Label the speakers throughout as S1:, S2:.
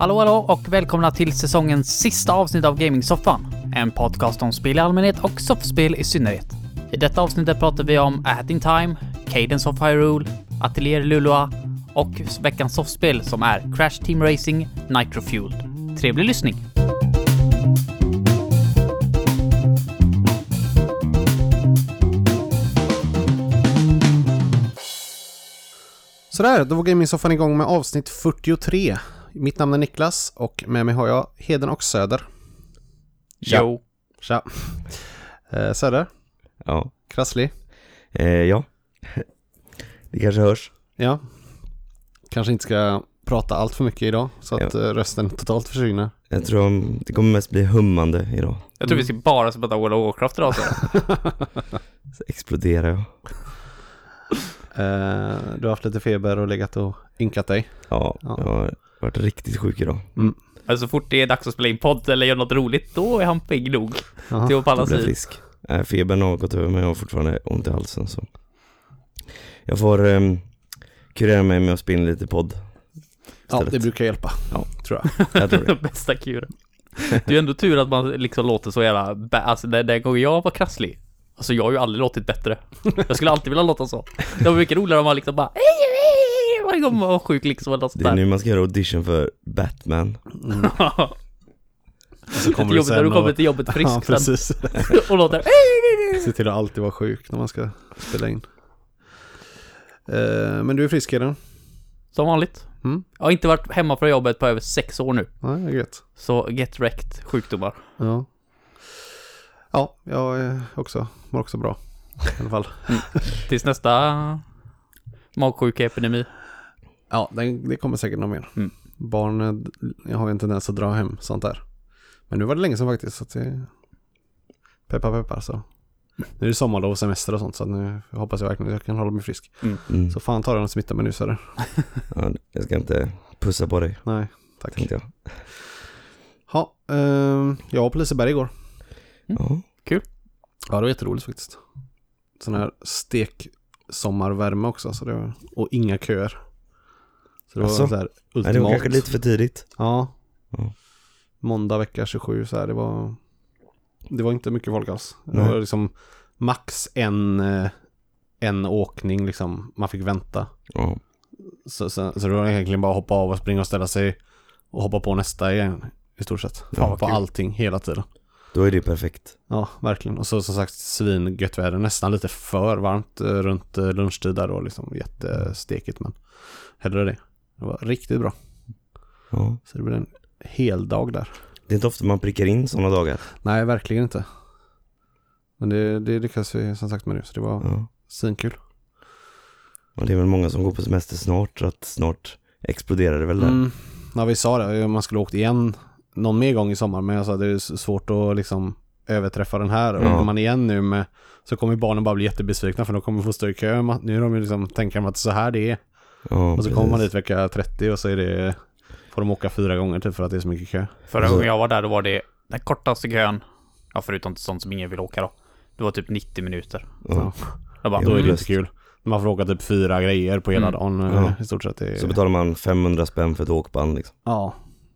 S1: Hallå och välkomna till säsongens sista avsnitt av Gaming-soffan. En podcast om spel i allmänhet och soffspel i synnerhet. I detta avsnittet pratar vi om A Hat in Time, Cadence of Hyrule, Atelier Lulua och veckans soffspel som är Crash Team Racing Nitro Fueled. Trevlig lyssning!
S2: Sådär, då var Gaming-soffan igång med avsnitt 43. Mitt namn är Niklas och med mig har jag Heden och Söder.
S1: Jo.
S2: Tja. Söder?
S3: Ja.
S2: Krasslig?
S3: Ja. Det kanske hörs.
S2: Ja. Kanske inte ska prata allt för mycket idag så att rösten totalt försvinner.
S3: Jag tror det kommer mest bli hummande idag.
S1: Jag tror vi ska bara prata World of Warcraft idag.
S3: Så exploderar jag.
S2: Du har haft lite feber och legat och ynkat dig.
S3: Ja, jag har varit riktigt sjuk idag.
S1: Alltså så fort det är dags att spela in podd eller göra något roligt, då är han pigg nog till att palla sig.
S3: Frisk. Febern har gått över men jag har fortfarande ont i halsen. Så jag får kurera mig med att spela lite podd istället.
S2: Ja, det brukar hjälpa.
S3: Ja,
S2: tror jag.
S3: Jag tror det.
S1: Bästa kuren. Det är ju ändå tur att man liksom låter så jävla... Alltså den gången jag var krasslig, alltså jag har ju aldrig låtit bättre. Jag skulle alltid vilja låta så. Det var mycket roligare om man liksom bara... Varje gång man var sjuk liksom. Eller
S3: det är nu man ska göra audition för Batman.
S2: Så kommer
S1: jobbet, när du kommer till jobbet frisk.
S2: Ja, precis.
S1: Och låter...
S2: Se till att alltid vara sjuk när man ska spela in. Men du är frisk redan?
S1: Som vanligt. Jag har inte varit hemma från jobbet på över 6 år nu.
S2: Ja, jag vet.
S1: Så get wrecked sjukdomar.
S2: Ja. Ja, jag mår också bra. I alla fall.
S1: Tills nästa magsjuka-epidemi.
S2: Ja, det kommer säkert någon mer. Barn, jag har ju en tendens att dra hem sånt där. Men nu var det länge sedan faktiskt. Så att det... Peppar så. Nu är det sommarlov och semester och sånt. Så nu hoppas jag verkligen att jag kan hålla mig frisk. Så fan tar den och smittar mig nu så där.
S3: Ja, jag ska inte pussa på dig.
S2: Nej, tack.
S3: Tänkte jag.
S2: Ja, jag var på Liseberg igår.
S3: Ja.
S1: Kul.
S2: Ja, det var jätteroligt faktiskt. Sån här sommarvärme också. Så det var, och inga köer. Så det var så här ultimat.
S3: Det var kanske lite för tidigt.
S2: Ja. Måndag vecka 27 så här, det var inte mycket folk alls. Det var liksom max en åkning liksom. Man fick vänta.
S3: Ja.
S2: Så det var egentligen bara hoppa av och springa och ställa sig och hoppa på nästa igen i stort sett.
S3: Ja,
S2: på allting hela tiden.
S3: Då är det perfekt.
S2: Ja, verkligen. Och så som sagt svingött väder, nästan lite för varmt runt lunchtid där då liksom, jättestekigt, men hellre det. Det var riktigt bra.
S3: Ja.
S2: Så det blev en hel dag där.
S3: Det är inte ofta man prickar in sådana dagar.
S2: Nej, verkligen inte. Men det lyckas vi som sagt med nu, så det var svinkul.
S3: Och det är väl många som går på semester snart, så att snart exploderar det väl där.
S2: Ja, vi sa det, man skulle åkt igen någon mer gång i sommar, men jag sa det är svårt att liksom överträffa den här. Och går man igen nu så kommer barnen bara bli jättebesvikna, för de kommer få stå i kö. Nu är de liksom, tänker de att så här det är. Och så kommer man dit vecka 30 och så är det, får de åka 4 gånger typ för att det är så mycket kö.
S1: Förra gången jag var där, då var det den kortaste kön. Ja, förutom sånt som ingen vill åka då. Det var typ 90 minuter.
S2: Ja.
S1: Bara,
S2: då är det inte kul. Man får åka typ 4 grejer på hela dagen i stort sett.
S3: Så betalar man 500 spänn för ett åkband liksom.
S2: Ja,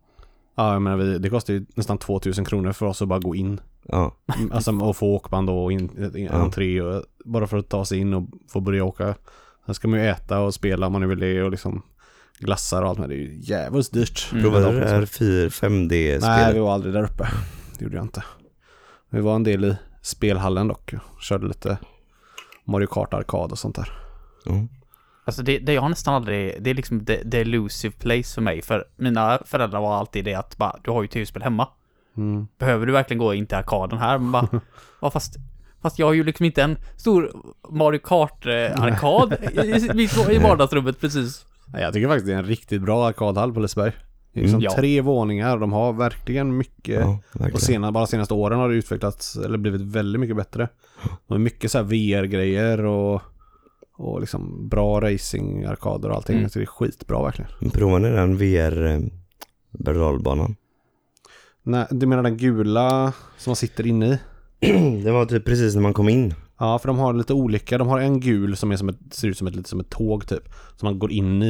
S2: jag menar, det kostar ju nästan 2000 kronor för oss att bara gå in.
S3: Ja.
S2: Alltså att få åkband och entré och bara för att ta sig in och få börja åka. Sen ska man ju äta och spela om man nu vill det och liksom glassar och allt, men det är ju jävligt dyrt.
S3: Provade det här 4-5D-spelet?
S2: Nej, vi var aldrig där uppe. Det gjorde jag inte. Vi var en del i spelhallen dock. Körde lite Mario Kart arkad och sånt där.
S1: Alltså det jag har nästan aldrig... Det är liksom the elusive place för mig. För mina föräldrar var alltid det att bara, du har ju tv-spel hemma. Behöver du verkligen gå in till arkaden här? Men bara, fast jag har ju liksom inte en stor Mario Kart-arkad i vardagsrummet precis.
S2: Jag tycker faktiskt det är en riktigt bra arkadhall på Liseberg. Det är liksom 3 våningar. De har verkligen mycket. Verkligen. Och bara senaste åren har det utvecklats eller blivit väldigt mycket bättre. De har mycket så här VR-grejer och liksom bra racing-arkader och allting. Så det är skitbra verkligen.
S3: Provar ni den VR-berg-och-dalbanan?
S2: Nej, du menar den gula som man sitter inne i?
S3: Det var typ precis när man kom in.
S2: Ja, för de har lite olika. De har en gul som är ser ut som ett tåg typ, som man går in i.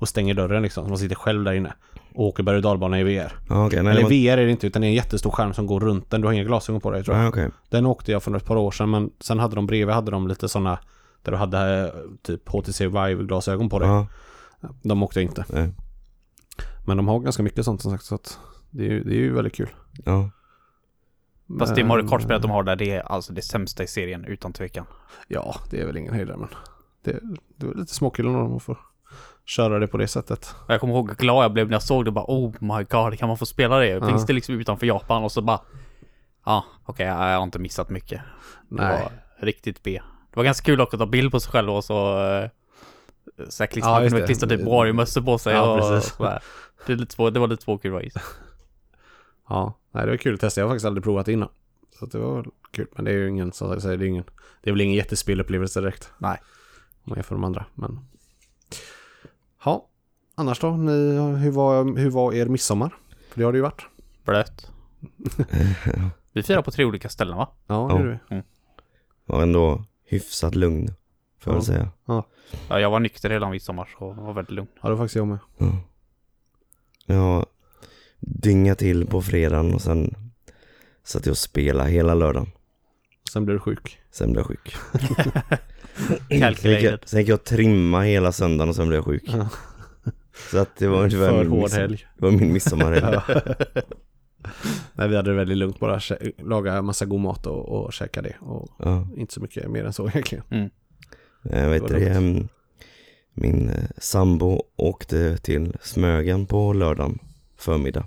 S2: och stänger dörren liksom. Så man sitter själv där inne och åker berg- och dalbana i VR.
S3: Okay,
S2: Eller VR är det inte, utan det är en jättestor skärm som går runt den. Du har inga glasögon på dig, tror jag.
S3: Okay.
S2: Den åkte jag för ett par år sedan, men sen hade de bredvid lite sådana där du hade typ HTC Vive-glasögon på dig. De åkte jag inte.
S3: Nej.
S2: Men de har ganska mycket sånt som sagt, så att det är ju väldigt kul.
S3: Ja.
S1: Fast det Mario Kart-spelet de har där, det är alltså det sämsta i serien utan tvekan.
S2: Ja, det är väl ingen höjdare, men det är lite småkul när de får köra det på det sättet.
S1: Jag kommer ihåg hur glad jag blev när jag såg det, bara oh my god, kan man få spela det? Finns det liksom utanför Japan? Och så bara okej, jag har inte missat mycket.
S2: Nej.
S1: Det var riktigt B. Det var ganska kul också att ta bild på sig själv och så klistra typ Wario-mössor på sig.
S2: Ja,
S1: och
S2: precis.
S1: det var lite svårt kul.
S2: Ja, nej, det var kul att testa. Jag har faktiskt aldrig provat det innan. Så det var kul, men det är ju ingen, som jag säger, det är väl ingen jättespelupplevelse direkt.
S1: Nej.
S2: Om man jämför de andra, men ja, annars då? Hur var er midsommar? För det har det ju varit.
S1: Blöt. Vi firar på 3 olika ställen, va?
S2: Ja, det gjorde vi.
S3: Var ändå hyfsat lugn, får jag säga.
S1: Ja, jag var nykter hela midsommar, så var väldigt lugn.
S2: Ja, det var faktiskt jag med.
S3: Ja. Jag dynga till på fredagen och sen satt jag och spelade hela lördagen.
S2: Sen blev du sjuk.
S3: Sen blev jag sjuk.
S1: Calculated.
S3: Sen gick jag trimma hela söndagen och sen blev jag sjuk.
S2: Ja.
S3: Så att det var ungefär
S2: för hård helg.
S3: Det var min midsommarhelg.
S2: Nej, vi hade det väldigt lugnt, bara laga massa god mat och käka det. Och inte så mycket mer än så egentligen.
S3: Jag vet det. Min sambo åkte till Smögen på lördagen förmiddag.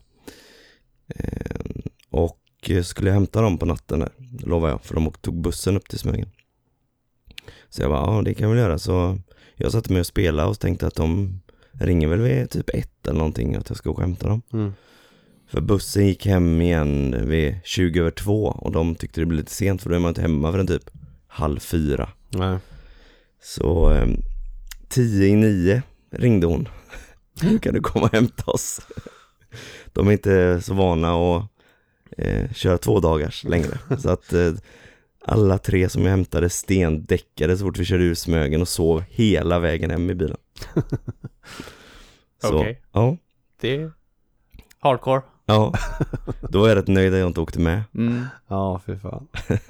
S3: Och skulle hämta dem på natten där, lovar jag, för de tog bussen upp till Smögen. Så jag bara, det kan vi göra. Så jag satt med och spelade och tänkte att de ringer väl vid typ 1 eller någonting, att jag ska åka och hämta dem. För bussen gick hem igen vid 2:20 och de tyckte det blev lite sent, för då är man inte hemma förrän typ 3:30.
S2: Nej.
S3: Så 10:50 ringde hon. Kan du komma och hämta oss? De är inte så vana att köra 2 dagars längre. Så att alla 3 som jag hämtade stendäckade så fort vi körde ur Smögen och sov hela vägen hem i bilen.
S1: Okej.
S3: Ja.
S1: Det är hardcore.
S3: Ja, då är jag rätt nöjd att jag inte åkte med.
S2: Ja, fy fan.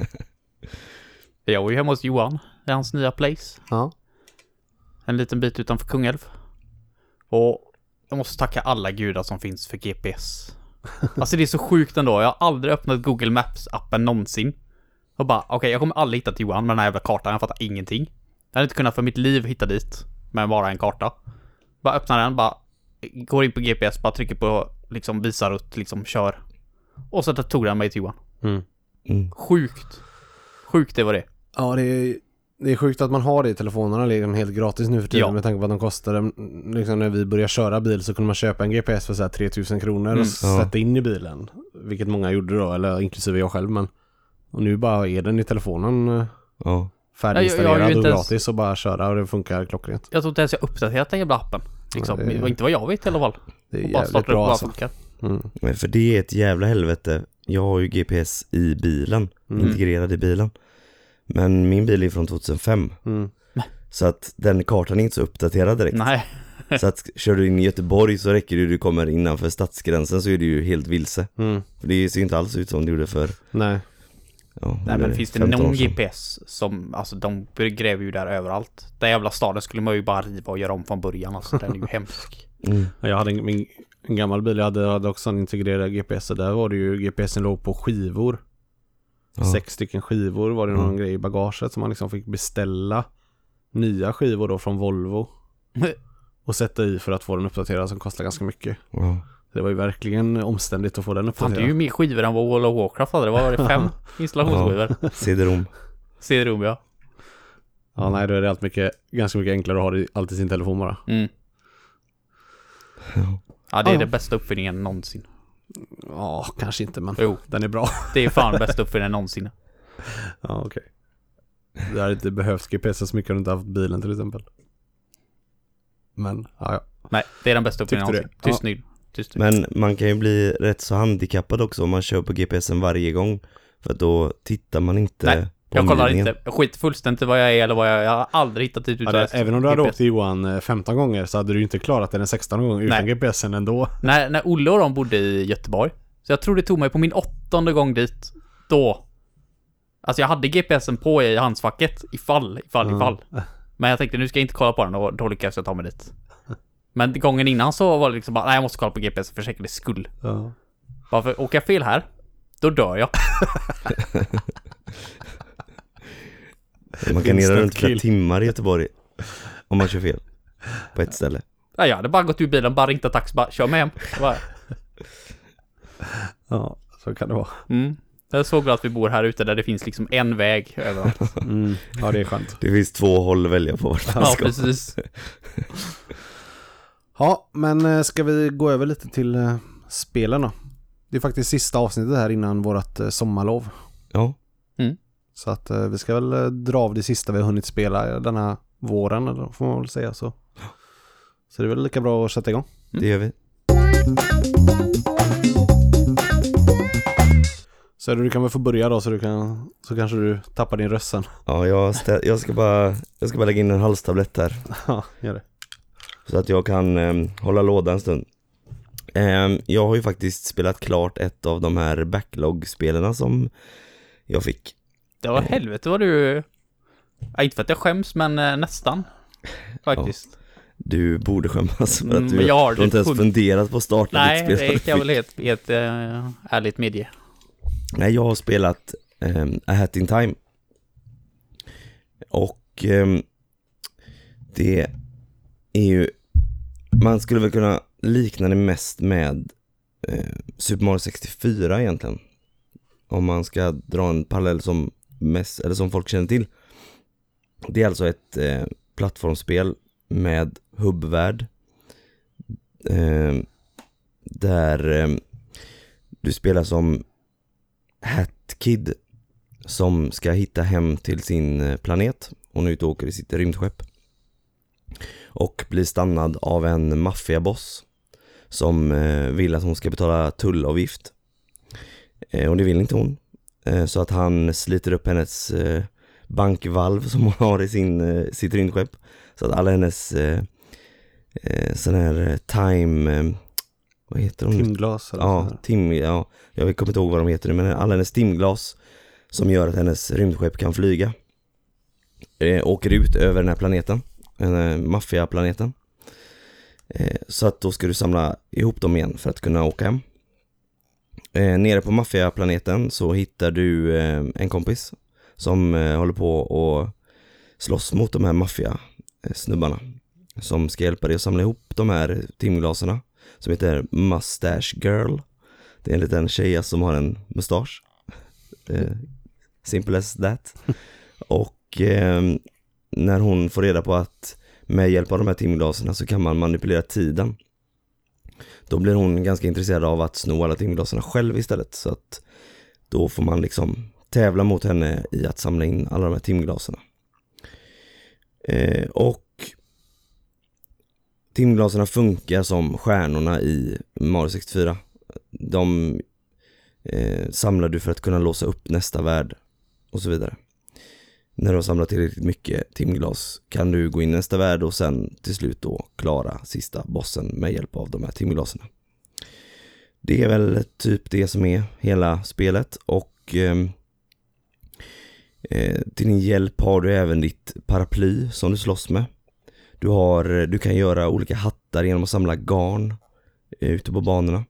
S1: Jag var ju hemma hos Johan i hans nya place.
S2: Ja.
S1: En liten bit utanför Kungälv. Och jag måste tacka alla gudar som finns för GPS. Alltså det är så sjukt ändå. Jag har aldrig öppnat Google Maps-appen någonsin. Och bara, okej, jag kommer aldrig hitta till Johan med den här jävla kartan. Jag fattar ingenting. Jag hade inte kunnat för mitt liv hitta dit med bara en karta. Bara öppnar den, bara går in på GPS, bara trycker på liksom visa rutt, liksom kör. Och så tog den mig till Johan. Sjukt. Sjukt det var det.
S2: Ja, det är sjukt att man har det i telefonerna liksom helt gratis nu för tiden, med tanke på att de kostade. Liksom när vi började köra bil så kunde man köpa en GPS för så här 3000 kronor och sätta in i bilen. Vilket många gjorde då, eller inklusive jag själv. Men och nu bara är den i telefonen färdiginstallerad och gratis och bara köra och det funkar klockrent.
S1: Jag tror inte ens jag uppdaterat den jävla appen. Liksom. Det var inte vad jag vet i alla fall.
S2: Det är
S1: och bara
S2: jävligt bra alltså.
S3: Men för det är ett jävla helvete. Jag har ju GPS i bilen, integrerad i bilen. Men min bil är från 2005. Så att den kartan är inte så uppdaterad direkt.
S1: Nej.
S3: Så att kör du in i Göteborg så räcker det, du kommer innanför stadsgränsen så är det ju helt vilse. För det ser ju inte alls ut som det gjorde för.
S2: Nej.
S3: Ja,
S1: Nej, men finns det någon GPS som, alltså de gräver ju där överallt. Den jävla staden skulle man ju bara riva och göra om från början. Alltså den är ju hemsk.
S2: Jag hade en gammal bil, jag hade också en integrerad GPS. Där var det ju, GPSen låg på skivor. 6 stycken skivor var det någon grej i bagaget som man liksom fick beställa nya skivor då från Volvo och sätta i för att få den uppdaterad, som kostar ganska mycket. Det var ju verkligen omständigt att få den uppdaterad.
S1: Fan, det är ju mer skivor än vad World of Warcraft hade. Det var 5 installationsskivor.
S3: CD-ROM.
S1: CD-ROM, ja.
S2: Ja, nej, då är det ganska mycket enklare att ha det allt i sin telefon bara.
S1: Ja, det är det bästa uppfinningen någonsin.
S2: Ja, kanske inte, men den är bra.
S1: Det är fan bästa uppfinningen någonsin.
S2: Ja, okej. Det hade inte behövt GPS så mycket om du inte haft bilen till exempel. Men, ja.
S1: Nej, det är den bästa uppfinningen någonsin. Tyst nu.
S3: Men man kan ju bli rätt så handikappad också om man kör på GPSen varje gång. För då tittar man inte
S1: Jag kollar
S3: omgivningen.
S1: inte. Jag skiter fullständigt i vad jag är eller vad jag har aldrig hittat ut
S2: Ja, även om du hade åkt till Johan 15 gånger så hade du inte klarat den 16 gånger utan GPSen ändå.
S1: När Olle och de bodde i Göteborg. Så jag tror det tog mig på min 8:e gång dit. Då. Alltså jag hade GPSen på i handsfacket. Ifall. Men jag tänkte nu ska jag inte kolla på den och då lyckades jag ta mig dit. Men gången innan så var det liksom bara, nej jag måste kolla på GPSen för säkerhets skull.
S2: Ja.
S1: Bara för åker jag fel här, då dör jag.
S3: Man kan nere runt flera timmar i Göteborg om man kör fel på ett ställe.
S1: Ja, jag hade bara gått ur bilen, bara ringt en taxi, bara kör mig hem. Bara...
S2: Ja, så kan det vara.
S1: Jag är så glad att vi bor här ute där det finns liksom en väg överallt.
S2: Ja, det är skönt.
S3: Det finns 2 håll att välja på vart man
S1: Ja,
S3: ska.
S1: precis.
S2: Ja, men ska vi gå över lite till spelen då? Det är faktiskt sista avsnittet här innan vårat sommarlov.
S3: Ja.
S2: Så att vi ska väl dra av det sista vi har hunnit spela denna våren, eller får man väl säga så. Så det är väl lika bra att sätta igång.
S3: Det gör vi.
S2: Så du kan väl få börja då så kanske du tappar din röst sen.
S3: Ja, jag ska bara lägga in en halstablett här.
S2: Ja, gör det.
S3: Så att jag kan hålla låda en stund. Jag har ju faktiskt spelat klart ett av de här backlog-spelarna som jag fick.
S1: Det var helvete vad du... Ja, inte för att jag skäms, men nästan. Faktiskt.
S3: Ja, du borde skämmas för att du
S1: har
S3: inte ens funderat på att starta ditt spel.
S1: Nej, det kan jag väl helt ärligt medge.
S3: Nej, jag har spelat A Hat in Time. Och det är ju... Man skulle väl kunna likna det mest med Super Mario 64 egentligen. Om man ska dra en parallell som mest, eller som folk känner till. Det är alltså ett plattformsspel med hubbvärld. Där du spelar som Hat Kid som ska hitta hem till sin planet. Hon är ute och åker i sitt rymdskepp. Och blir stannad av en maffiaboss som vill att hon ska betala tullavgift. Och det vill inte hon. Så att han sliter upp hennes bankvalv som hon har i sitt rymdskepp. Så att alla hennes sån här time... vad heter de?
S2: Timglas. Eller
S3: ja, jag kommer inte ihåg vad de heter nu, men alla hennes timglas som gör att hennes rymdskepp kan flyga. Åker ut över den här planeten. Maffiaplaneten. Så att då ska du samla ihop dem igen för att kunna åka hem. Nere på maffiaplaneten så hittar du en kompis som håller på och slåss mot de här maffia-snubbarna som ska hjälpa dig att samla ihop de här timglaserna som heter Mustache Girl. Det är en liten tjej som har en mustasch. Simple as that. Och när hon får reda på att med hjälp av de här timglaserna så kan man manipulera tiden, då blir hon ganska intresserad av att sno alla timglaserna själv istället. Så att då får man liksom tävla mot henne i att samla in alla de här timglaserna. Och timglaserna funkar som stjärnorna i Mario 64. De samlar du för att kunna låsa upp nästa värld och så vidare. När du har samlat tillräckligt mycket timglas kan du gå in i nästa värld och sen till slut då klara sista bossen med hjälp av de här timglaserna. Det är väl typ det som är hela spelet. Och till din hjälp har du även ditt paraply som du slåss med. Du kan göra olika hattar genom att samla garn ute på banorna.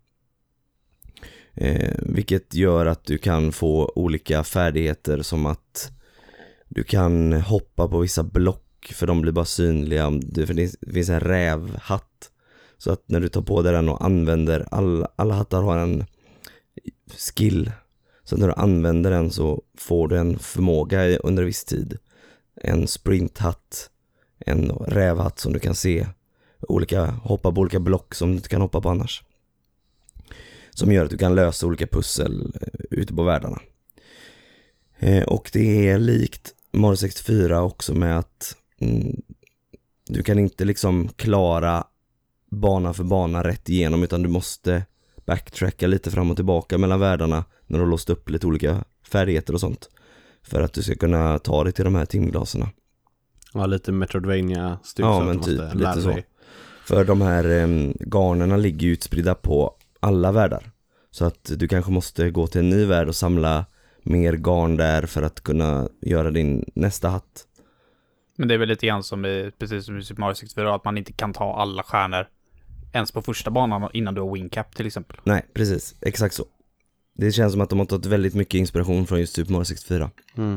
S3: Vilket gör att du kan få olika färdigheter som att du kan hoppa på vissa block för de blir bara synliga. För det finns en rävhatt. Så att när du tar på dig den och använder, alla hattar har en skill. Så när du använder den så får du en förmåga under viss tid. En sprinthatt, en rävhatt som du kan se. Hoppa på olika block som du inte kan hoppa på annars. Som gör att du kan lösa olika pussel ute på världarna. Och det är likt Mario 64 också med att du kan inte liksom klara bana för bana rätt igenom, utan du måste backtracka lite fram och tillbaka mellan världarna när du har låst upp lite olika färdigheter och sånt. för att du ska kunna ta dig till de här timglaserna.
S2: Ja, lite Metroidvania-stuk.
S3: Ja, men typ lite så. För de här garnerna ligger ju utspridda på alla världar. Så att du kanske måste gå till en ny värld och samla mer garn där för att kunna göra din nästa hatt.
S1: Men det är väl lite grann som precis som i Super Mario 64, att man inte kan ta alla stjärnor ens på första banan innan du har wingcap till exempel.
S3: Nej, precis. Exakt så. Det känns som att de har tagit väldigt mycket inspiration från just Super Mario 64.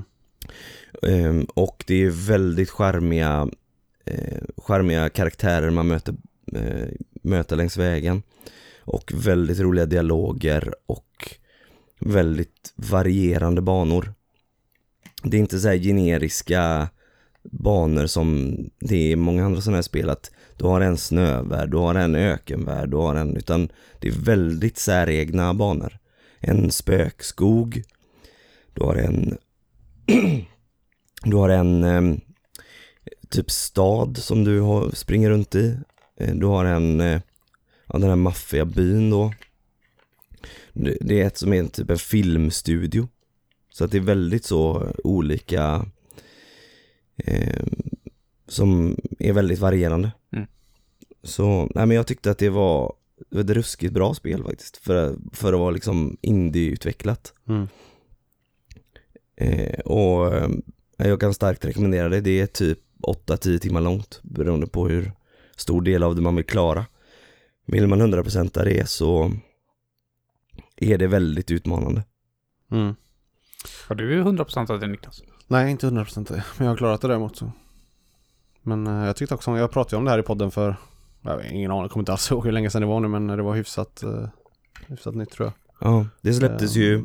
S3: Och det är väldigt charmiga karaktärer man möter längs vägen. Och väldigt roliga dialoger och väldigt varierande banor. Det är inte så här generiska banor som det är i många andra sådana här spel, att du har en snövärld, du har en ökenvärld, utan det är väldigt säregna banor. En spökskog, du har en typ stad som du springer runt i. Du har den här maffiabyn då. Det är ett som är typ en filmstudio. Så att det är väldigt så olika som är väldigt varierande. Så nej, men jag tyckte att det var ett ruskigt bra spel faktiskt för att vara liksom indie-utvecklat. Och jag kan starkt rekommendera det. Det är typ 8-10 timmar långt beroende på hur stor del av det man vill klara. Vill man 100% det så är det väldigt utmanande.
S1: Har du 100% av det, Niklas?
S2: Nej, inte 100%, men jag har klarat det däremot så. Men jag tyckte också, jag pratade om det här i podden för, jag har ingen aning, jag kommer inte alls ihåg hur länge sedan det var nu, men det var hyfsat nytt tror jag.
S3: Ja, det släpptes ju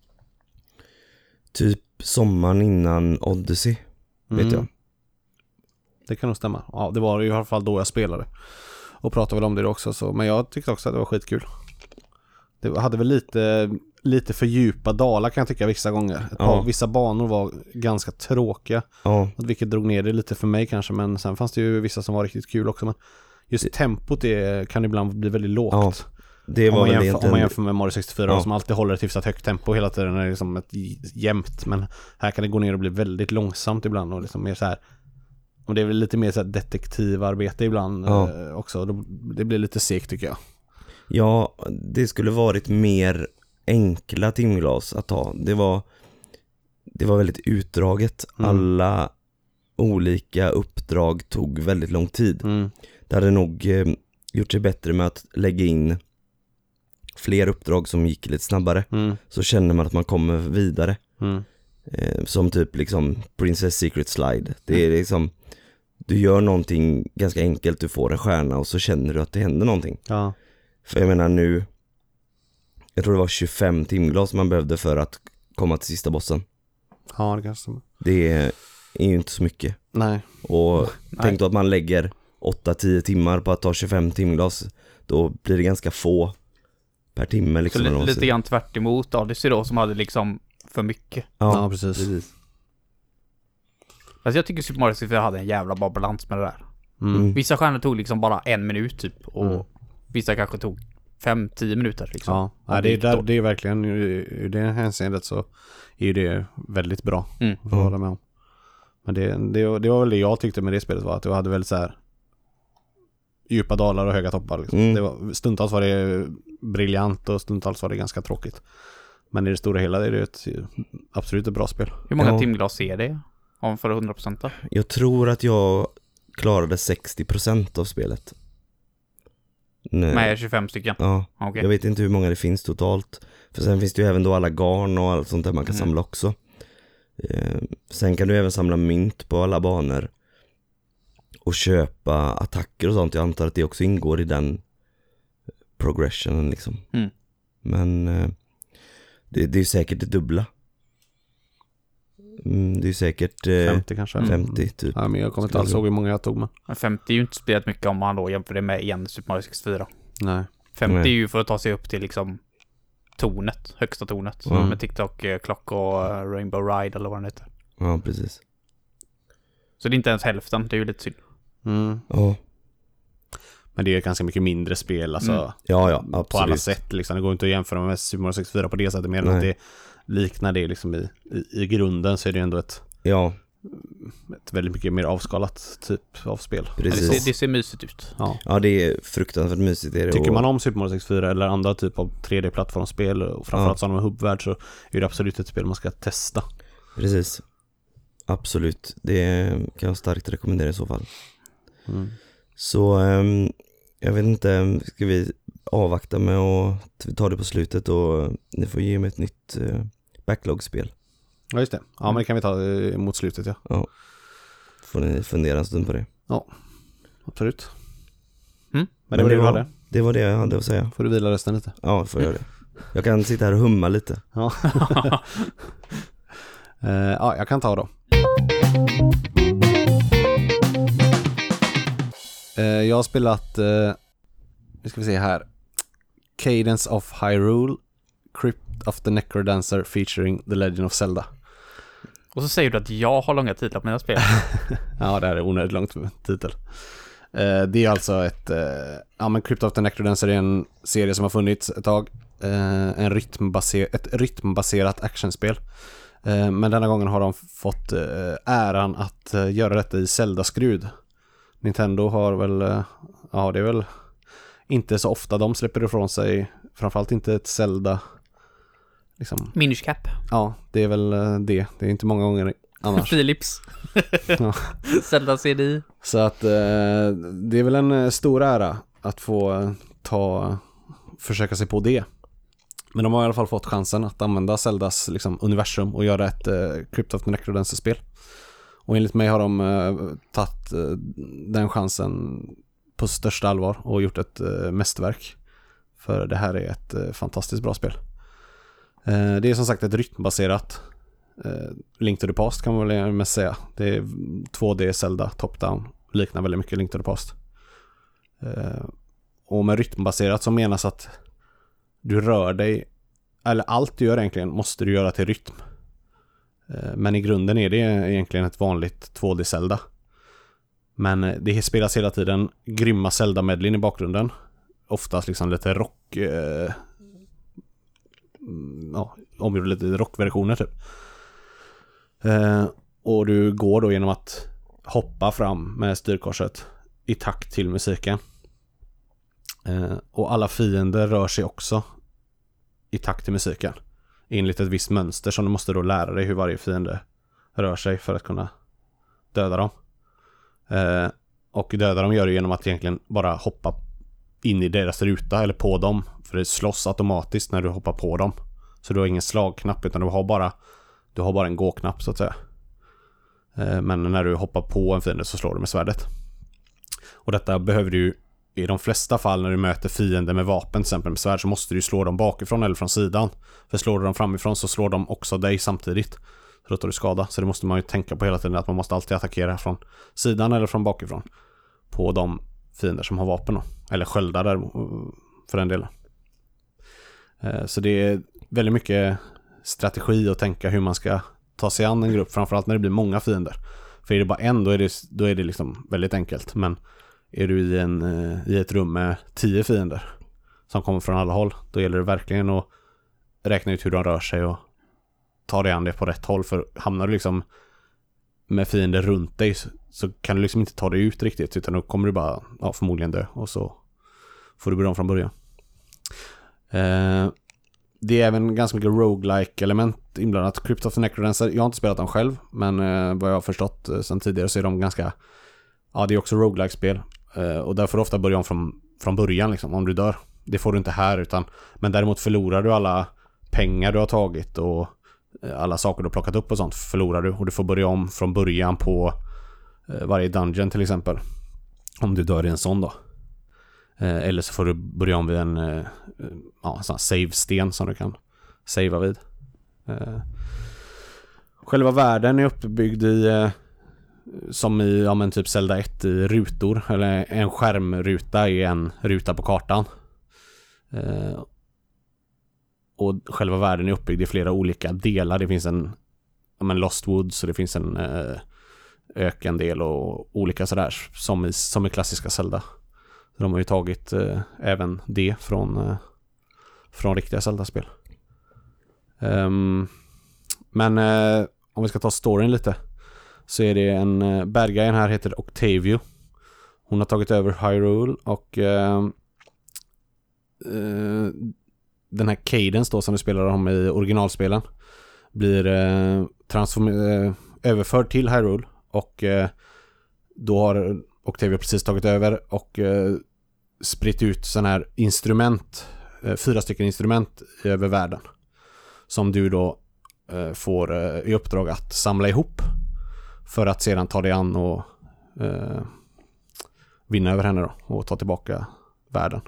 S3: typ sommaren innan Odyssey, vet jag.
S2: Det kan nog stämma. Ja, det var i alla fall då jag spelade. Och pratade väl om det också. Så. Men jag tyckte också att det var skitkul. Det hade väl lite för djupa dalar kan jag tycka vissa gånger. Vissa banor var ganska tråkiga. Vilket drog ner det lite för mig kanske. Men sen fanns det ju vissa som var riktigt kul också. Men just tempot kan ibland bli väldigt lågt.
S3: Det var
S2: om man jämför med Mario 64 som alltid håller ett hyfsat högt tempo hela tiden. Det är liksom ett jämnt. Men här kan det gå ner och bli väldigt långsamt ibland. Och liksom mer så här. Och det är väl lite mer så här detektivarbete ibland också. Det blir lite segt tycker jag.
S3: Ja, det skulle varit mer enkla timglas att ta. Det var väldigt utdraget. Alla olika uppdrag tog väldigt lång tid. Det hade nog gjort sig bättre med att lägga in fler uppdrag som gick lite snabbare. Så känner man att man kommer vidare. Som typ liksom Princess Secret Slide. Det är liksom, du gör någonting ganska enkelt, du får en stjärna och så känner du att det händer någonting.
S2: Ja.
S3: För jag menar nu, jag tror det var 25 timglas man behövde för att komma till sista bossen.
S2: Ja, det kanske.
S3: Det är ju inte så mycket.
S2: Nej.
S3: Och tänk då att man lägger 8-10 timmar på att ta 25 timglas, då blir det ganska få per timme liksom.
S1: Så lite grann tvärt emot Odyssey då, som hade liksom för mycket.
S2: Ja, precis.
S1: Alltså jag tycker Super Mario 64 hade en jävla bra balans med det där. Vissa stjärnor tog liksom bara 1 minut typ. Och vissa kanske tog 5-10 minuter liksom.
S2: Ja, det är verkligen i det hänseendet så är det väldigt bra att hålla med om. Men det var väl det jag tyckte med det spelet, var att det hade väldigt så här djupa dalar och höga toppar liksom. Stundtals var det briljant och stundtals var det ganska tråkigt. Men i det stora hela är det absolut ett bra spel.
S1: Hur många timglas är det? Om för 100% då?
S3: Jag tror att jag klarade 60% av spelet.
S1: Med 25 stycken?
S3: Ja,
S1: okay.
S3: Jag vet inte hur många det finns totalt. För sen finns det ju även då alla garn och allt sånt där man kan samla också. Sen kan du även samla mynt på alla banor. Och köpa attacker och sånt. Jag antar att det också ingår i den progressionen liksom. Men det är säkert det dubbla. Det är säkert
S2: 50 kanske.
S3: 50 typ.
S2: Ja, men jag kommer inte alls ihåg hur många jag tog med.
S1: Men 50 är ju inte spelat mycket om man då jämför det med igen Super Mario 64.
S2: Nej.
S1: 50 är ju för att ta sig upp till liksom tornet, högsta tornet. Med TikTok, Clock och Rainbow Ride eller vad den heter.
S3: Ja, precis.
S1: Så det är inte ens hälften, det är ju lite synd.
S3: Ja.
S2: Men det är ganska mycket mindre spel alltså.
S3: Ja, absolut.
S2: På alla sätt liksom. Det går inte att jämföra med Super Mario 64 på det sättet, mer än att liknar det liksom i grunden, så är det ändå ett väldigt mycket mer avskalat typ av spel.
S3: Precis.
S1: Det ser mysigt ut.
S3: Ja, det är fruktansvärt mysigt.
S2: Tycker man om Super Mario 64 eller andra typ av 3D-plattformsspel och framförallt sådana med hubbvärld, så är det absolut ett spel man ska testa.
S3: Precis. Absolut. Det kan jag starkt rekommendera i så fall. Så jag vet inte, ska vi avvakta med att ta det på slutet och ni får ge mig ett nytt backlog-spel.
S2: Ja, just det. Ja, men det kan vi ta mot slutet,
S3: ja. Får ni fundera en stund på det.
S2: Ja, absolut.
S3: Men det var det jag hade att säga.
S2: Får du vila resten lite?
S3: Ja, får jag göra det. Jag kan sitta här och humma lite.
S2: Ja. Ja, jag kan ta då. Jag har spelat, nu ska vi se här, Cadence of Hyrule, Crypt of the Necrodancer featuring The Legend of Zelda.
S1: Och så säger du att jag har långa titlar på mina spel.
S2: Ja, det här är onödigt långt titel. Det är alltså ett, men Crypt of the Necrodancer är en serie som har funnits ett tag. Ett rytmbaserat actionspel. Men denna gången har de fått äran att göra detta i Zelda-skrud. Nintendo har väl, det är väl inte så ofta de släpper ifrån sig, framförallt inte ett Zelda liksom.
S1: Minish Cap.
S2: Ja, det är väl det. Det är inte många gånger annars.
S1: Philips.
S2: Ja.
S1: Zelda CDI.
S2: Så att det är väl en stor ära att få försöka sig på det. Men de har i alla fall fått chansen att använda Zeldas liksom, universum och göra ett Crypt of the Necrodancer-spel. Och enligt mig har de tagit den chansen på största allvar och gjort ett mästerverk. För det här är ett fantastiskt bra spel. Det är som sagt ett rytmbaserat Link to the Past kan man väl mest säga. Det är 2D Zelda top-down. Liknar väldigt mycket Link to the Past. Och med rytmbaserat så menas att du rör dig, eller allt du gör egentligen måste du göra till rytm. Men i grunden är det egentligen ett vanligt 2D Zelda. Men det spelas hela tiden grymma Zelda-medlin i bakgrunden. Oftast liksom lite rock omgjord lite rockversioner typ. Och du går då genom att hoppa fram med styrkorset i takt till musiken. Och alla fiender rör sig också i takt till musiken enligt ett visst mönster som du måste då lära dig hur varje fiende rör sig för att kunna döda dem. Och döda dem gör du genom att egentligen bara hoppa in i deras ruta eller på dem, för det slåss automatiskt när du hoppar på dem. Så du har ingen slagknapp utan du har bara en gå-knapp så att säga. Men när du hoppar på en fiende så slår du med svärdet. Och detta behöver du i de flesta fall när du möter fiender med vapen, till exempel med svärd, så måste du slå dem bakifrån eller från sidan. För slår du dem framifrån så slår de också dig samtidigt. Så då tar du skada. Så det måste man ju tänka på hela tiden, att man måste alltid attackera från sidan eller från bakifrån på de fiender som har vapen då. Eller sköldar där för den delen. Så det är väldigt mycket strategi att tänka hur man ska ta sig an en grupp, framförallt när det blir många fiender. För är det bara en, då är det liksom väldigt enkelt. Men är du i ett rum med 10 fiender som kommer från alla håll, då gäller det verkligen att räkna ut hur de rör sig och ta dig an det på rätt håll. För hamnar du liksom med fiender runt dig så kan du liksom inte ta dig ut riktigt, utan då kommer du bara förmodligen dö och så får du börja om från början. Det är även ganska mycket roguelike element inblandat. Crypt of the Necrodancer, jag har inte spelat dem själv, men vad jag har förstått sen tidigare så är de ganska, det är också roguelike spel, och där får du ofta börja om från början liksom, om du dör. Det får du inte här, men däremot förlorar du alla pengar du har tagit och alla saker du har plockat upp och sånt förlorar du, och du får börja om från början på varje dungeon till exempel, om du dör i en sån då. Eller så får du börja om vid en sån save-sten som du kan savea vid. Själva världen är uppbyggd som i typ Zelda 1 i rutor, eller en skärmruta är en ruta på kartan. Och själva världen är uppbyggd i flera olika delar. Det finns en Lost Woods, och det finns en ökendel och olika sådär som i klassiska Zelda. De har ju tagit även det från riktiga Zelda-spel. Men om vi ska ta storyn lite, så är det en bad guy här heter Octavio. Hon har tagit över Hyrule och den här Cadence då som du spelar om i originalspelen blir överförd till Hyrule och då har Octavio precis tagit över och spritt ut sådana här instrument, 4 stycken instrument över världen som du då får i uppdrag att samla ihop för att sedan ta dig an och vinna över henne då och ta tillbaka världen.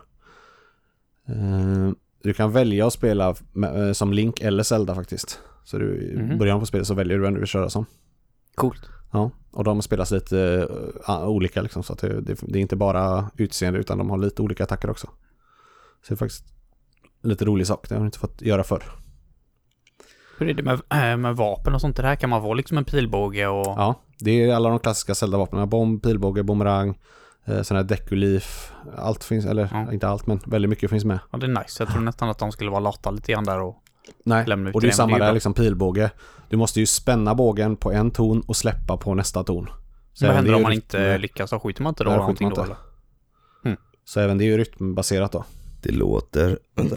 S2: Du kan välja att spela som Link eller Zelda faktiskt. Så du i början på spelet så väljer du vem du vill köra som.
S1: Coolt.
S2: Ja, och de spelas lite olika liksom, så att det är inte bara utseende utan de har lite olika attacker också. Så det är faktiskt lite rolig sak. Det har jag inte fått göra förr.
S1: Hur är det med vapen och sånt där? Kan man vara liksom en pilbåge och...
S2: Ja, det är alla de klassiska Zelda-vapnen. Bomb, pilbåge, bumerang, sån här Deku-leaf. Allt finns, eller inte allt, men väldigt mycket finns med.
S1: Ja, det är nice. Jag tror nästan att de skulle vara lata lite grann där och...
S2: Nej, och det är samma där liksom pilbåge. Du måste ju spänna bågen på en ton och släppa på nästa ton.
S1: Så vad händer om man inte lyckas? Då skjuter man inte då?
S2: Skjuter man inte. Så även det är ju rytmbaserat då.
S3: Det låter...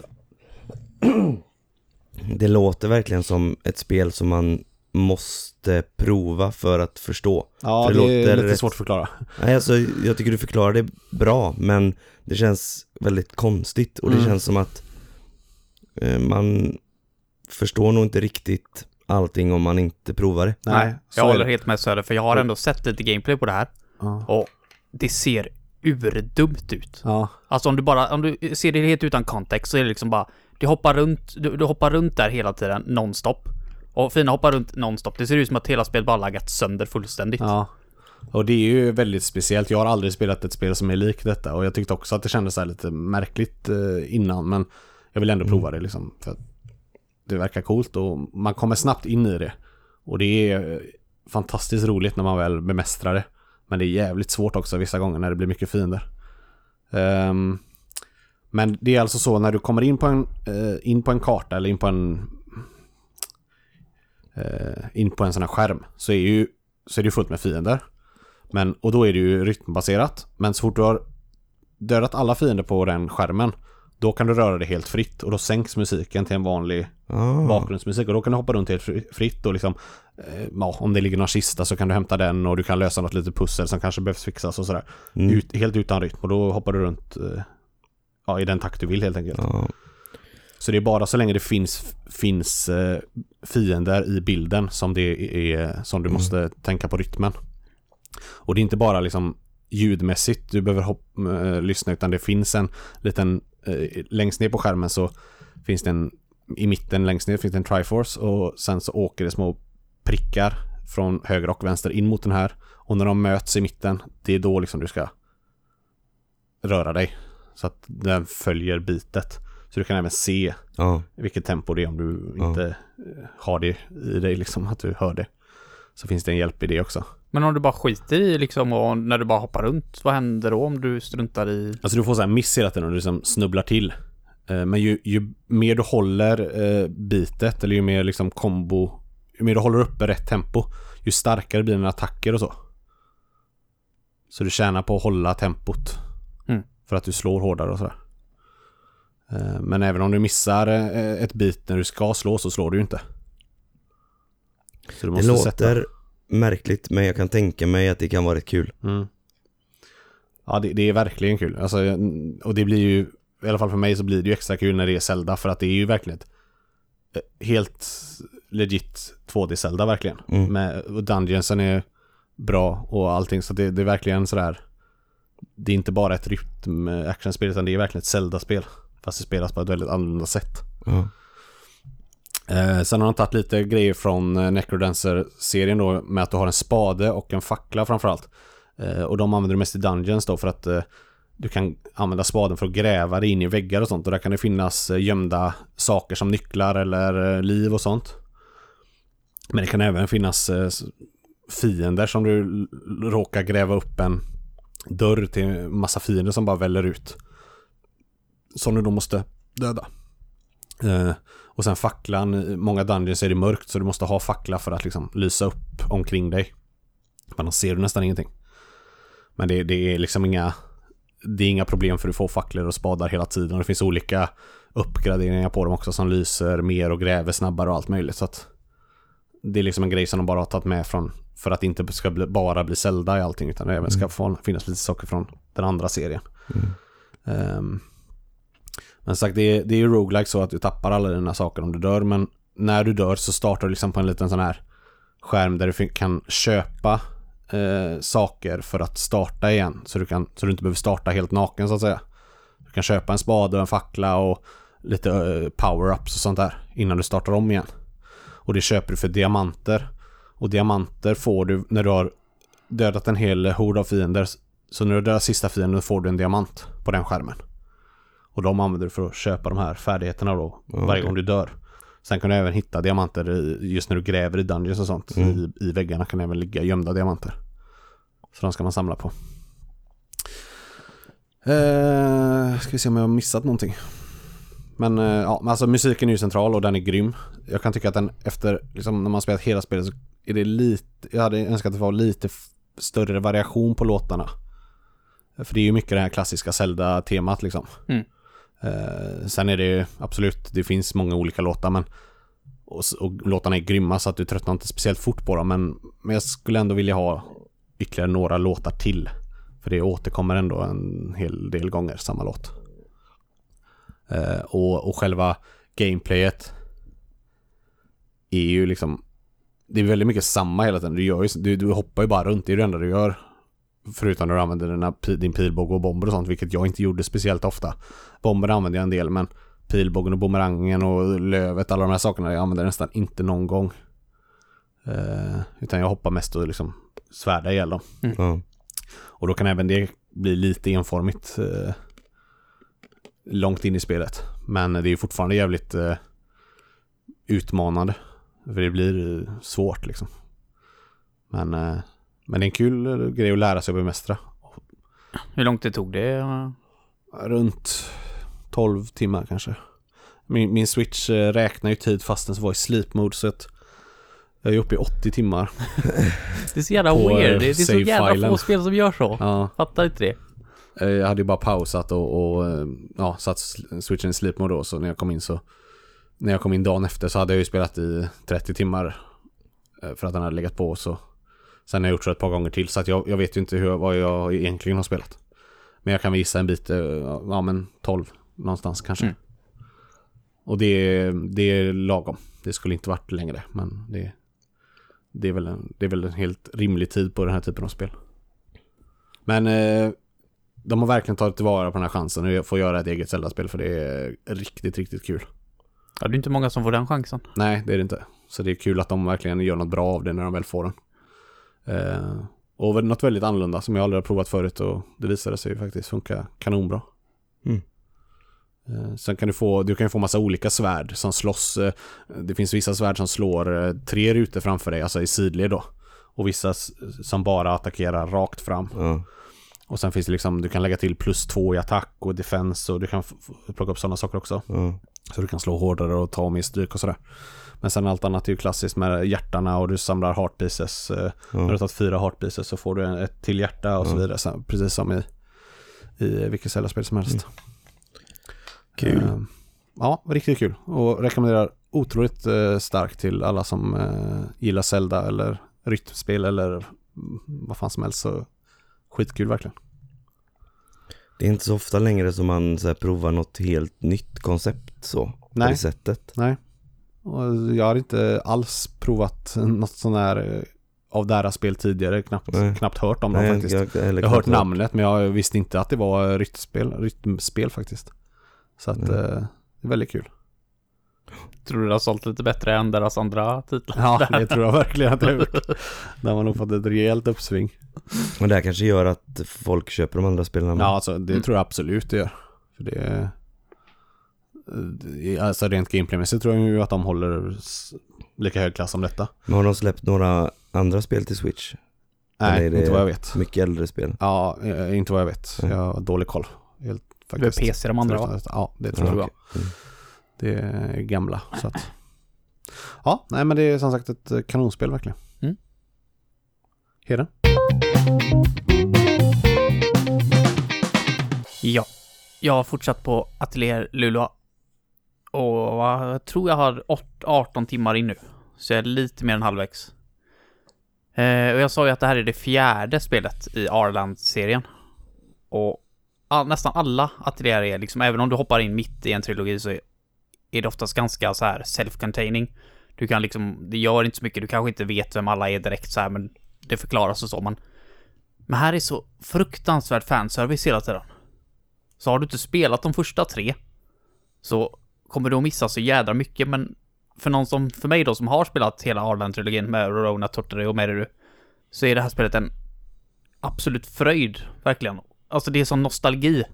S3: Det låter verkligen som ett spel som man måste prova för att förstå.
S2: Ja,
S3: för
S2: det är lite svårt att förklara.
S3: Nej, alltså, jag tycker du förklarar det bra, men det känns väldigt konstigt och det känns som att man förstår nog inte riktigt allting om man inte provar det.
S1: Nej, jag håller helt med Söder, för jag har ändå sett lite gameplay på det här och det ser urdumt ut.
S2: Ja.
S1: Alltså om du ser det helt utan kontext så är det liksom bara du hoppar runt där hela tiden nonstop. Och fina hoppar runt nonstop. Det ser ut som att hela spelet bara laggat sönder fullständigt.
S2: Ja. Och det är ju väldigt speciellt. Jag har aldrig spelat ett spel som är likt detta och jag tyckte också att det kändes så här lite märkligt innan, men jag vill ändå prova det liksom, för det verkar coolt och man kommer snabbt in i det. Och det är fantastiskt roligt när man väl bemästrar det. Men det är jävligt svårt också vissa gånger när det blir mycket fiender. Men det är alltså så när du kommer in på en karta eller in på en sån här skärm så är det fullt med fiender. Och då är det ju rytmbaserat. Men så fort du har dödat alla fiender på den skärmen, då kan du röra dig helt fritt och då sänks musiken till en vanlig bakgrundsmusik och då kan du hoppa runt helt fritt och liksom om det ligger någon kista så kan du hämta den och du kan lösa något litet pussel som kanske behövs fixas och sådär. Helt utan rytm och då hoppar du runt i den takt du vill helt enkelt. Så det är bara så länge det finns fiender i bilden som det är som du måste tänka på rytmen. Och det är inte bara liksom ljudmässigt du behöver lyssna, utan det finns en liten längst ner på skärmen så finns det i mitten längst ner finns det en Triforce och sen så åker det små prickar från höger och vänster in mot den här och när de möts i mitten, det är då liksom du ska röra dig så att den följer bitet. Så du kan även se vilket tempo det är om du inte har det i dig liksom, att du hör det. Så finns det en hjälp i det också.
S1: Men om du bara skiter i liksom och när du bara hoppar runt, vad händer då om du struntar i?
S2: Alltså du får så här miss hela tiden och du liksom snubblar till. Men ju mer du håller bitet eller ju mer liksom kombo, ju mer du håller uppe rätt tempo, ju starkare blir dina attacker och så. Så du tjänar på att hålla tempot för att du slår hårdare och sådär. Men även om du missar ett bit när du ska slå så slår du ju inte. Så du måste
S3: det låter märkligt, men jag kan tänka mig att det kan vara rätt kul.
S2: Ja, det är verkligen kul. Alltså, och det blir ju, i alla fall för mig så blir det ju extra kul när det är Zelda, för att det är ju verkligen ett helt legit 2D-Zelda verkligen. Och dungeonsen är bra och allting, så det är verkligen sådär. Det är inte bara ett rytm-actionspel utan det är verkligen ett Zelda-spel. Fast det spelas på ett väldigt annorlunda sätt. Sen har de tagit lite grejer från Necrodancer-serien då, med att du har en spade och en fackla framförallt. Och de använder det mest i Dungeons då för att du kan använda spaden för att gräva dig in i väggar och sånt. Och där kan det finnas gömda saker som nycklar eller liv och sånt. Men det kan även finnas fiender som du råkar gräva upp en dörr till massa fiender som bara väller ut. Som du då måste döda. Och sen facklan, många dungeons är det mörkt så du måste ha fackla för att liksom lysa upp omkring dig. Men då ser du nästan ingenting. Men det är liksom inga problem för du får facklor och spadar hela tiden. Och det finns olika uppgraderingar på dem också som lyser mer och gräver snabbare och allt möjligt. Så att det är liksom en grej som de bara har tagit med för att det inte ska bara bli Zelda i allting, utan det även ska finnas lite saker från den andra serien. Men sagt, det är ju roguelike så att du tappar alla dina saker om du dör, men när du dör så startar du liksom på en liten sån här skärm där du kan köpa saker för att starta igen, så du inte behöver starta helt naken så att säga. Du kan köpa en spade och en fackla och lite power-ups och sånt där innan du startar om igen. Och det köper du för diamanter. Och diamanter får du när du har dödat en hel hord av fiender. Så när du dödar sista fienden får du en diamant på den skärmen. Och de använder du för att köpa de här färdigheterna då varje gång du dör. Sen kan du även hitta diamanter just när du gräver i dungeons och sånt. I väggarna kan även ligga gömda diamanter. Så de ska man samla på. Ska vi se om jag har missat någonting. Men alltså musiken är ju central och den är grym. Jag kan tycka att den efter, liksom, när man spelat hela spelet så är det lite, jag hade önskat att det var lite större variation på låtarna. För det är ju mycket det här klassiska Zelda-temat liksom. Sen är det absolut, det finns många olika låtar, men och låtarna är grymma så att du tröttnar inte speciellt fort på dem, men jag skulle ändå vilja ha ytterligare några låtar till. För det återkommer ändå en hel del gånger samma låt. Och själva gameplayet är ju liksom, det är väldigt mycket samma hela tiden. Du hoppar ju bara runt, det är det enda du gör. Förutom när du använder din pilbåge och bomber och sånt, vilket jag inte gjorde speciellt ofta. Bomber använder jag en del, men pilbågen och bumerangen och lövet, alla de här sakerna jag använder nästan inte någon gång. Utan jag hoppar mest och liksom svärda ihjäl dem. Och då kan även det bli lite enformigt långt in i spelet. Men det är fortfarande jävligt utmanande. För det blir svårt liksom. Men det är en kul grej att lära sig att bemästra.
S1: Hur långt det tog det?
S2: Runt 12 timmar kanske. Min Switch räknar ju tid fastän så var i sleep mode, så att jag är uppe i 80 timmar.
S1: Det är så jävla weird. Det är så jävla få spel som gör så.
S2: Ja.
S1: Fattar inte det.
S2: Jag hade ju bara pausat och satt Switchen i sleep mode då, så när jag kom in dagen efter så hade jag ju spelat i 30 timmar för att den hade legat på, så sen har jag gjort så ett par gånger till, så att jag vet ju inte vad jag egentligen har spelat. Men jag kan visa en bit, men 12 någonstans kanske. Och det är lagom. Det skulle inte varit längre, men det är väl en helt rimlig tid på den här typen av spel. Men de har verkligen tagit tillvara på den här chansen att få göra ett eget Zelda-spel, för det är riktigt, riktigt kul.
S1: Ja, det är inte många som får den chansen.
S2: Nej, det är det inte. Så det är kul att de verkligen gör något bra av det när de väl får den. Och något väldigt annorlunda som jag aldrig har provat förut, och det visade sig ju faktiskt funka kanonbra. Sen kan du kan få massa olika svärd som slåss. Det finns vissa svärd som slår 3 rutor framför dig, alltså i sidled då. Och vissa som bara attackerar rakt fram. Och sen finns det liksom, du kan lägga till +2 i attack och defense, och du kan plocka upp sådana saker också. Så du kan slå hårdare och ta mer stryk och sådär. Men sen allt annat är ju klassiskt med hjärtarna, och du samlar heart pieces. När du har tagit 4 heart pieces så får du ett till hjärta och så vidare. Så, precis som i vilket Zelda-spel som helst.
S3: Kul.
S2: Ja, riktigt kul. Och rekommenderar otroligt starkt till alla som gillar Zelda eller rytmspel eller vad fan som helst. Så skitkul verkligen.
S3: Det är inte så ofta längre som man så här, provar något helt nytt koncept så.
S2: Nej.
S3: På det sättet.
S2: Nej. Och jag har inte alls provat något sån här av deras spel tidigare. Knappt hört om dem faktiskt. Jag har hört namnet, men jag visste inte att det var rytmspel faktiskt. Så att det är väldigt kul.
S1: Tror du det har sålt lite bättre än deras andra titlar?
S2: Ja, det tror jag verkligen att det har gjort. Där har man nog fått ett rejält uppsving.
S3: Och det här kanske gör att folk köper de andra spelen.
S2: Ja, alltså, det tror jag absolut det gör. För det alltså rent gameplaymässigt tror jag ju att de håller lika hög klass som detta.
S3: Men har de släppt några andra spel till Switch?
S2: Nej, inte vad jag vet.
S3: Mycket äldre spel?
S2: Ja, inte vad jag vet. Jag har dålig koll.
S1: Det är PC de andra, va?
S2: Ja, det tror jag. Det är gamla, så att... Ja, nej men det är som sagt ett kanonspel verkligen. Heden?
S1: Ja, jag har fortsatt på Atelier Lulua. Och jag tror jag har 18 timmar in nu. Så jag är lite mer än halvvägs. Och jag sa ju att det här är det 4:e spelet i Arland-serien. Och nästan alla Atelier är liksom, även om du hoppar in mitt i en trilogi så är det oftast ganska så här self-containing. Du kan liksom, det gör inte så mycket, du kanske inte vet vem alla är direkt så här, men det förklaras och så. Men här är så fruktansvärt fanservice hela tiden. Så har du inte spelat de första 3 så kommer du att missa så jädra mycket. Men för mig då som har spelat hela Arland-trilogin med Rorona, Tortere och Meru, så är det här spelet en absolut fröjd, verkligen. Alltså det är sån nostalgi.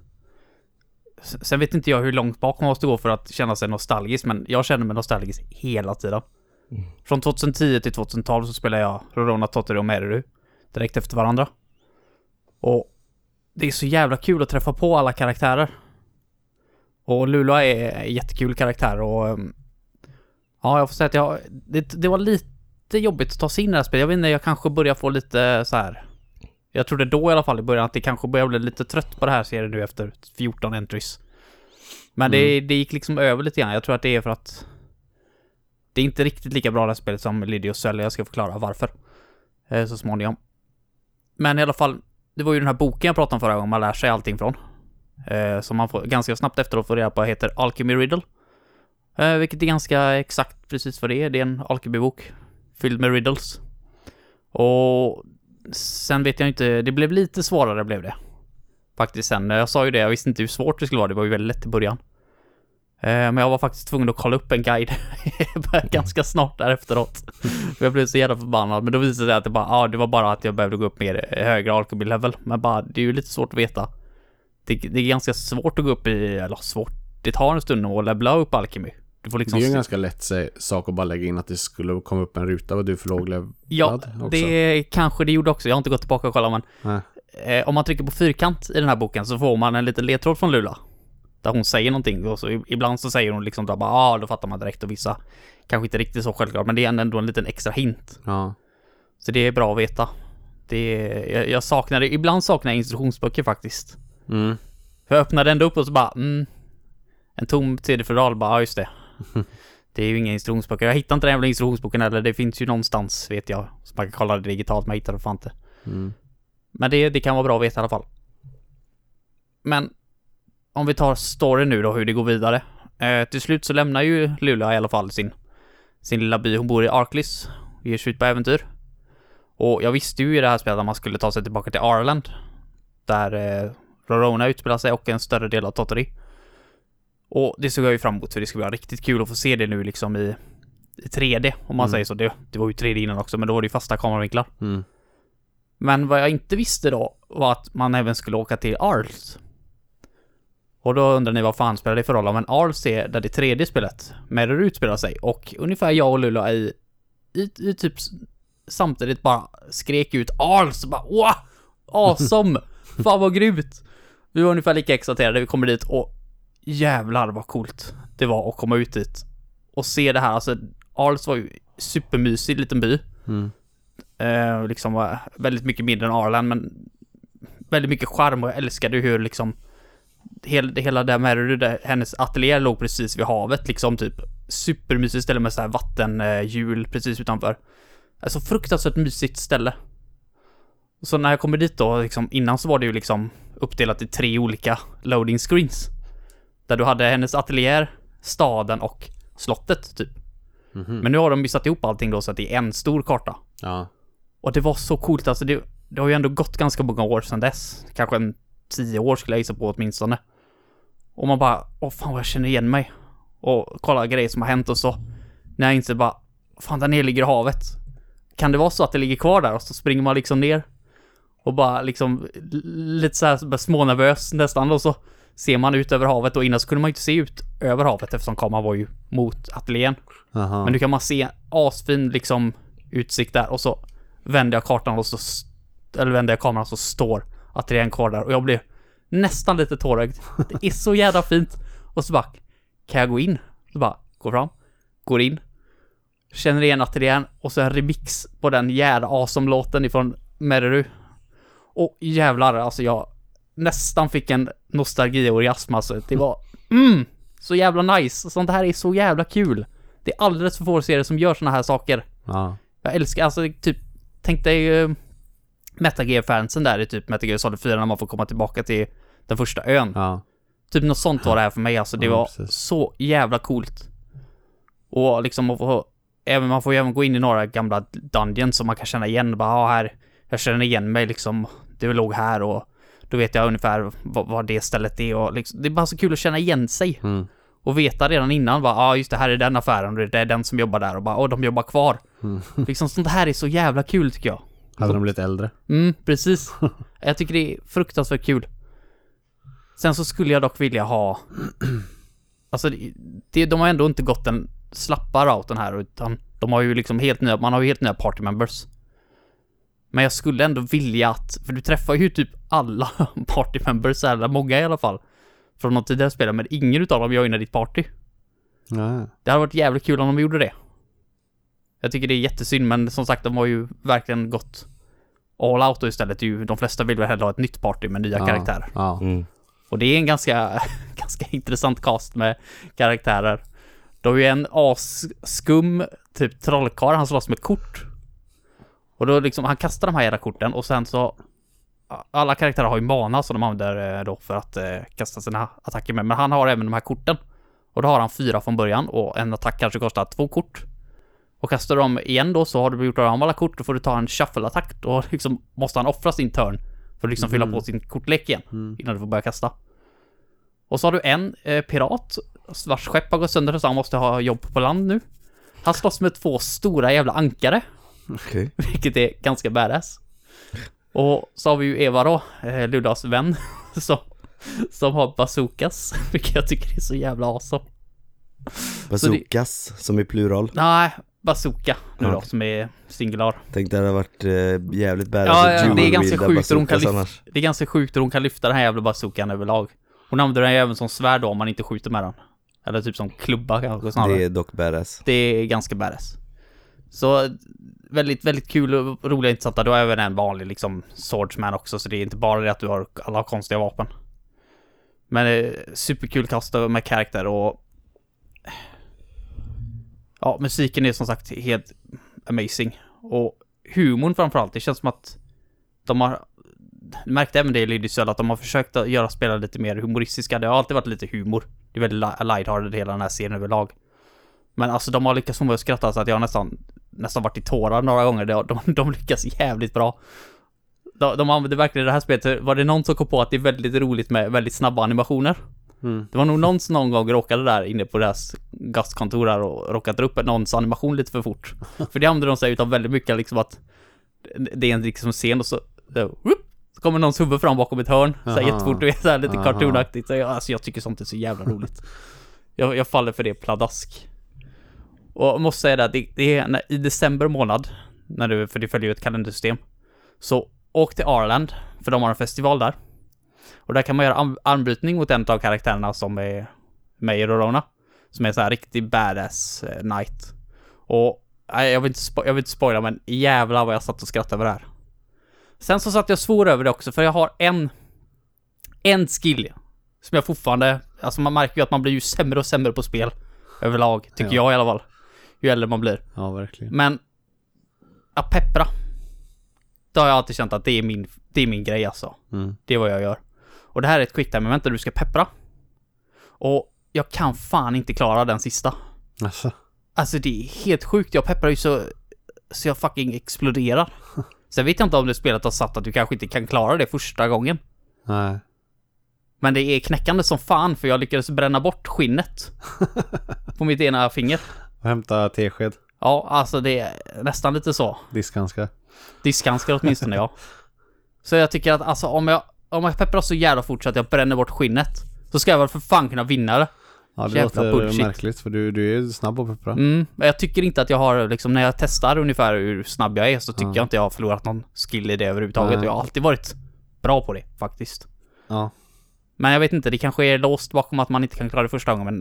S1: Sen vet inte jag hur långt bak man måste gå för att känna sig nostalgisk, men jag känner mig nostalgisk hela tiden. Från 2010 till 2012 så spelar jag Rorona, Tortere och Meru direkt efter varandra. Och det är så jävla kul att träffa på alla karaktärer. Och Lulua är en jättekul karaktär. Och ja, jag får säga att det var lite jobbigt att ta sig in i det här spelet. Jag vet inte, jag kanske börjar få lite så här. Jag trodde då i alla fall i början att det kanske börjar bli lite trött på det här serien nu efter 14 entries. Men det gick liksom över lite grann. Jag tror att det är för att det är inte riktigt lika bra det här spelet som Lydia och Sölja. Jag ska förklara varför så småningom. Men i alla fall, det var ju den här boken jag pratade om förra gången man lär sig allting från. Som man får ganska snabbt efteråt får reda på heter Alchemy Riddle. Vilket är ganska exakt precis vad det är. Det är en alkemibok fylld med riddles. Och sen vet jag inte, det blev lite svårare blev det. Faktiskt sen, jag sa ju det, jag visste inte hur svårt det skulle vara. Det var ju väldigt lätt i början. Men jag var faktiskt tvungen att kolla upp en guide ganska snart där efteråt. Jag blev så jävla förbannad. Men då visade det sig att det var bara att jag behövde gå upp mer högre alchemy level. Men det är ju lite svårt att veta. Det är ganska svårt att gå upp i, eller svårt. Det tar en stund att levela upp alchemy. Du får liksom
S2: det är ju en ganska lätt sak att bara lägga in att det skulle komma upp en ruta och du får låglevlad.
S1: Ja,
S2: också.
S1: det kanske det gjorde också. Jag har inte gått tillbaka och kollat, men om man trycker på fyrkant i den här boken så får man en liten ledtråd från Lula. Där hon säger någonting och så ibland så säger hon liksom då fattar man direkt, och vissa kanske inte riktigt så självklart, men det är ändå en liten extra hint.
S2: Ja.
S1: Så det är bra att veta. Jag saknar det. Ibland saknar jag instruktionsböcker faktiskt. För jag öppnade ändå upp och så en tom CD-fodral, just det. Det är ju inga instruktionsböcker. Jag hittar inte den jävla instruktionsboken eller det finns ju någonstans, vet jag. Så man kan kolla det digitalt, men jag hittar det fan inte. Men det kan vara bra att veta i alla fall. Men om vi tar story nu då, hur det går vidare. Till slut så lämnar ju Lula i alla fall sin lilla by. Hon bor i Arklis och ger sig ut på äventyr. Och jag visste ju i det här spelet att man skulle ta sig tillbaka till Arland. Där Rorona utspelar sig och en större del av Tottori. Och det såg jag ju fram emot, för det skulle vara riktigt kul att få se det nu liksom i 3D, om man säger så. Det var ju 3D innan också, men då var det ju fasta kameravinklar. Men vad jag inte visste då var att man även skulle åka till Arls. Och då undrar ni vad fan spelar det för roll? Men Arls är där det 3D-spelet med utspelar sig. Och ungefär jag och Lula i typ samtidigt bara skrek ut Arls. Bara, wow! Awesome! Fan vad grymt! Vi var ungefär lika exalterade. Vi kommer dit och jävlar vad coolt det var att komma ut dit och se det här. Alltså Arls var ju supermysig liten by. Liksom var väldigt mycket mindre än Arland, men väldigt mycket charm, och jag älskade hur liksom hela det med hennes ateljé låg precis vid havet, liksom typ supermysigt ställe med så här vattenhjul precis utanför. Alltså fruktansvärt mysigt ställe. Så när jag kommer dit då, liksom, innan så var det ju liksom uppdelat i 3 olika loading screens. Där du hade hennes ateljé, staden och slottet typ. Men nu har de ju satt ihop allting då så att det är en stor karta.
S2: Ja.
S1: Och det var så coolt, alltså det har ju ändå gått ganska många år sedan dess. Kanske 10 år skulle jag gissa på åtminstone. Och man bara, fan vad jag känner igen mig. Och kolla grejer som har hänt och så. När jag inser bara, fan där nere ligger havet. Kan det vara så att det ligger kvar där och så springer man liksom ner. Och bara liksom lite så här smånervös nästan, och så ser man ut över havet, och innan så kunde man inte se ut över havet eftersom kameran var ju mot ateljén. Men nu kan man se asfin liksom utsikt där, och så vänder jag kartan och vänder jag kameran så står ateljén kvar där, och jag blir nästan lite tårögd. Det är så jävla fint. Och så bara, kan jag gå in? Så bara, går fram, går in, känner igen ateljén och så en remix på den jävla awesome-låten ifrån Meru. Och jävlar, alltså jag nästan fick en nostalgi-orgasm, alltså. Det var, så jävla nice. Sånt här är så jävla kul. Det är alldeles för få serier som gör såna här saker.
S2: Ja.
S1: Jag älskar, alltså typ, tänk dig Metal Gear-fansen där i typ Metal Gear Solid 4 när man får komma tillbaka till den första ön.
S2: Ja.
S1: Typ något sånt var det här för mig, alltså det var
S2: precis.
S1: så jävla coolt. Och liksom man får ju även gå in i några gamla dungeons som man kan känna igen. Bara, här, jag känner igen mig liksom, det låg här och då vet jag ungefär vad det stället är och liksom, det är bara så kul att känna igen sig. Och veta redan innan, bara, just det här är den affären och det är den som jobbar där och bara, de jobbar kvar. Liksom sånt här är så jävla kul tycker jag.
S2: Hade de blivit äldre?
S1: Precis. Jag tycker det är fruktansvärt kul. Sen så skulle jag dock vilja ha alltså de har ändå inte gått den slappa routen här, utan de har ju liksom man har ju helt nya party members. Men jag skulle ändå vilja att, för du träffar ju typ alla party members, eller många i alla fall, från de tidigare spelen, men ingen utav dem joinar ditt party.
S2: Nej.
S1: Det hade varit jävligt kul om de gjorde det. Jag tycker det är jättesynd, men som sagt, de har ju verkligen gått all out och istället. De flesta vill väl hellre ha ett nytt party med nya karaktärer.
S2: Ja.
S1: Och det är en ganska intressant cast med karaktärer. Då är ju en asskum typ trollkarl, han slåss med kort. Och då liksom, han kastar de här jävla korten och sen så alla karaktärer har ju mana som de använder då för att kasta sina attacker med. Men han har även de här korten. Och då har han 4 från början och en attack kanske kostar 2 kort. Och kastar de igen då så har du gjort av alla kort, då får du ta en shuffle-attack. Då liksom måste han offra sin turn för att liksom fylla på sin kortlek igen innan du får börja kasta. Och så har du en pirat vars skepp har gått sönder så han måste ha jobb på land nu. Han slåss med 2 stora jävla ankare.
S3: Okay.
S1: Vilket är ganska badass. Och så har vi ju Eva då, Luddas vän, som har bazookas, vilket jag tycker är så jävla awesome.
S3: Bazookas, som i plural?
S1: Nej, bazooka nu då, som är singular.
S3: Tänkte det hade varit jävligt badass.
S1: Ja, det är ganska sjukt det är ganska sjukt att hon kan lyfta den här jävla bazookan överlag. Hon använder den även som svärd då om man inte skjuter med den. Eller typ som klubba kanske snarare.
S3: Det är dock badass.
S1: Det är ganska badass. Så väldigt, väldigt kul och roliga intressanta. Du har även en vanlig liksom swordsman också, så det är inte bara det att du har alla konstiga vapen. Men superkul kast med karaktär och ja, musiken är som sagt helt amazing. Och humorn framförallt, det känns som att de har märkte även det i Lydical att de har försökt att göra spelare lite mer humoristiska. Det har alltid varit lite humor. Det är väldigt lighthearted hela den här serien överlag. Men alltså de har lyckats få mig att skratta så att jag har nästan varit i tårar några gånger. De lyckas jävligt bra. De använder verkligen det här spelet. Var det någon som kom på att det är väldigt roligt med väldigt snabba animationer? Det var nog någon som någon gång råkade där inne på deras gastkontor där och råkade dra upp någons animation lite för fort. För det använder de sig utav väldigt mycket liksom att det är en liksom scen och så kommer någons huvud fram bakom ett hörn så här jättefort, det är så här lite cartoonaktigt. Så jag tycker sånt är så jävla roligt. Jag faller för det pladask. Och jag måste säga att det är i december månad för det följer ju ett kalendersystem. Så åk till Ireland, för de har en festival där. Och där kan man göra anbrytning mot en av karaktärerna som är med i Rorona. Som är så här riktigt badass knight. Och jag vill inte spoila, men jävlar vad jag satt och skrattade över det här. Sen så satt jag svår över det också, för jag har en skill som jag fortfarande, alltså man märker ju att man blir ju sämre och sämre på spel överlag, tycker jag i alla fall. Ju äldre man blir.
S2: Ja, verkligen.
S1: Men att peppra, då har jag alltid känt att det är min grej alltså. Det är vad jag gör. Och det här är ett quick time moment där du ska peppra. Och jag kan fan inte klara den sista. Alltså det är helt sjukt. Jag pepprar ju så jag fucking exploderar. Sen vet jag inte om det spelet har satt att du kanske inte kan klara det första gången.
S2: Nej.
S1: Men det är knäckande som fan, för jag lyckades bränna bort skinnet på mitt ena finger.
S2: Och hämta tesked.
S1: Ja, alltså det är nästan lite så. Diskhandskar åtminstone, ja. Så jag tycker att alltså, om jag pepprar så jävla fort så att jag bränner bort skinnet, så ska jag väl för fan kunna vinna det.
S2: Ja, det låter märkligt, för du är snabb på att peppra.
S1: Men jag tycker inte att jag har, liksom, när jag testar ungefär hur snabb jag är, så tycker jag inte jag har förlorat någon skill i det överhuvudtaget. Nej. Jag har alltid varit bra på det, faktiskt.
S2: Ja.
S1: Men jag vet inte, det kanske är låst bakom att man inte kan klara det första gången, men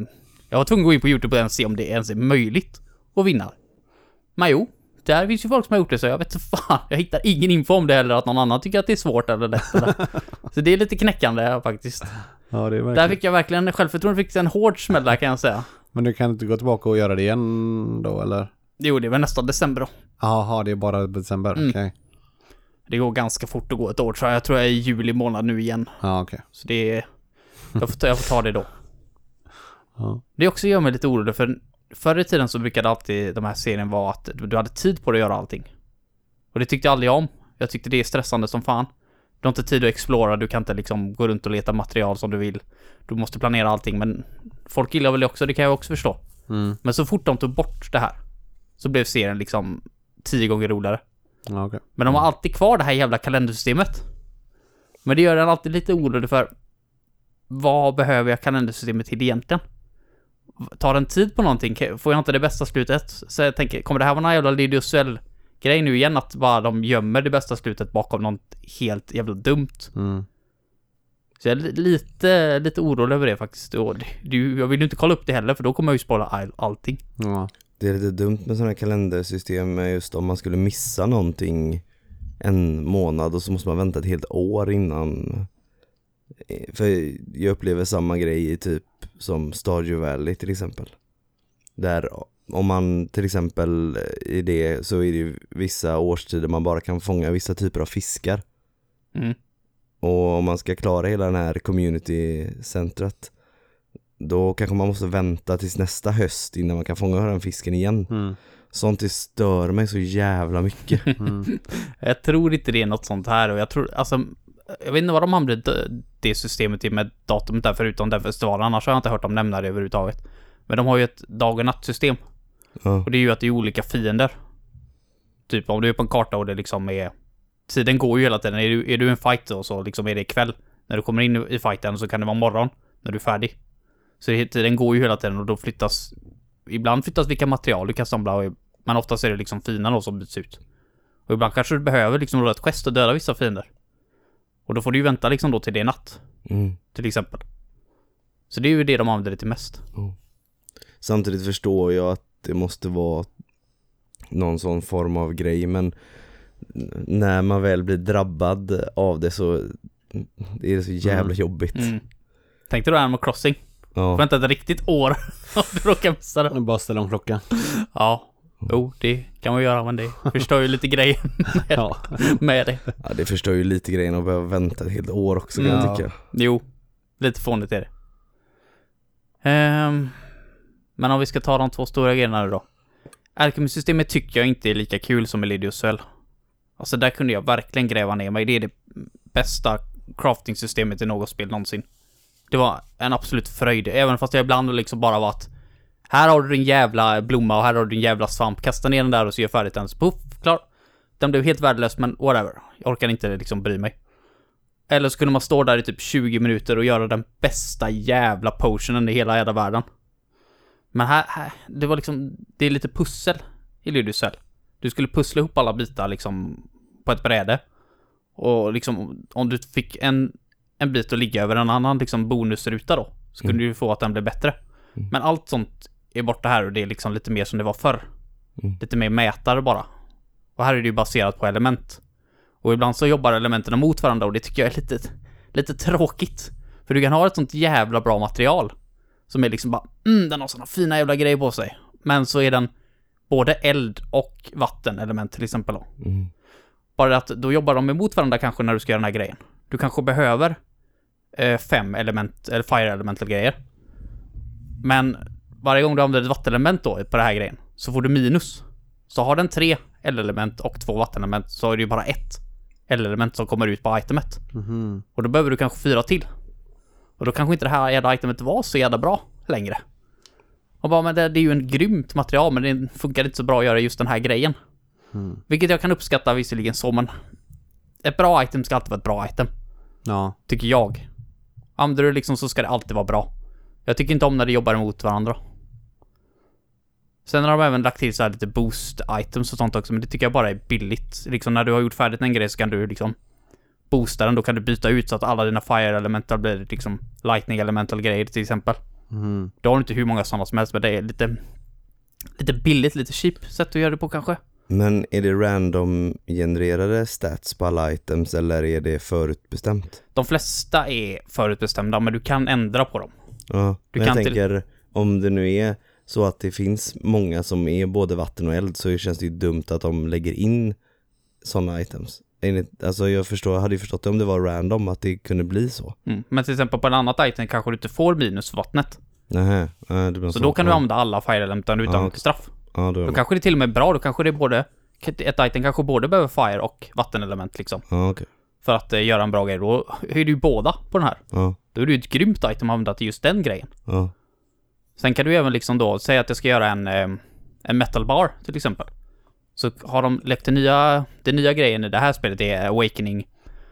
S1: Jag var tvungen att gå in på YouTube och se om det ens är möjligt att vinna. Men jo, där finns ju folk som har gjort det, så jag vet inte fan. Jag hittar ingen info om det heller, att någon annan tycker att det är svårt eller lätt. Så det är lite knäckande faktiskt.
S2: Ja, det är verkligen.
S1: Där fick jag verkligen självförtroende, fick en hård smäll där, kan jag säga.
S2: Men du kan inte gå tillbaka och göra det igen då, eller?
S1: Jo, det var nästan december då.
S2: Jaha, det är bara december, okej.
S1: Det går ganska fort att gå ett år, så jag tror jag är i juli månad nu igen.
S2: Ja, okej.
S1: Så det är... Jag får ta det då.
S2: Ja.
S1: Det också gör mig lite orolig, för förr i tiden så brukade alltid de här serien vara att du hade tid på dig att göra allting. Och det tyckte jag aldrig om. Jag tyckte det är stressande som fan. Du har inte tid att explora, du kan inte liksom gå runt och leta material som du vill. Du måste planera allting, men folk gillar väl det också, det kan jag också förstå. Men så fort de tog bort det här så blev serien liksom 10 gånger roligare.
S2: Ja, okay.
S1: Men de har alltid kvar det här jävla kalendersystemet. Men det gör den alltid lite orolig för vad behöver jag kalendersystemet till egentligen? Tar den tid på någonting? Får jag inte det bästa slutet? Så jag tänker, kommer det här vara någon jävla Lidiusuell grej nu igen, att bara de gömmer det bästa slutet bakom något helt jävla dumt? Så jag är lite orolig över det faktiskt. Jag vill ju inte kolla upp det heller, för då kommer jag ju spoila allting.
S2: Ja.
S3: Det är lite dumt med sådana här kalendersystem, just om man skulle missa någonting en månad och så måste man vänta ett helt år innan. För jag upplever samma grej i typ som Stardew Valley till exempel. Där om man till exempel i det, så är det ju vissa årstider man bara kan fånga vissa typer av fiskar. Och om man ska klara hela den här community-centret, då kanske man måste vänta tills nästa höst innan man kan fånga den fisken igen. Sånt det stör mig så jävla mycket.
S1: Jag tror inte det är något sånt här. Och jag tror, alltså, jag vet inte vad de använder det systemet i med datumet där, förutom den festivalen. Annars har jag inte hört dem nämna det överhuvudtaget. Men de har ju ett dag- och nattsystem. Och det är ju att det är olika fiender. Typ om du är på en karta och det liksom är... Tiden går ju hela tiden. Är du en fight då, så liksom är det kväll. När du kommer in i fighten så kan det vara morgon när du är färdig. Så tiden går ju hela tiden, och då flyttas... Ibland flyttas vilka material du kan samla, men oftast är det liksom fienden då som byts ut. Och ibland kanske du behöver liksom ett gest och döda vissa fiender. Och då får du ju vänta liksom då till det är natt. Till exempel. Så det är ju det de använder det till mest.
S3: Samtidigt förstår jag att det måste vara någon sån form av grej, men när man väl blir drabbad av det så det är så jävla jobbigt.
S1: Tänkte du Animal Crossing?
S3: Ja.
S1: Vänta ett riktigt år om du råkar missa det.
S2: Bara ställa om klockan.
S1: Ja, det kan man göra, men det förstår ju lite grejen med det.
S3: Ja, det förstår ju lite grejen att behöva vänta ett helt år också, kan jag tycka.
S1: Jo, lite fånigt är det. Men om vi ska ta de två stora grejerna då. Alchemy-systemet tycker jag inte är lika kul som Lidiusuell. Alltså där kunde jag verkligen gräva ner mig. Det är det bästa crafting-systemet i något spel någonsin. Det var en absolut fröjd. Även fast jag ibland liksom bara var att här har du din jävla blomma och här har du din jävla svamp. Kasta ner den där och så gör färdigt den. Så puff, klar. Den blev helt värdelös, men whatever. Jag orkar inte liksom bry mig. Eller så kunde man stå där i typ 20 minuter och göra den bästa jävla potionen i hela jävla världen. Men här det var liksom, det är lite pussel i Lidiusuell. Du skulle pussla ihop alla bitar liksom på ett bräde. Och liksom om du fick en bit att ligga över en annan liksom bonusruta då, så kunde du få att den blev bättre. Men allt sånt är borta här, och det är liksom lite mer som det var förr. Lite mer mätare bara. Och här är det ju baserat på element. Och ibland så jobbar elementen mot varandra, och det tycker jag är lite tråkigt. För du kan ha ett sånt jävla bra material som är liksom bara, den har såna fina jävla grejer på sig. Men så är den både eld och vattenelement till exempel då. Bara att då jobbar de emot varandra kanske när du ska göra den här grejen. Du kanske behöver 5 element eller fire elemental grejer. Men varje gång du använder ett vattenelement då på den här grejen, så får du minus. Så har den 3 element och 2 vattenelement, så är det ju bara 1 element som kommer ut på itemet. Och då behöver du kanske 4 till. Och då kanske inte det här jävla itemet var så jävla bra längre. Och bara, men det är ju en grymt material, men det funkar inte så bra att göra just den här grejen. Vilket jag kan uppskatta visserligen så, men ett bra item ska alltid vara ett bra item. Ja. Tycker jag. Använder du liksom så ska det alltid vara bra. Jag tycker inte om när det jobbar emot varandra. Sen har de även lagt till så här lite boost items och sånt också, men det tycker jag bara är billigt. Liksom när du har gjort färdigt en grej så kan du liksom boosta den, då kan du byta ut så att alla dina fire elemental blir liksom lightning elemental grejer till exempel. Då har du inte hur många sådana som helst, men det är lite billigt, lite cheap sätt att göra det på kanske.
S3: Men är det random genererade stats på alla items eller är det förutbestämt?
S1: De flesta är förutbestämda, men du kan ändra på dem.
S3: Ja, men jag tänker om det nu är så att det finns många som är både vatten och eld, så känns det ju dumt att de lägger in sådana items. Alltså jag hade ju förstått det om det var random att det kunde bli så.
S1: Men till exempel på en annat item kanske du inte får minus för vattnet.
S3: Nähä,
S1: så då kan du använda alla fire elementen utan straff.
S3: Ja,
S1: då kanske det till och med är bra. Då kanske det är både ett item kanske både behöver fire och vattenelement liksom.
S3: Ja, okej.
S1: För att göra en bra grej. Då är du ju båda på den här.
S3: Ja.
S1: Då är det ju ett grymt item att använda till just den grejen.
S3: Ja.
S1: Sen kan du även liksom då säga att jag ska göra en metal bar till exempel. Så har de lagt den nya grejen i det här spelet är awakening.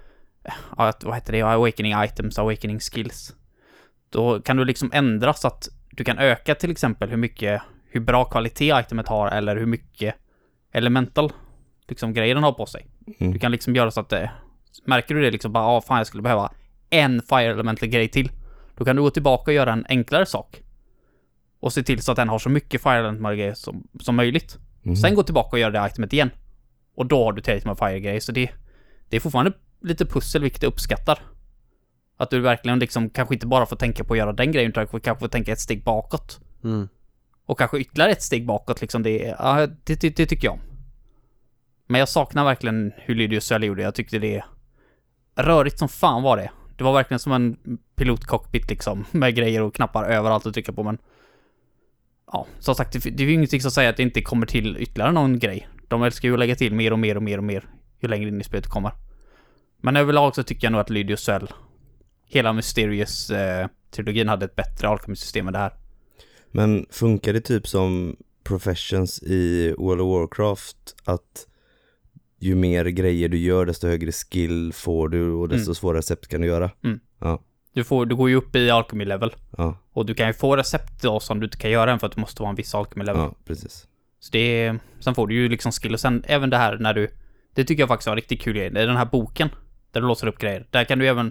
S1: Vad heter det? Awakening items, awakening skills. Då kan du liksom ändra så att du kan öka till exempel hur bra kvalitet itemet har eller hur mycket elemental liksom grejer den har på sig. Du kan liksom göra så att märker du det liksom bara, fan jag skulle behöva en fire elemental grej till. Då kan du gå tillbaka och göra en enklare sak. Och se till så att den har så mycket fire elemental grejer som möjligt. Sen gå tillbaka och göra det itemet igen. Och då har du tillräckligt med fire grejer. Så det är fortfarande lite pussel, vilket jag uppskattar. Att du verkligen liksom kanske inte bara får tänka på att göra den grejen, utan kanske får tänka ett steg bakåt. Och kanske ytterligare ett steg bakåt liksom. Det tycker jag om. Men jag saknar verkligen hur Lydius Cell gjorde. Jag tyckte det rörigt som fan var det. Det var verkligen som en pilotcockpit liksom. Med grejer och knappar överallt att trycka på. Men ja, som sagt, det är ju ingenting som säger att det inte kommer till ytterligare någon grej. De älskar ju att lägga till mer och mer och mer och mer ju längre in i spelet kommer. Men överlag så tycker jag nog att Lydius Cell, hela Mysterious-trilogin hade ett bättre alkemisystem än det här.
S3: Men funkar det typ som Professions i World of Warcraft, att ju mer grejer du gör desto högre skill får du och desto svårare recept kan du göra? Ja.
S1: Du går ju upp i alchemy level.
S3: Ja.
S1: Och du kan ju få recept då som du inte kan göra än för att du måste vara en viss alchemy level.
S3: Ja, precis.
S1: Så sen får du ju liksom skill. Och sen även det här det tycker jag faktiskt var riktigt kul grej. Det är den här boken där du låser upp grejer. Där kan du även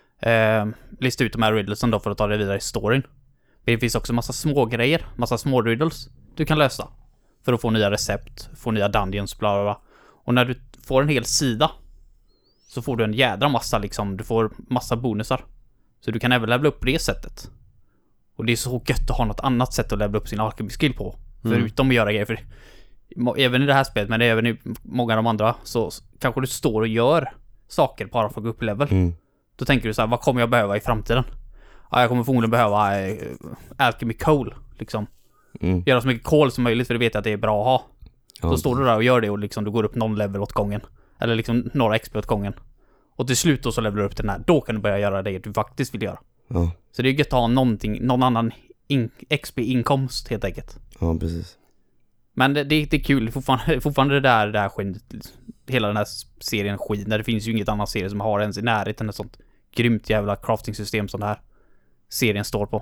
S1: lista ut de här riddlesen då för att ta det vidare i storyn. Det finns också massa små grejer, massa små riddles du kan lösa för att få nya recept, få nya dungeons, bla bla bla. Och när du får en hel sida så får du en jädra massa liksom, du får massa bonusar. Så du kan även levela upp på det sättet. Och det är så gött att ha något annat sätt att levela upp sin alchemy skill på. Förutom att göra grejer. För även i det här spelet, men även i många av de andra, så kanske du står och gör saker bara för att gå upp i level. Då tänker du så här, vad kommer jag behöva i framtiden? Ja, jag kommer förmodligen behöva alchemy coal liksom. Göra så mycket kol som möjligt, för det vet jag att det är bra att ha. Så står du där och gör det och liksom du går upp någon level åt gången. Eller liksom några XP åt gången. Och till slut då så levelar du upp den här. Då kan du börja göra det du faktiskt vill göra.
S3: Ja.
S1: Så det är gött att ha någon annan XP-inkomst helt enkelt.
S3: Ja, precis.
S1: Men det är kul. Fortfarande det där skiner, hela den här serien skiner. Det finns ju inget annat serie som har ens i närheten ett sånt grymt jävla crafting-system som det här serien står på.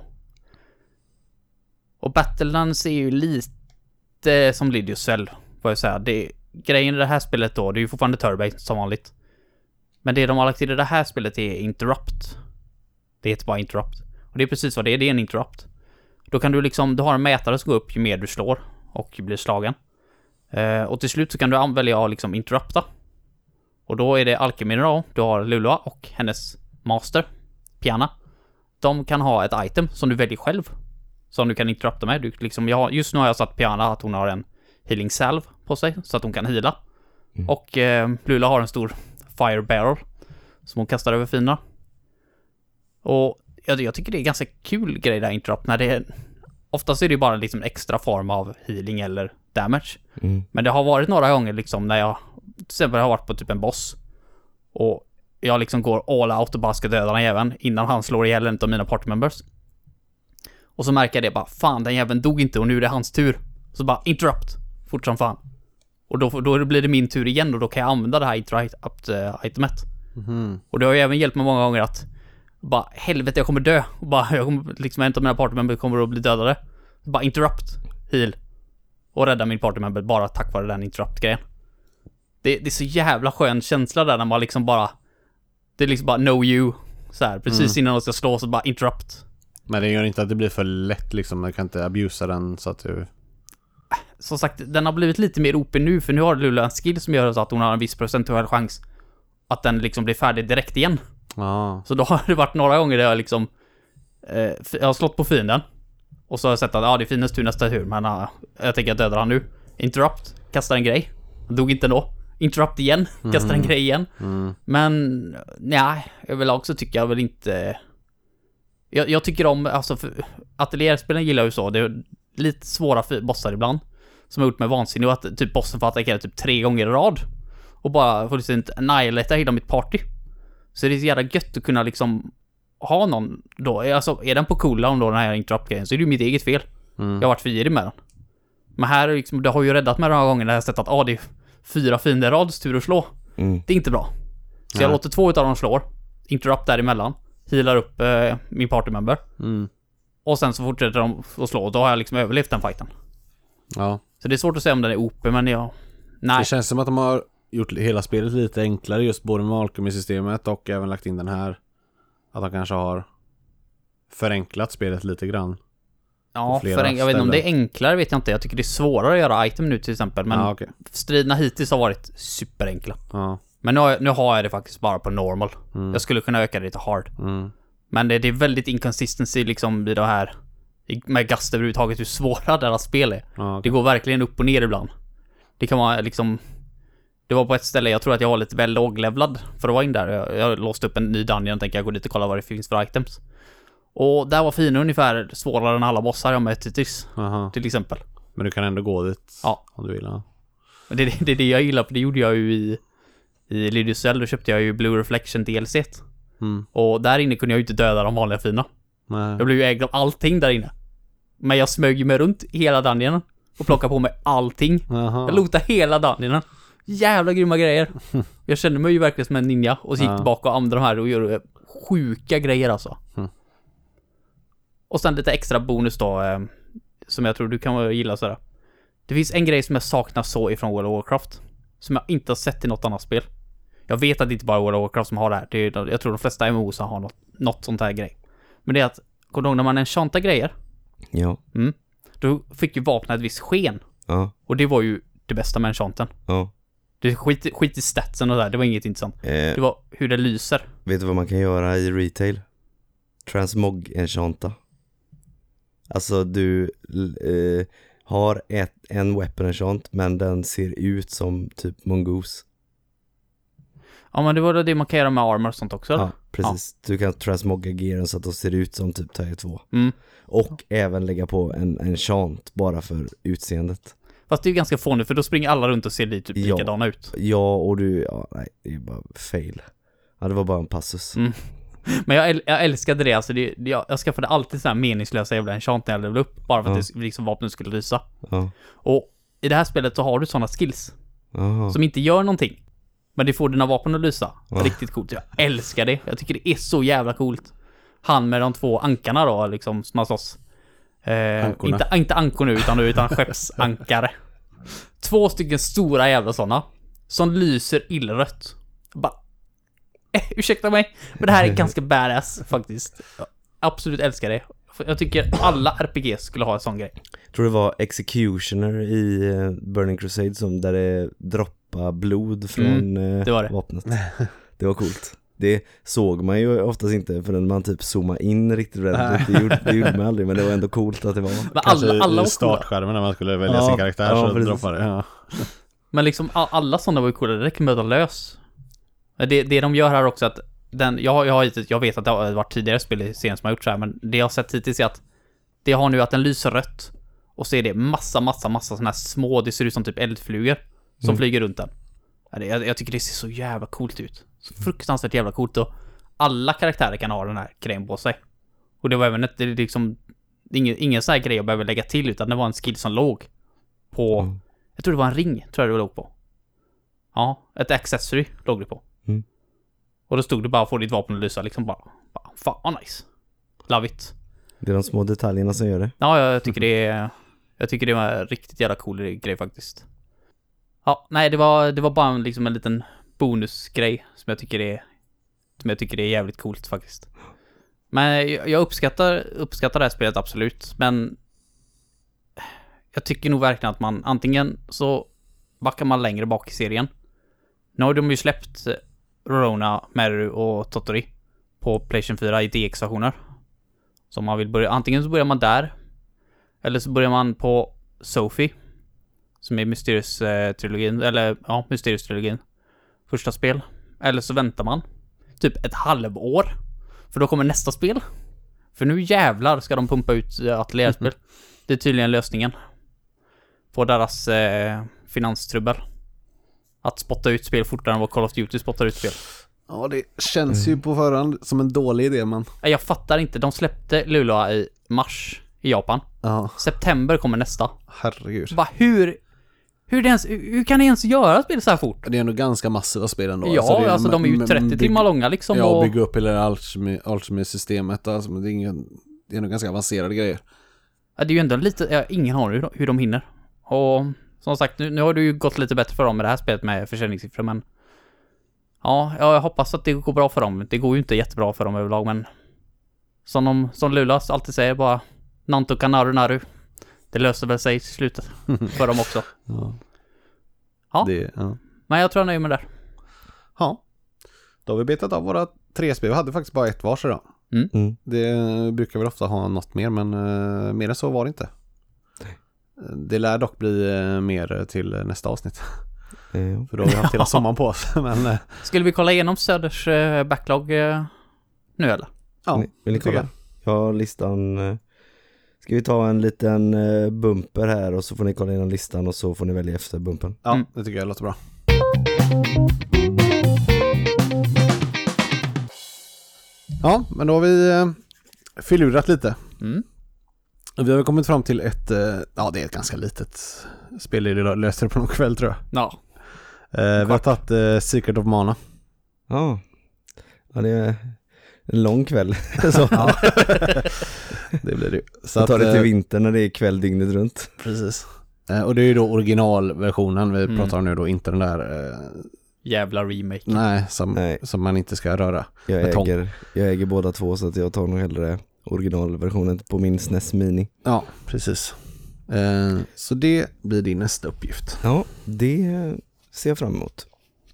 S1: Och Battlelands är ju lite som Lydius Cell, får jag säga. Grejen i det här spelet då, det är ju fortfarande turn-based som vanligt. Men det de har lagt till i det här spelet är interrupt. Det heter bara interrupt. Och det är precis vad det är en interrupt. Då kan du liksom, du har en mätare som går upp ju mer du slår och blir slagen. Och till slut så kan du välja att liksom interrupta. Och då är det Alchemina då, du har Lulua och hennes master, Piana. De kan ha ett item som du väljer själv. Som du kan interrupta med. Just nu har jag satt Piana att hon har en healing salve på sig så att hon kan heala. Och Lula har en stor fire barrel som hon kastar över fienderna. Och jag tycker det är ganska kul grej där interrupt. Oftast är det bara liksom extra form av healing eller damage. Men det har varit några gånger liksom när jag till exempel har varit på typ en boss och jag liksom går all out och bara ska döda den jäveln innan han slår ihjäl en av mina party members. Och så märker jag det bara, fan den jäveln dog inte och nu är det hans tur. Så bara interrupt, fort som fan. Och då blir det min tur igen och då kan jag använda det här interrupt-itemet. Och det har ju även hjälpt mig många gånger att bara, helvete jag kommer dö. Och bara, jag kommer, liksom en av mina party members kommer att bli dödade. Bara interrupt, heal. Och rädda min party member bara tack vare den interrupt-grejen. Det är så jävla skön känsla där när man liksom bara, det är liksom bara know you. Så här, precis innan de ska slå så bara interrupt.
S2: Men det gör inte att det blir för lätt liksom. Man kan inte abusa den så att du...
S1: Som sagt, den har blivit lite mer OP nu. För nu har Lula en skill som gör så att hon har en viss procentuell chans att den liksom blir färdig direkt igen. Så då har det varit några gånger där jag liksom jag har slått på fienden. Och så har jag sett att det är fiendens tur nästa tur. Men jag tänker att jag dödar han nu. Interrupt, kastar en grej. Han dog inte då. Interrupt igen, kastar en grej igen. Men nej, överlag så tycker jag väl inte... Jag tycker om, alltså ateljärspelen gillar ju så. Det är lite svåra bossar ibland som har gjort mig vansinnig, och att typ bossen får attackera typ 3 gånger i rad och bara får liksom annihilata hela mitt party. Så det är så jävla gött att kunna liksom ha någon då. Alltså är den på cooldown då, den här interrupt-grejen, så är det ju mitt eget fel. Jag har varit för girig med den. Men här liksom, det har ju räddat mig några gånger när jag har sett att det är 4 fiender rads tur att slå. Det är inte bra. Så jag låter 2 utav dem slå, interrupt däremellan, healar upp min partymember. Och sen så fortsätter de att slå, och då har jag liksom överlevt den fighten.
S2: Ja.
S1: Så det är svårt att säga om den är OP, men nej.
S2: Det känns som att de har gjort hela spelet lite enklare, just både med alkemi-systemet och även lagt in den här. Att de kanske har förenklat spelet lite grann.
S1: Ja, jag vet inte om det är enklare, vet jag inte. Jag tycker det är svårare att göra item nu till exempel. Men striderna hittills har varit superenkla. Men nu har jag det faktiskt bara på normal. Jag skulle kunna öka det till hard. Men det är väldigt inconsistency liksom i det här. Med Gust överhuvudtaget, hur svåra deras spel är. Det går verkligen upp och ner ibland. Det kan vara liksom... Det var på ett ställe, jag tror att jag var lite väl låglevlad för att vara in där. Jag låste upp en ny dungeon och tänkte jag går dit och kolla vad det finns för items. Och där var fina ungefär svårare än alla bossar jag mött hittills. Till exempel.
S2: Men du kan ändå gå dit om du vill. Ja.
S1: Det är det jag gillar, för det gjorde jag ju i Lydius Cell. Då köpte jag ju Blue Reflection DLC. Och där inne kunde jag ju inte döda de vanliga fina. Jag blev ju ägd av allting där inne. Men jag smög ju mig runt hela dungeonen och plockade på mig allting. Jag lootade hela dungeonen. Jävla grymma grejer. Jag kände mig ju verkligen som en ninja. Och så gick tillbaka och använde de här och gjorde sjuka grejer alltså. Och sen lite extra bonus då, som jag tror du kan gilla sådär. Det finns en grej som jag saknar så ifrån World of Warcraft, som jag inte har sett i något annat spel. Jag vet att det inte bara är World of Warcraft som har det här. Jag tror de flesta MMOs har något sånt här grej. Men det är att, går du ihåg när man enchantar grejer?
S3: Ja.
S1: Då fick ju vapna ett visst sken.
S3: Ja.
S1: Och det var ju det bästa med enchanten.
S3: Ja.
S1: Det skit i statsen och där, det var inget intressant. Det var hur det lyser.
S3: Vet du vad man kan göra i retail? Transmog enchanta. Alltså du har en weapon enchant, men den ser ut som typ mongoose.
S1: Ja, men det var det man kan göra med armor och sånt också, eller?
S3: Ja, precis. Ja. Du kan transmogga gearen så att de ser ut som typ Tier 2. Och även lägga på en enchant bara för utseendet.
S1: Fast det är ju ganska fånigt, för då springer alla runt och ser lite typ likadana ut.
S3: Ja, och nej, det är bara fail. Ja, det var bara en passus.
S1: Men jag älskade det, alltså jag skaffade alltid så här meningslösa jävla enchant när jag levde upp, bara för att det liksom vapnet skulle lysa. Och i det här spelet så har du sådana skills som inte gör någonting, men det får dina vapen att lysa. Riktigt coolt, jag älskar det. Jag tycker det är så jävla coolt. Han med de 2 ankarna då, liksom, som har slåss. Inte ankor nu, utan skeppsankare. 2 stycken stora jävla sådana som lyser illrött. Bara, ursäkta mig, men det här är ganska badass faktiskt. Jag absolut älskar det. Jag tycker alla RPG skulle ha en sån grej.
S3: Jag tror det var Executioner i Burning Crusade som där det droppar blod från vapnet. Det var coolt. Det såg man ju oftast inte förrän man typ zoomade in riktigt ordentligt. Det gjorde man aldrig, men det var ändå coolt att det var.
S2: Men alla startskärmen när man skulle välja sin karaktär så droppade det.
S1: Men liksom alla sådana var ju coola. Det räcker med att lös. Det de gör här också att jag vet att det har varit tidigare spel i serien som har gjort så här, men det jag har sett hittills är att det har nu att den lyser rött och så är det massa sådana här små, det ser ut som typ eldflugor som flyger runt den. Jag tycker det ser så jävla coolt ut. Så fruktansvärt jävla coolt, och alla karaktärer kan ha den här grejen på sig. Och det var även det är liksom ingen sån här grej jag behöver lägga till, utan det var en skill som låg på jag tror det var en ring, tror jag det låg på. Ja, ett accessory låg det på. Och då stod det bara få ditt vapen att lysa liksom bara fan nice. Love it.
S3: Det är de små detaljerna som gör det.
S1: Ja, jag tycker det var en riktigt jävla cool grej faktiskt. Ja, nej, det var bara liksom en liten bonusgrej som jag tycker är jävligt coolt faktiskt. Men jag uppskattar det här spelet absolut. Men jag tycker nog verkligen att man antingen så backar man längre bak i serien. Nu har de ju släppt Rorona, Meru och Tottori på PlayStation 4 i DX-versioner. Så man vill börja, antingen så börjar man där, eller så börjar man på Sophie, som är Mysterious-trilogin, eller ja, Mysterious-trilogin. Första spel. Eller så väntar man typ ett halvår, för då kommer nästa spel. För nu jävlar ska de pumpa ut ateljärspel. Det är tydligen lösningen på deras finanstrubbel. Att spotta ut spel fortare än vad Call of Duty spottar ut spel.
S2: Ja, det känns ju på förhand som en dålig idé, men...
S1: Jag fattar inte. De släppte Lulua i mars i Japan.
S2: Ja.
S1: September kommer nästa.
S2: Herregud.
S1: Bara hur kan ni ens göra spel så här fort?
S2: Det är ändå ganska massiva spel ändå.
S1: Ja, alltså de är ju 30 timmar långa liksom.
S2: Ja,
S1: och
S2: bygga upp hela Alchemy-systemet. Alltså, det är nog ganska avancerade grejer.
S1: Ja, det är ju ändå lite... ingen har hur de hinner. Och som sagt, nu har det ju gått lite bättre för dem med det här spelet med försäljningssiffror, men... Ja, jag hoppas att det går bra för dem. Det går ju inte jättebra för dem överlag, men... Som Lulas alltid säger, bara... Nanto kanaru naru. Det löser väl sig i slutet för dem också. Ja.
S2: Ja.
S1: Men jag tror jag nöjer med det där.
S2: Ja. Då har vi betat av våra 3 spel. Vi hade faktiskt bara ett vars idag. Det brukar väl ofta ha något mer, men mer än så var det inte. Det lär dock bli mer till nästa avsnitt. För då har vi haft hela sommaren på oss. Men,
S1: skulle vi kolla igenom Söders backlog nu eller?
S2: Ja,
S3: vill ni kolla? Ja, listan. Ska vi ta en liten bumper här och så får ni kolla igenom listan och så får ni välja efter bumpen.
S2: Ja, det tycker jag låter bra. Ja, men då har vi filurat lite. Vi har kommit fram till ett, ja det är ett ganska litet spel, det löste det på någon kväll tror jag.
S1: Ja.
S2: Vi har tagit Secret of Mana.
S3: Ja, det är en lång kväll. Så.
S2: Ja. Det blir det. Så
S3: jag tar det till vintern när det är kväll dygnet runt.
S2: Precis. Och det är ju då originalversionen vi pratar om nu då, inte den där...
S1: jävla remake.
S2: Nej, som man inte ska röra.
S3: Jag äger båda två så att jag tar nog hellre originalversionen på min SNES Mini.
S2: Ja, precis. Så det blir din nästa uppgift.
S3: Ja, det ser jag fram emot.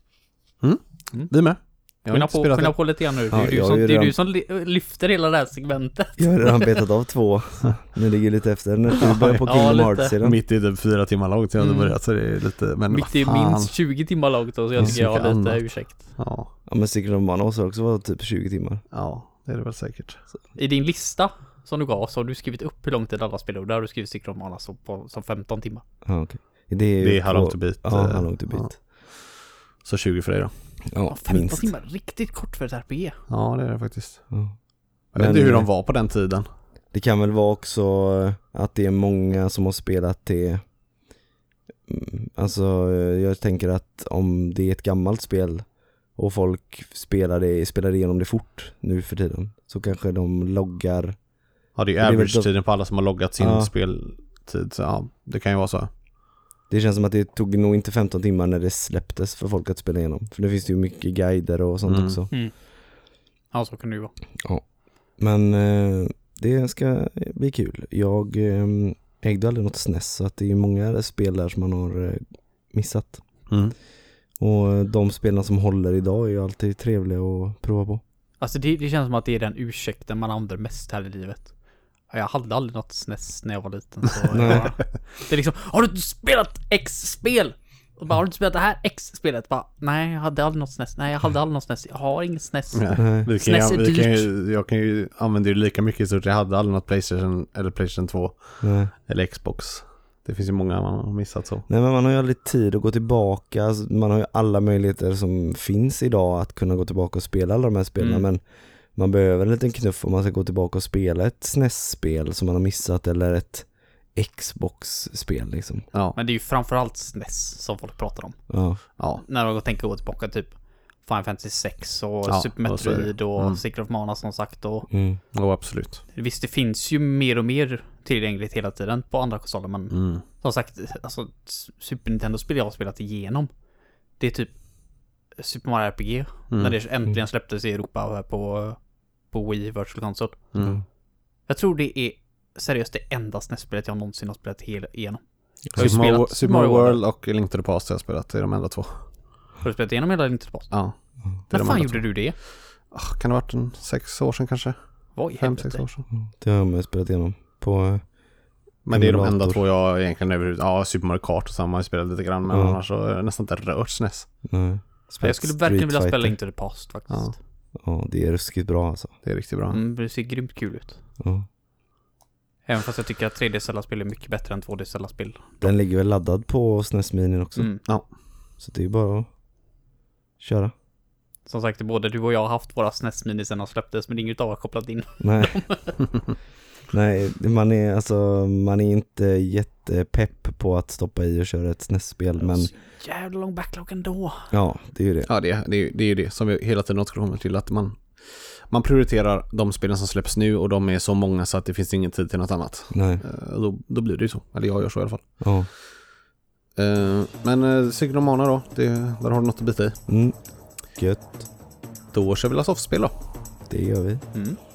S2: Vi med.
S1: Skynda på lite grann nu.
S3: Ja,
S1: det är du som lyfter hela det här segmentet.
S3: Jag har redan betat av 2. Nu ligger lite efter. Nu börjar på Kingdom Hearts sedan.
S2: Mitt i det 4 timmar långt så jag hade börjat, så det är lite... Men
S1: mitt i minst 20 timmar långt så jag tycker jag har lite ursäkt.
S2: Ja,
S3: men Secret of Mana också var typ 20 timmar.
S2: Ja, det är det väl säkert.
S1: Så. I din lista som du gav så har du skrivit upp hur långt ett alla spel. Där har du skrivit Secret of Mana som 15 timmar.
S3: Ja, okej.
S2: Det är How Long to Beat.
S3: Ja, How Long to Beat.
S2: Ja. Så 20 för dig då.
S3: Ja,
S1: 15
S3: minst.
S1: timmar, riktigt kort för ett RPG.
S2: Ja, det är det faktiskt.
S3: Ja.
S2: Jag vet inte hur de var på den tiden.
S3: Det kan väl vara också att det är många som har spelat det. Alltså, jag tänker att om det är ett gammalt spel och folk spelar igenom det fort nu för tiden, så kanske de loggar.
S2: Ja, det är ju average-tiden på alla som har loggat sin speltid. Så ja, det kan ju vara så.
S3: Det känns som att det tog nog inte 15 timmar när det släpptes för folk att spela igenom. För det finns ju mycket guider och sånt också.
S1: Ja, så kan det ju vara.
S3: Ja. Men det ska bli kul. Jag ägde aldrig något SNES, så att det är många spel där som man har missat. Och de spelarna som håller idag är ju alltid trevliga att prova på.
S1: Alltså det känns som att det är den ursäkten man använder mest här i livet. Jag hade aldrig något SNES när jag var liten. Så det är liksom, har du inte spelat X-spel? Och bara, har du inte spelat det här X-spelet? Bara, nej, jag hade aldrig något SNES. Nej, jag hade aldrig något SNES. Jag har inget SNES.
S2: Jag kan ju använda det lika mycket så att jag hade aldrig något PlayStation eller PlayStation 2 eller Xbox. Det finns ju många man har missat så.
S3: Nej, men man har ju aldrig tid att gå tillbaka. Alltså, man har ju alla möjligheter som finns idag att kunna gå tillbaka och spela alla de här spelen. Men man behöver en liten knuff om man ska gå tillbaka och spela ett SNES-spel som man har missat eller ett Xbox-spel liksom.
S2: Ja.
S1: Men det är ju framförallt SNES som folk pratar om.
S3: Ja.
S1: När de tänker gå tillbaka typ Final Fantasy 6 och Super Metroid och Secret of Mana som sagt. Och
S2: absolut.
S1: Visst, det finns ju mer och mer tillgängligt hela tiden på andra konsoler, men som sagt, alltså Super Nintendo-spel jag har spelat igenom, det är typ Super Mario RPG när det äntligen släpptes i Europa på på Wii Virtual Console. Jag tror det är seriöst det enda SNES-spelet jag någonsin har spelat igenom.
S2: Super Mario World och Link to the Past har jag spelat. Det är de enda 2.
S1: Har du spelat igenom hela Link to the Past?
S2: Ja.
S1: När fan gjorde du det?
S2: Kan det ha varit 6 år sedan kanske? 5-6 år sedan.
S3: Det har jag spelat igenom på...
S2: Men det är de enda 2 jag egentligen överhuvudtaget... Ja, Super Mario Kart och samma har jag spelat lite grann. Men annars så har jag nästan inte rört SNES.
S3: Nej.
S1: Jag skulle verkligen vilja spela Link to the Past faktiskt.
S3: Ja, det är ruskigt bra alltså.
S2: Det är riktigt bra.
S1: Det ser grymt kul ut.
S3: Ja.
S1: Även fast jag tycker att 3D-Zelda-spel är mycket bättre än 2D-Zelda-spel.
S3: Den ligger väl laddad på SNES Mini också.
S2: Ja.
S3: Så det är bara att köra.
S1: Som sagt, både du och jag har haft våra SNES Mini sen de släpptes, men inget av har kopplat in.
S3: Nej. Nej, man är inte jättepepp på att stoppa i och köra ett SNES-spel, men...
S1: Jävla lång backlog ändå.
S3: Ja, det är ju det.
S2: Ja, det är ju det som vi hela tiden återkommer till, att man prioriterar de spelen som släpps nu, och de är så många så att det finns ingen tid till något annat.
S3: Nej.
S2: Då blir det ju så. Eller jag gör så i alla fall.
S3: Ja.
S2: Men Secret of Mana då, där har du något att bita i.
S3: Gött.
S2: Då kör vi Last of-spel då.
S3: Det gör vi.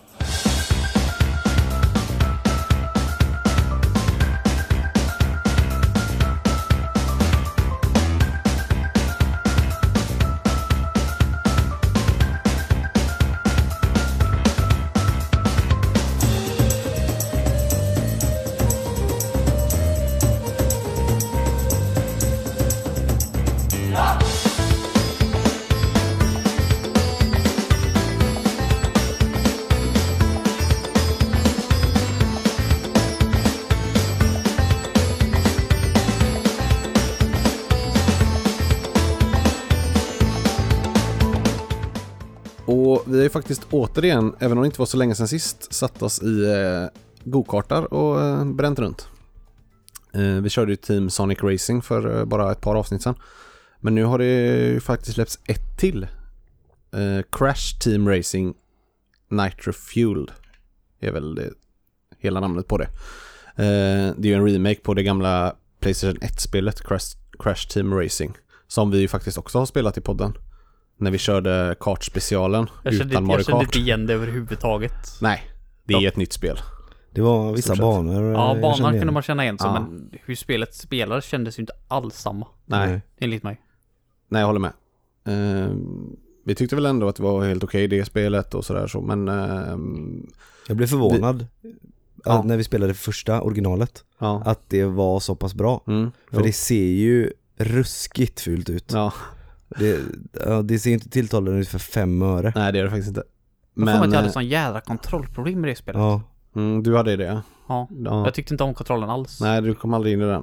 S2: Och vi har ju faktiskt återigen, även om det inte var så länge sedan sist, satt oss i go-kartar och bränt runt. Vi körde ju Team Sonic Racing för bara ett par avsnitt sedan. Men nu har det ju faktiskt släppts ett till. Crash Team Racing Nitro Fueled är väl det hela namnet på det. Det är ju en remake på det gamla PlayStation 1-spelet Crash Team Racing, som vi ju faktiskt också har spelat i podden. När vi körde kartspecialen utan Mario Kart.
S1: Jag kände inte igen det överhuvudtaget.
S2: Nej, det är ett nytt spel.
S3: Det var vissa banor.
S1: Ja, banan kunde man känna igen, men hur spelet spelades kändes ju inte alls samma.
S2: Nej.
S1: Enligt mig.
S2: Nej, jag håller med. Vi tyckte väl ändå att det var helt okej det spelet och sådär så, men...
S3: jag blev förvånad när vi spelade första originalet. Att det var så pass bra. För det ser ju ruskigt fult ut.
S2: Ja.
S3: Det ser inte tilltalande ut för 5 öre.
S2: Nej, det är det faktiskt inte.
S1: Men jag hade sån jävla kontrollproblem med det spelet.
S3: Ja.
S2: Du hade det,
S1: ja. Jag tyckte inte om kontrollen alls.
S2: Nej, du kom aldrig in i den.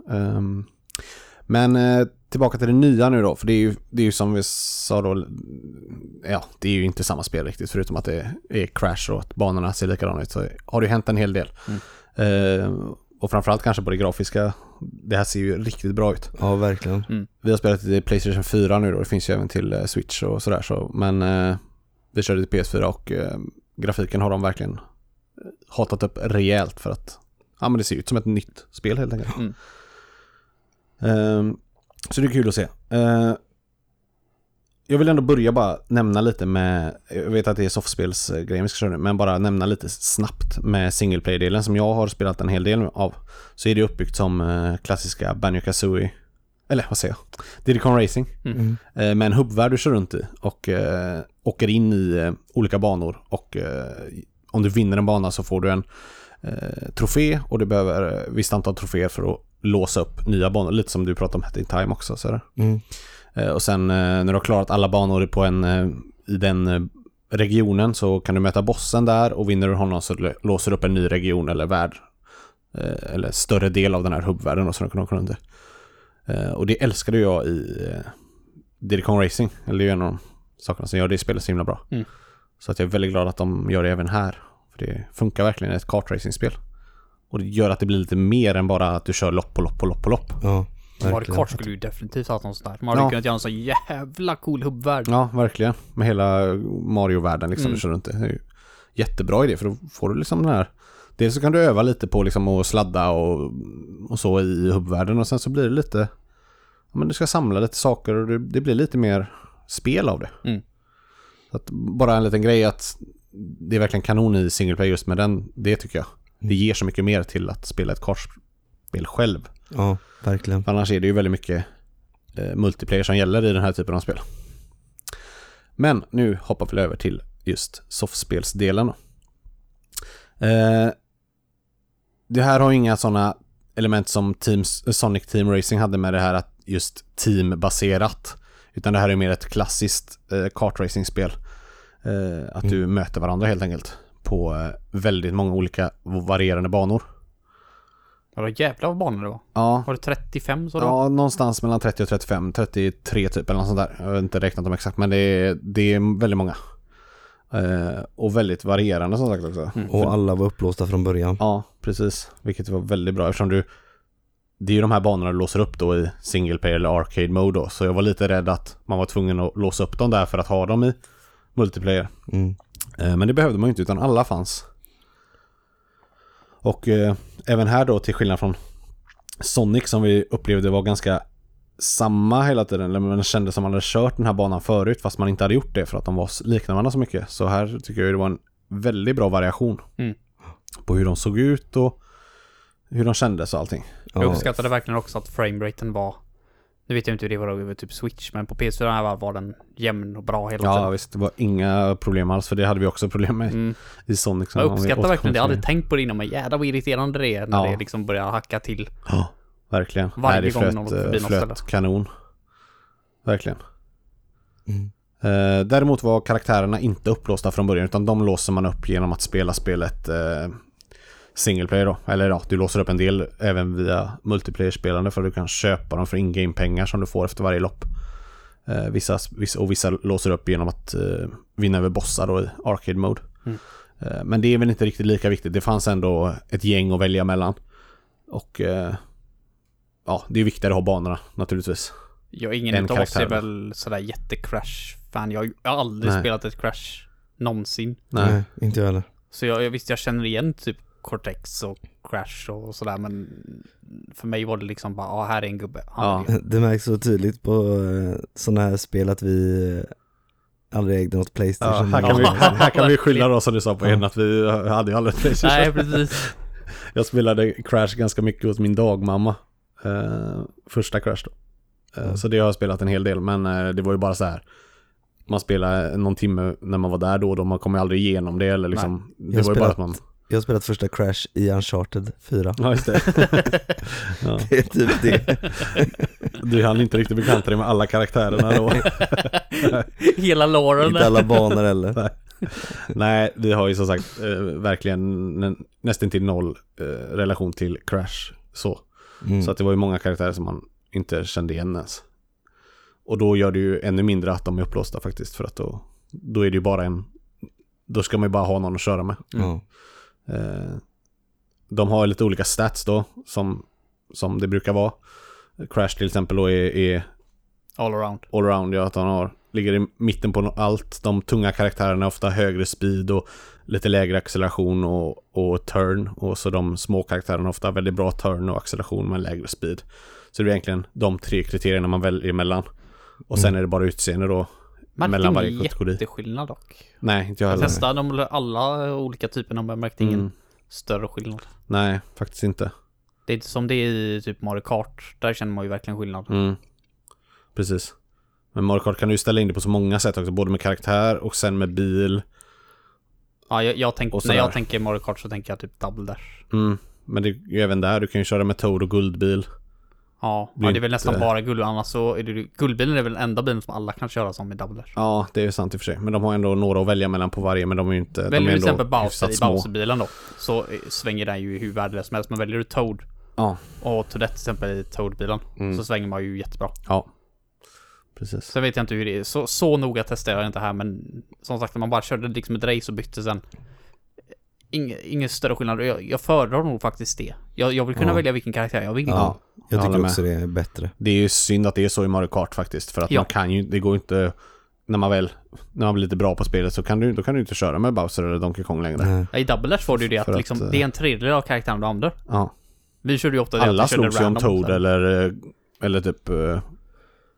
S2: Men tillbaka till det nya nu då. För det är ju som vi sa då. Ja, det är ju inte samma spel riktigt. Förutom att det är Crash och att banorna ser likadana ut. Så har det hänt en hel del. Och framförallt kanske på det grafiska. Det här ser ju riktigt bra ut.
S3: Ja, verkligen.
S2: Vi har spelat i PlayStation 4 nu då. Det finns ju även till Switch och sådär. Så. Men vi körde till PS4 och grafiken har de verkligen hatat upp rejält för att men det ser ut som ett nytt spel helt enkelt. Så det är kul att se. Jag vill ändå börja bara nämna lite med, jag vet att det är softspelsgrejen vi ska köra nu, men bara nämna lite snabbt med singleplay-delen som jag har spelat en hel del av. Så är det uppbyggt som klassiska Banjo-Kazooie, eller vad säger jag? Diddy Kong Racing. Med en hubbvärld du kör runt i och åker in i olika banor och om du vinner en bana så får du en trofé och du behöver visst antal troféer för att låsa upp nya banor, lite som du pratade om Hat in Time också så och sen när du har klarat alla banor på i den regionen så kan du möta bossen där och vinner du honom så låser du upp en ny region eller värld eller större del av den här hubbvärlden och så kan du kunna under. Och det älskade jag i Diddy Kong Racing, eller det är en av de sakerna som gör det spelet så himla bra. Så att jag är väldigt glad att de gör det även här. För det funkar verkligen i ett kartracingspel. Och det gör att det blir lite mer än bara att du kör lopp på lopp på lopp på lopp.
S3: Ja,
S1: Mario Kart skulle ju definitivt ha något sånt där. Man hade kunnat göra en så jävla cool hubbvärld.
S2: Ja, verkligen. Med hela Mario-världen liksom du kör runt det. Det är ju jättebra idé för då får du liksom den här. Dels så kan du öva lite på liksom att sladda och så i hubbvärlden och sen så blir det lite men du ska samla lite saker och det blir lite mer spel av det. Så att bara en liten grej att det är verkligen kanon i single player just med den, det tycker jag. Det ger så mycket mer till att spela ett kartspel själv.
S3: Ja, verkligen.
S2: För annars är det ju väldigt mycket multiplayer som gäller i den här typen av spel. Men nu hoppar vi över till just softspelsdelen. Det här har inga sådana element som Sonic Team Racing hade med det här att just teambaserat. Utan det här är mer ett klassiskt kartracingspel. Att du möter varandra helt enkelt på väldigt många olika varierande banor.
S1: Vadå jävla vad banor det var?
S2: Ja.
S1: Var det 35 så då?
S2: Ja, någonstans mellan 30 och 35, 33 typ eller något sånt där. Jag har inte räknat dem exakt, men det är väldigt många. Och väldigt varierande som sagt också.
S3: Och alla var upplåsta från början.
S2: Ja, precis. Vilket var väldigt bra eftersom det är ju de här banorna du låser upp då i single player eller arcade mode då. Så jag var lite rädd att man var tvungen att låsa upp dem där för att ha dem i multiplayer. Men det behövde man ju inte, utan alla fanns. Och även här då, till skillnad från Sonic som vi upplevde var ganska samma hela tiden, eller man kände som man hade kört den här banan förut fast man inte hade gjort det för att de liknade varandra så mycket. Så här tycker jag det var en väldigt bra variation på hur de såg ut och hur de kändes och allting.
S1: Jag uppskattade verkligen också att frameraten var, nu vet jag inte hur det var över typ Switch, men på PS4 var den jämn och bra hela tiden.
S2: Ja visst, det var inga problem alls, för det hade vi också problem med i Sonic.
S1: Jag uppskattar verkligen det, jag hade tänkt på det innan, men jävlar vad irriterande det är när det liksom börjar hacka till.
S2: Ja, verkligen.
S1: Varje gång någon förbi något ställe.
S2: Kanon. Verkligen. Däremot var karaktärerna inte upplåsta från början, utan de låser man upp genom att spela spelet single player då. Eller ja, du låser upp en del även via multiplayer-spelande, för du kan köpa dem för in-game-pengar som du får efter varje lopp. Vissa låser upp genom att vinna över bossar då i arcade mode. Men det är väl inte riktigt lika viktigt. Det fanns ändå ett gäng att välja mellan. Och ja, det är viktigare att ha banorna naturligtvis.
S1: Ingen utav oss är väl sådär jätte-Crash-fan. Jag har aldrig spelat ett Crash någonsin.
S3: Nej, inte jag heller.
S1: Så jag känner igen typ Cortex och Crash och sådär, men för mig var det liksom bara, här är en gubbe.
S3: Det märks så tydligt på sådana här spel att vi aldrig ägde något PlayStation.
S2: Här kan vi skylla då, som du sa på en, att vi hade ju aldrig ett PlayStation.
S1: Nej, precis.
S2: Jag spelade Crash ganska mycket hos min dagmamma. Första Crash då. Så det har jag spelat en hel del, men det var ju bara så här. Man spelade någon timme när man var där då man kom ju aldrig igenom det, eller liksom, det var ju bara att man...
S3: Jag har spelat första Crash i Uncharted 4.
S2: Ja, just det. Ja.
S3: Det är typ det.
S2: Du hann inte riktigt bekanta dig med alla karaktärerna då.
S1: Hela låren.
S3: Inte alla banor eller.
S2: Nej, vi har ju som sagt verkligen nästan till noll relation till Crash. Så att det var ju många karaktärer som man inte kände igen ens. Och då gör det ju ännu mindre att de är upplåsta faktiskt, för att då är det ju bara då ska man ju bara ha någon att köra med. De har lite olika stats då som det brukar vara. Crash till exempel då är
S1: all
S2: around, ja, att han ligger i mitten på allt. De tunga karaktärerna är ofta högre speed och lite lägre acceleration och turn, och så de små karaktärerna ofta väldigt bra turn och acceleration med lägre speed. Så det är egentligen de 3 kriterierna man väljer mellan. Och sen är det bara utseende då mellan varje kategori.
S1: Jätteskillnad dock.
S2: Nej, inte jag heller.
S1: Jag testade alla olika typer, men märkte ingen större skillnad.
S2: Nej, faktiskt inte.
S1: Det är inte som det är i typ Mario Kart. Där känner man ju verkligen skillnad.
S2: Precis. Men Mario Kart kan du ju ställa in det på så många sätt också. Både med karaktär och sen med bil.
S1: Ja, när jag tänker Mario Kart så tänker jag typ Double Dash.
S2: Men det är ju även där. Du kan ju köra med Toad och guldbil.
S1: Ja, det är väl nästan bara guld. Annars så är det guldbilen är väl den enda bilen som alla kan köra som i Double Dash.
S2: Ja, det är ju sant i och för sig. Men de har ändå några att välja mellan på varje. Men de är ju inte...
S1: Väljer du till exempel Bowser i Bowser-bilen då, så svänger den ju hur värdelös som helst. Men väljer du Toad och Toadette till exempel i Toad-bilen, så svänger man ju jättebra.
S2: Ja, precis.
S1: Så vet jag inte hur det är. Så noga testade jag inte här, men som sagt, man bara körde liksom ett race och bytte sen. Ingen större skillnad. Jag föredrar nog faktiskt det. Jag vill kunna välja vilken karaktär jag vill.
S3: Ja, jag tycker också det är bättre.
S2: Det är ju synd att det är så i Mario Kart faktiskt. För att man kan ju, det går inte, när man blir lite bra på spelet, så då kan du inte köra med Bowser eller Donkey Kong längre.
S1: I Double Dash får du det att liksom, det är en tredjedel av karaktären du använder.
S2: Ja.
S1: Vi körde ju ofta
S2: alla slogs ju om Toad eller typ...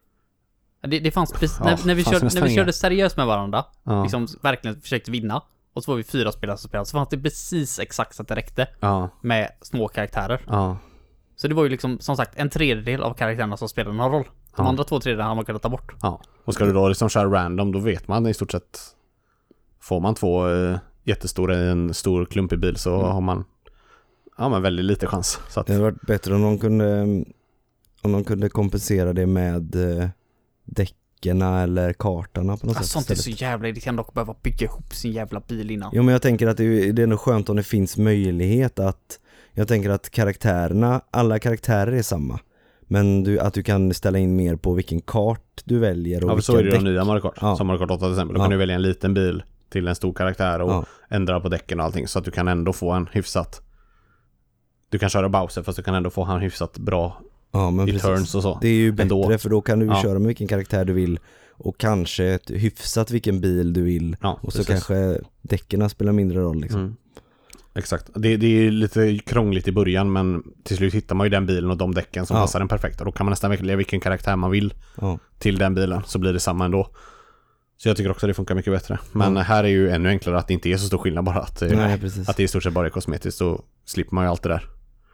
S1: Det fanns precis, när vi körde seriöst med varandra, liksom verkligen försökte vinna. och så var vi 4 spelare som spelade, så fanns det precis exakt så att det räckte med små karaktärer. Så det var ju liksom, som sagt, 1/3 av karaktärerna som spelade någon roll. De andra 2/3 har man kunnat ta bort.
S2: Och ska du då liksom köra random, då vet man i stort sett, får man 2 jättestora i en stor klumpig bil så har man väldigt lite chans. Så att...
S3: Det hade varit bättre om de kunde kompensera det med däckerna eller kartorna på något sätt.
S1: Sånt är så jävla irriterande att behöva bygga ihop sin jävla bil innan.
S3: Jo, men jag tänker att det är nog skönt om det finns möjlighet att, jag tänker att alla karaktärer är samma. Men att du kan ställa in mer på vilken kart du väljer. Och
S2: så är det de nya Mario Kart. Som Mario Kart 8 till exempel. Då kan du välja en liten bil till en stor karaktär och ändra på däcken och allting. Så att du kan ändå få en hyfsat... Du kan köra Bowser fast du kan ändå få han hyfsat bra i turns och så.
S3: Det är ju bättre för då kan du köra med vilken karaktär du vill. Och kanske hyfsat vilken bil du vill. Och så kanske däckerna spelar mindre roll liksom.
S2: Exakt. Det är lite krångligt i början, men till slut hittar man ju den bilen och de däcken som passar den perfekt. Och då kan man nästan välja vilken karaktär man vill till den bilen, så blir det samma ändå. Så jag tycker också att det funkar mycket bättre. Men här är ju ännu enklare att det inte är så stor skillnad bara. Att det är i stort sett bara kosmetiskt, så slipper man ju allt det där.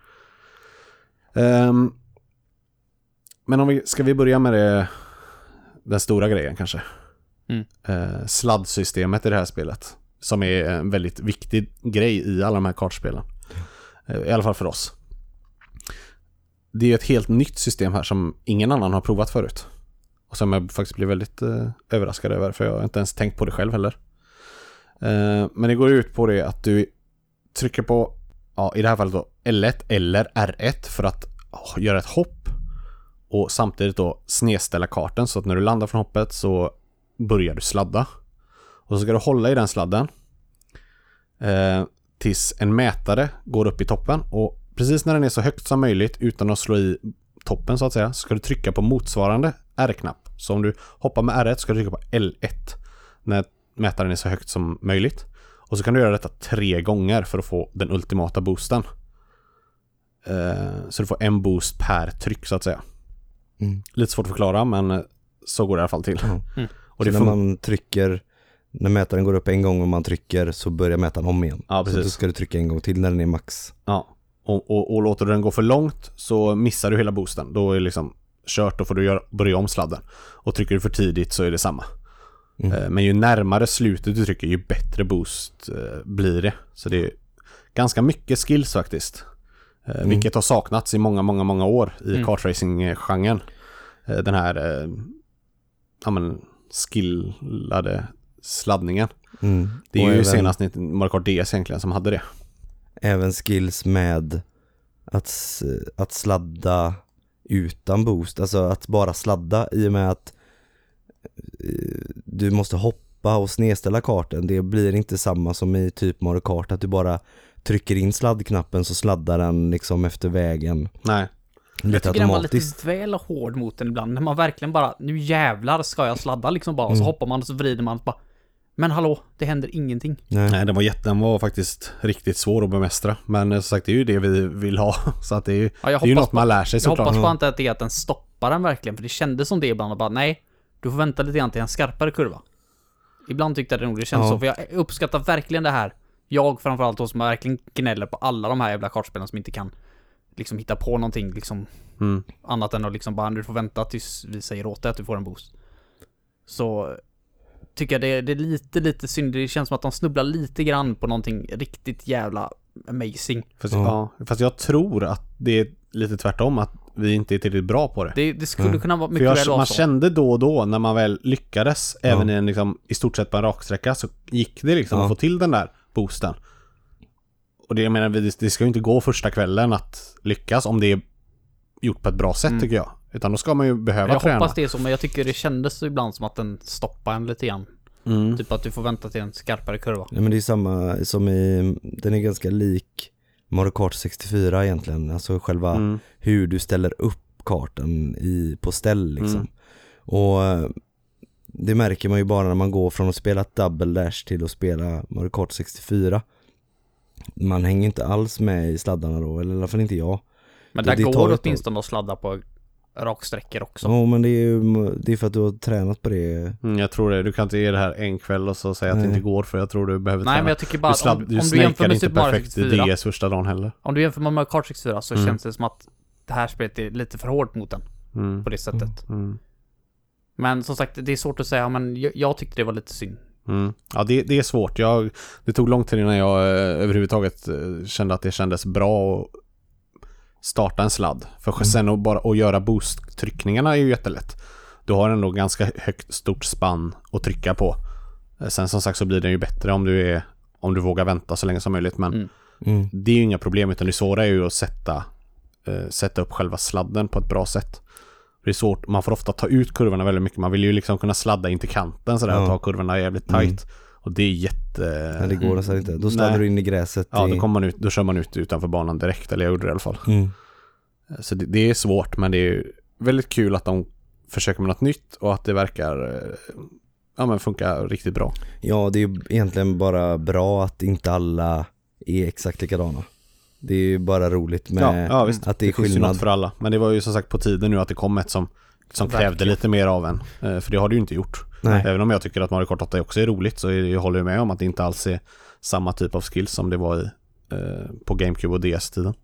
S2: Men ska vi börja med den stora grejen kanske. Sladdsystemet i det här spelet. Som är en väldigt viktig grej i alla de här kartspelen. I alla fall för oss. Det är ett helt nytt system här som ingen annan har provat förut. Och som jag faktiskt blev väldigt överraskad över, för jag har inte ens tänkt på det själv heller. Men det går ut på det att du trycker på, i det här fallet då, L1 eller R1 för att göra ett hopp. Och samtidigt då snedställa kartan så att när du landar från hoppet så börjar du sladda. Och så ska du hålla i den sladden tills en mätare går upp i toppen. Och precis när den är så högt som möjligt utan att slå i toppen så att säga, så ska du trycka på motsvarande R-knapp. Så om du hoppar med R1 ska du trycka på L1 när mätaren är så högt som möjligt. Och så kan du göra detta 3 gånger för att få den ultimata boosten. Så du får en boost per tryck så att säga. Lite svårt att förklara, men så går det i alla fall till. Och det
S3: när man trycker, när mätaren går upp en gång och man trycker så börjar mätaren om igen.
S2: Ja, precis.
S3: Så då ska du trycka en gång till när den är max.
S2: Ja, och låter du den gå för långt så missar du hela boosten. Då är det liksom kört, då får du börja om sladden. Och trycker du för tidigt så är det samma. Men ju närmare slutet du trycker, ju bättre boost blir det. Så det är ganska mycket skills faktiskt. Vilket har saknats i många, många, många år i kartracing-genren. Den här skillade sladdningen. Det är ju även, senast Mario Kart DS egentligen som hade det.
S3: Även skills med att sladda utan boost. Alltså att bara sladda i och med att du måste hoppa och snedställa kartan. Det blir inte samma som i typ Mario Kart, att du bara trycker in sladdknappen så sladdar den liksom efter vägen.
S2: Nej.
S1: Jag tycker den var lite väl hård mot den ibland. När man verkligen bara, nu jävlar ska jag sladda liksom bara. Och så hoppar man och så vrider man och bara, men hallå, det händer ingenting.
S2: Nej, den var faktiskt riktigt svår att bemästra. Men som sagt, det är ju det vi vill ha. Så att det är ju, det är ju något man lär sig såklart.
S1: Jag hoppas bara inte att det är att den stoppar den verkligen. För det kändes som det ibland och bara, nej, du får vänta lite grann till en skarpare kurva. Ibland tyckte jag det nog det känns så. För jag uppskattar verkligen det här. Jag framförallt då som verkligen gnäller på alla de här jävla kartspelen som inte kan liksom hitta på någonting liksom annat än att liksom bara, du får vänta tills vi säger åt dig att du får en boost. Så tycker jag det är lite synd. Det känns som att de snubblar lite grann på någonting riktigt jävla amazing.
S2: Fast jag tror att det är lite tvärtom, att vi inte är tillräckligt bra på det.
S1: Det skulle kunna vara mycket väl
S2: man kände då och då när man väl lyckades även i en liksom, i stort sett på en raksträcka, så gick det liksom att få till den där boosten. Och det, jag menar, det ska ju inte gå första kvällen att lyckas om det är gjort på ett bra sätt tycker jag. Utan då ska man ju behöva träna.
S1: Jag hoppas det är så, men jag tycker det kändes ibland som att den stoppar en lite grann. Typ att du får vänta till en skarpare kurva.
S3: Ja, men det är samma som den är ganska lik Mario Kart 64 egentligen. Alltså själva hur du ställer upp kartan på ställ liksom. Och det märker man ju bara när man går från att spela Double Dash till att spela Mario Kart 64. Man hänger inte alls med i sladdarna då, eller i alla fall inte jag.
S1: Men det går åtminstone att sladda på raksträckor också.
S3: Ja, men det är för att du har tränat på det.
S2: Jag tror det. Du kan inte ge det här en kväll och så säga att det inte går, för jag tror du behöver träna.
S1: Nej, men jag tycker bara att om
S2: du
S1: du jämför med
S2: inte
S1: Super Mario
S2: perfekt
S1: 64,
S2: i DS första dagen heller.
S1: om du jämför med Mario Kart 64 så känns det som att det här spelet är lite för hårt mot den på det sättet. Men som sagt, det är svårt att säga, men jag tyckte det var lite synd.
S2: Ja, det är svårt. Det tog lång tid innan jag överhuvudtaget kände att det kändes bra att starta en sladd. För sen att göra boost-tryckningarna är ju jättelätt. Du har ändå ganska stort spann att trycka på. Sen som sagt så blir den ju bättre om du vågar vänta så länge som möjligt. Men det är ju inga problem, utan det svåra är ju att sätta upp själva sladden på ett bra sätt. Det är svårt, man får ofta ta ut kurvorna väldigt mycket. Man vill ju liksom kunna sladda in till kanten sådär och ta kurvorna jävligt tight. Och det är
S3: Nej, det går nästan inte. Då sladdar du in i gräset.
S2: Ja, då kör man ut utanför banan direkt, eller jag gjorde det i alla fall. Så det är svårt, men det är väldigt kul att de försöker med något nytt och att det verkar funka riktigt bra.
S3: Ja, det är egentligen bara bra att inte alla är exakt likadana. Det är ju bara roligt med att det är skillnad.
S2: Något för alla. Men det var ju som sagt på tiden nu att det kom ett som krävde lite mer av en. För det har det ju inte gjort.
S3: Nej.
S2: Även om jag tycker att Mario Kart 8 också är roligt, så jag håller med om att det inte alls är samma typ av skills som det var på GameCube och DS-tiden.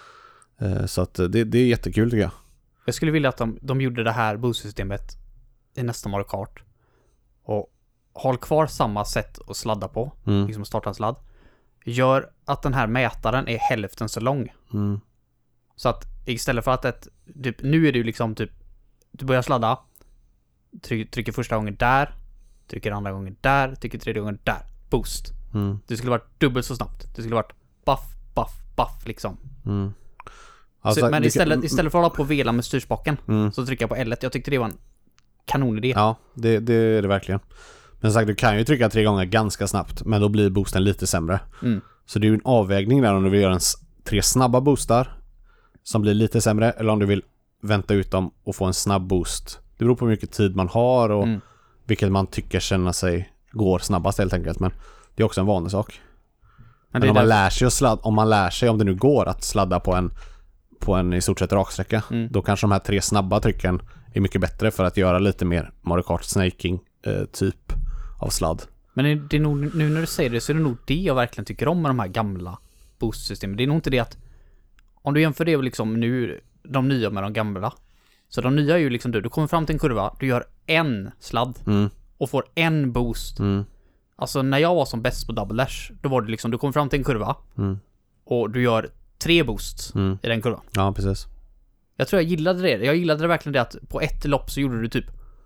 S2: Så att det är jättekul tycker jag.
S1: Jag skulle vilja att de gjorde det här boost-systemet i nästa Mario Kart. Och håll kvar samma sätt att sladda på. Liksom starta en sladd. Gör att den här mätaren är hälften så lång. Så att istället för att nu är det ju liksom typ, du börjar sladda, trycker första gången där, trycker andra gången där, trycker tredje gången där, boost. Det skulle varit dubbelt så snabbt. Det skulle varit buff liksom.
S2: Alltså,
S1: men istället för att hålla på och vela med styrspaken så trycker jag på L1. Jag tyckte det var en kanonidé.
S2: Ja, det är det verkligen. Men sagt, du kan ju trycka 3 gånger ganska snabbt, men då blir boosten lite sämre. Så det är ju en avvägning där om du vill göra 3 snabba boostar som blir lite sämre, eller om du vill vänta ut dem och få en snabb boost. Det beror på hur mycket tid man har och vilket man tycker känna sig går snabbast helt enkelt. Men det är också en vanlig sak. Men om man lär sig om det nu går att sladda på en i stort sett raksträcka, då kanske de här 3 snabba trycken är mycket bättre för att göra lite mer Mario Kart snaking typ av sladd.
S1: Men det är nog, nu när du säger det, så är det nog det jag verkligen tycker om med de här gamla boost-systemen. Det är nog inte det att om du jämför det liksom nu, de nya med de gamla. Så de nya är ju liksom du kommer fram till en kurva, du gör en sladd och får en boost. Alltså när jag var som bäst på Double Dash, då var det liksom, du kommer fram till en kurva och du gör 3 boosts i den kurvan.
S2: Ja, precis.
S1: Jag tror jag gillade det. Jag gillade verkligen det att på ett lopp så gjorde du typ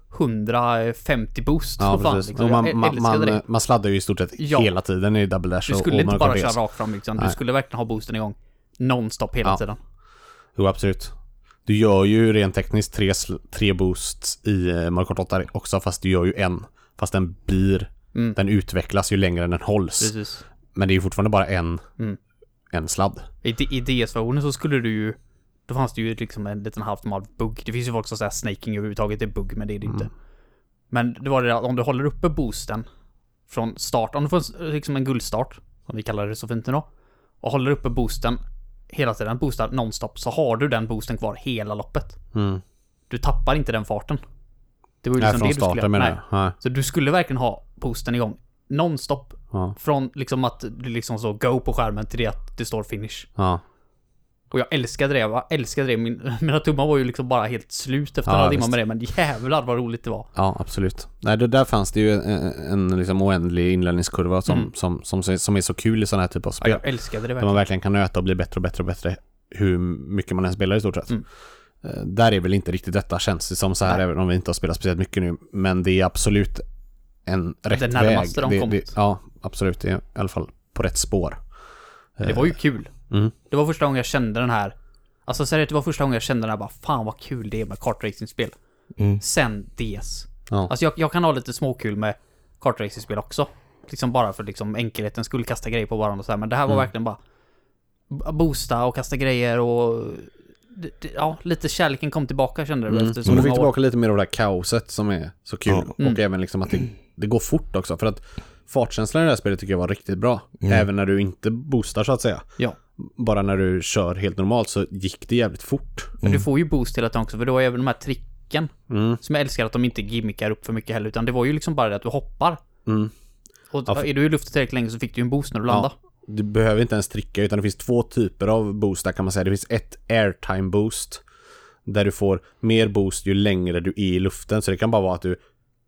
S1: 150 boost.
S2: Ja, precis.
S1: Liksom.
S2: Man sladdar ju i stort sett hela tiden i Double Dash.
S1: Du skulle inte bara köra rakt fram, liksom. Du skulle verkligen ha boosten igång non-stop hela tiden.
S2: Jo, absolut. Du gör ju rent tekniskt 3 boosts i Mario Kart 8 också, fast du gör ju en. Fast den den utvecklas ju längre än den hålls.
S1: Precis.
S2: Men det är ju fortfarande bara en sladd.
S1: I DS-versionen så skulle du ju, då fanns det ju liksom en liten halvmal bugg. Det finns ju folk som säger snaking överhuvudtaget är bugg, men det är det inte. Men det var det att om du håller uppe boosten från start, om du får liksom en guldstart, som vi kallar det så fint nu då, och håller uppe boosten hela tiden, boostar nonstop, så har du den boosten kvar hela loppet. Du tappar inte den farten. Det var ju liksom
S2: från
S1: det du
S2: starten,
S1: skulle.
S2: Nej.
S1: Så du skulle verkligen ha boosten igång nonstop från liksom att du liksom så go på skärmen till det att det står finish.
S2: Ja.
S1: Och jag älskade det. Jag älskade det. Mina tummar var ju liksom bara helt slut efter några timmar med det. Men jävlar vad roligt det var.
S2: Ja, absolut. Nej, där fanns det ju en liksom oändlig inlärningskurva som är så kul i sådana här typer av spel.
S1: Ja, jag älskade det verkligen.
S2: Där man verkligen kan nöta och bli bättre och bättre och bättre hur mycket man än spelar i stort sett. Där är väl inte riktigt detta, känns det som så här, även om vi inte har spelat speciellt mycket nu. Men det är absolut en rätt väg.
S1: Det närmaste de kommit.
S2: Ja, absolut. Det är i alla fall på rätt spår.
S1: Det var ju kul. Det var första gången jag kände den här. Alltså seriöst, det var första gången jag kände den här bara, fan vad kul det är med kartracing-spel. Sen DS.
S2: Ja.
S1: Alltså jag kan ha lite småkul med kartracing-spel också. Liksom bara för liksom enkelheten skulle kasta grejer på varandra och så här. Men det här var verkligen bara boosta och kasta grejer och ja, lite kärleken kom tillbaka, kände du efter så
S2: många
S1: många
S2: år.
S1: Tillbaka
S2: lite mer av det här kaoset som är så kul. Och även liksom att det går fort också. För att fartkänslan i det här spelet tycker jag var riktigt bra. Även när du inte boostar så att säga.
S1: Ja.
S2: bara när du kör helt normalt så gick det jävligt fort.
S1: Men du får ju boost hela tiden också, för då är även de här tricken som jag älskar att de inte gimmickar upp för mycket heller, utan det var ju liksom bara det att du hoppar. Och är du i luften tillräckligt länge så fick du ju en boost när du landar.
S2: Du behöver inte ens tricka, utan det finns 2 typer av boost där kan man säga. Det finns ett airtime boost där du får mer boost ju längre du är i luften, så det kan bara vara att du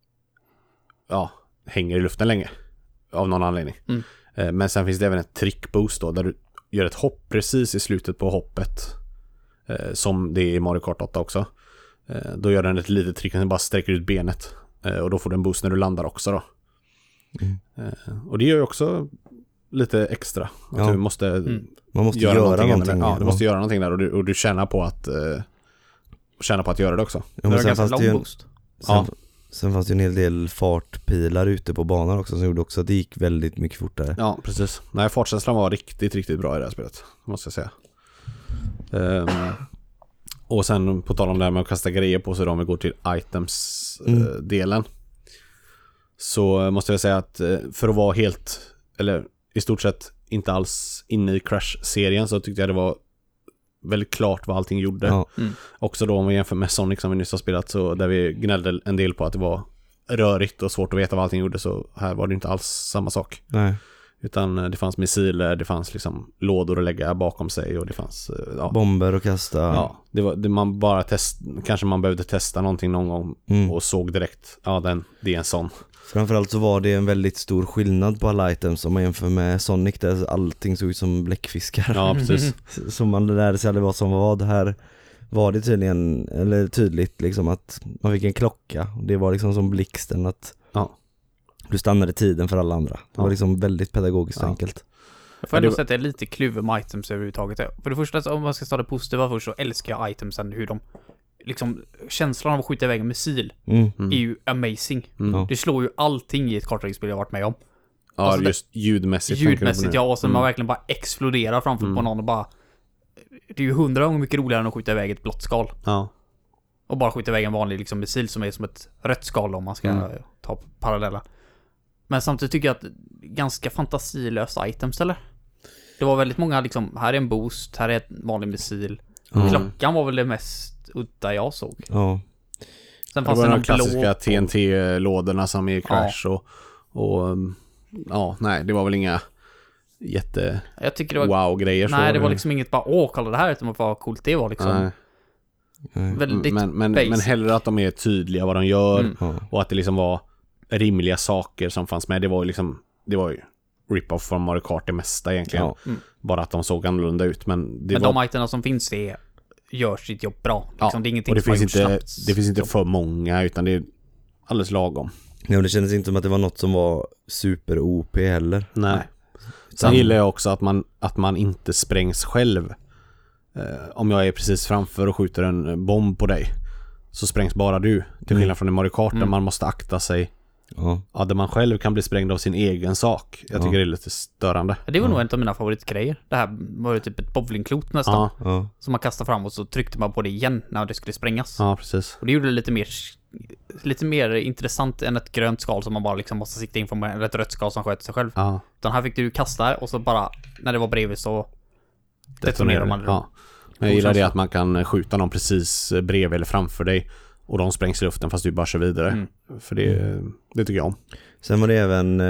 S2: hänger i luften länge av någon anledning. Men sen finns det även ett trickboost då, där du gör ett hopp precis i slutet på hoppet, som det är i Mario Kart 8 också. Då gör den ett litet trick och bara sträcker ut benet, och då får du en boost när du landar också då. Och det gör ju också lite extra att du måste
S3: man måste göra någonting.
S2: Du måste göra någonting där, och du tjänar på att göra det också.
S3: Ja, men sen fanns det en hel del fartpilar ute på banan också som gjorde också att det gick väldigt mycket fortare.
S2: Ja, precis. Nej, fartkänslan var riktigt, riktigt bra i det här spelet, måste jag säga. Och sen på tal om det här med att kasta grejer på sig, om vi går till items-delen, så måste jag säga att för att vara helt, eller i stort sett inte alls inne i Crash-serien, så tyckte jag det var väldigt klart vad allting gjorde. Också då om vi jämför med Sonic som vi nyss har spelat, så där vi gnällde en del på att det var rörigt och svårt att veta vad allting gjorde, så här var det inte alls samma sak.
S3: Nej.
S2: Utan det fanns missiler, det fanns liksom lådor att lägga bakom sig, och det fanns
S3: bomber att kasta.
S2: Ja, det man bara kanske man behövde testa någonting någon gång och såg direkt, det är en sån.
S3: Framförallt så var det en väldigt stor skillnad på alla items om man jämför med Sonic, där allting såg ut som bläckfiskar.
S2: Ja, precis.
S3: Så man lärde sig aldrig vad som var. Det här var det tydligt liksom att man fick en klocka. Det var liksom som blixten att du stannade tiden för alla andra. Det var liksom väldigt pedagogiskt enkelt.
S1: Jag får ändå säga att det är lite kluven med items överhuvudtaget. För det första, om man ska starta positiva först, så älskar jag itemsen, hur de liksom, känslan av att skjuta iväg en missil är ju amazing. Det slår ju allting i ett kartläggningsspel jag har varit med om.
S2: Ja, alltså just ljudmässigt.
S1: Och sen man verkligen bara exploderar framför på någon och bara, det är ju 100 gånger mycket roligare än att skjuta iväg ett blått skal.
S2: Ja.
S1: Och bara skjuta iväg en vanlig liksom missil som är som ett rött skal, om man ska ta parallella. Men samtidigt tycker jag att ganska fantasilösa items, eller? Det var väldigt många liksom, här är en boost, här är ett vanlig missil. Klockan var väl det mest udda jag såg.
S3: Ja.
S1: Sen
S2: fanns det de klassiska TNT-lådorna som är Crash och nej, det var väl inga wow-grejer.
S1: Nej, det var liksom inget bara, kolla det här, utan vad coolt det var liksom. Väldigt
S2: men hellre att de är tydliga vad de gör och att det liksom var rimliga saker som fanns med. Det var ju rip-off från Mario Kart det mesta egentligen. Bara att de såg annorlunda ut. Men
S1: de items som finns, det gör sitt jobb bra. Liksom, det är ingenting, och
S2: det finns inte för många, utan det är alldeles lagom.
S3: Ja, det kändes inte som att det var något som var super OP heller.
S2: Nej. Sen gillar jag också att man inte sprängs själv. Om jag är precis framför och skjuter en bomb på dig, så sprängs bara du. Till skillnad från i Mario Kart där man måste akta sig. Ja, där man själv kan bli sprängd av sin egen sak. Jag tycker det är lite störande.
S1: Det var nog en av mina favoritgrejer. Det här var ju typ ett bowlingklot nästan. Som man kastade fram och så tryckte man på det igen när det skulle sprängas.
S2: Ja, precis.
S1: Och det gjorde det lite mer intressant än ett grönt skal som man bara liksom måste sikta in från, eller ett rött skal som sköter sig själv. Utan här fick du kasta och så bara, när det var bredvid så detonerar man det.
S2: Men jag gillar det att man kan skjuta någon precis bredvid eller framför dig och de sprängs i luften fast du bara kör vidare. För det tycker jag om.
S3: Sen var det även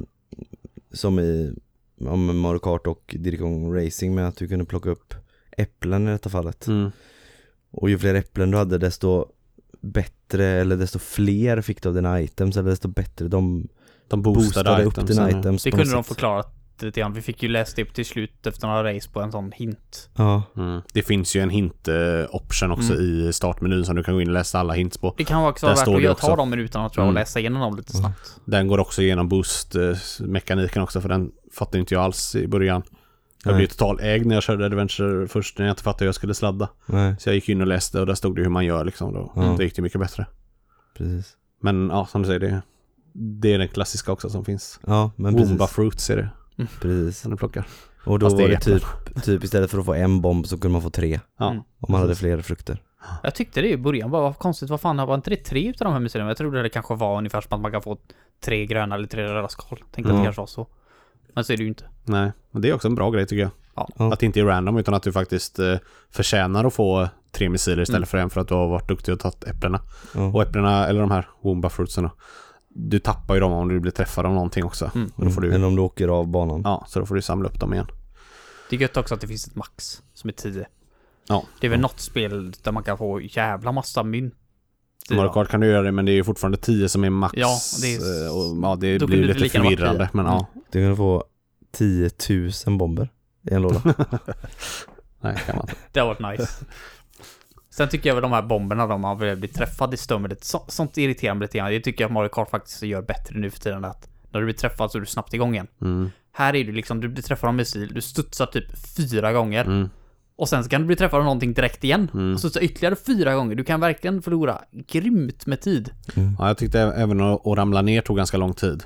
S3: som i Mario Kart och Diddy Kong Racing, med att du kunde plocka upp äpplen i detta fallet. Och ju fler äpplen du hade, desto bättre, eller desto fler fick du av dina items, eller desto bättre de boostade upp dina items.
S1: Det kunde de förklara lite grann. Vi fick ju läsa det till slut efter några race på en sån hint.
S2: Det finns ju en hint-option också i startmenyn som du kan gå in och läsa alla hints på.
S1: Det kan vara också värt att ta dem utan att läsa igenom dem lite snabbt.
S2: Den går också igenom boost-mekaniken också, för den fattade inte jag alls i början. Jag blev total ägd när jag körde Adventure först, när jag inte fattade hur jag skulle sladda. Så jag gick in och läste och där stod det hur man gör liksom. Då gick det mycket bättre.
S3: Precis.
S2: Men som du säger, det är den klassiska också som finns.
S3: Ja, men precis.
S2: Wumba Fruits är det.
S3: Precis.
S2: Som du plockar.
S3: Och då var det typ istället för att få en bomb så kunde man få 3. Om man hade fler frukter.
S1: Jag tyckte det i början var konstigt. Vad fan, var inte det 3 utav de här museerna? Jag trodde det kanske var ungefär som att man kan få 3 gröna eller 3 röda skal. Tänkte att det kanske var så. Men så är det ju inte.
S2: Nej, och det är också en bra grej tycker jag.
S1: Ja.
S2: Att det inte är random utan att du faktiskt förtjänar att få 3 missiler istället för en för att du har varit duktig och tagit äpplena. Och äpplena, eller de här Wumba fruitsen, du tappar ju dem om du blir träffad av någonting också. Och då får du,
S3: eller om du åker av banan.
S2: Ja, så då får du samla upp dem igen.
S1: Det är gött också att det finns ett max som är 10.
S2: Ja.
S1: Det är väl något spel där man kan få jävla massa mynt.
S2: Mario Kart kan du göra det, men det är ju fortfarande 10 som är max.
S1: Ja, det är,
S2: och det
S1: då
S2: blir
S1: kunde det
S2: lite
S1: lika gärna vara
S2: förvirrande.
S1: 10.
S2: Men ja.
S3: Du kan få 10 000 bomber i en låda.
S2: Nej, kan man inte.
S1: Det har varit nice. Sen tycker jag väl de här bomberna, de har väl blivit träffade i stömmet. Sånt irriterar mig lite grann. Det tycker jag att Mario Kart faktiskt gör bättre nu för tiden. Att när du blir träffad så är du snabbt igång igen. Här är du liksom, du blir träffad av missil, du studsar typ 4 gånger. Och sen kan du bli träffad av någonting direkt igen. Och studsar ytterligare 4 gånger. Du kan verkligen förlora grymt med tid.
S2: Ja, jag tyckte även att ramla ner tog ganska lång tid.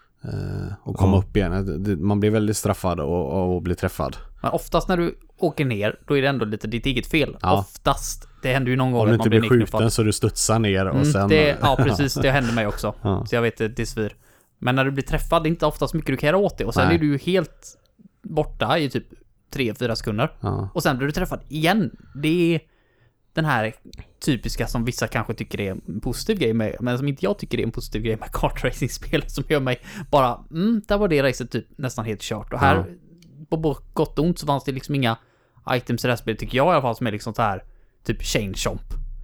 S2: Och komma upp igen. Man blir väldigt straffad och blir träffad.
S1: Men oftast när du åker ner, då är det ändå lite ditt eget fel.
S2: Ja.
S1: Oftast. Det händer ju någon gång
S2: om du
S1: att man
S2: inte
S1: blir
S2: blir
S1: nedknuffad.
S2: skjuten så du studsar ner och sen...
S1: Ja, precis. Det händer mig också.
S2: Ja.
S1: Så jag vet, det svir. Men när du blir träffad, det är inte oftast mycket du kan göra åt det. Och sen är du ju helt borta i typ 3-4 sekunder.
S2: Ja.
S1: Och sen blir du träffad igen. Det är den här typiska som vissa kanske tycker är en positiv grej med, men som inte jag tycker är en positiv grej med kartracing-spel, som gör mig bara, där var det racet typ nästan helt kört. Och här, på gott och ont, så fanns det liksom inga items i det här spelet, tycker jag i alla fall, som är liksom så här typ chain chomp.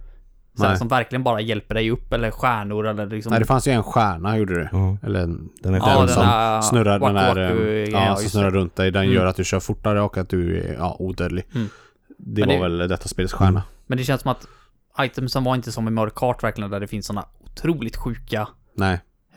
S1: Så här, som verkligen bara hjälper dig upp, eller stjärnor, eller liksom...
S2: Nej, det fanns ju en stjärna, gjorde det. Eller
S3: den är
S2: den som
S1: här
S2: snurrar, den
S1: waku,
S2: som snurrar runt dig. Den gör att du kör fortare och att du är odödlig. Det var väl detta spelets stjärna.
S1: Men det känns som att itemsen var inte som i Mario Kart verkligen, där det finns såna otroligt sjuka...
S2: Nej.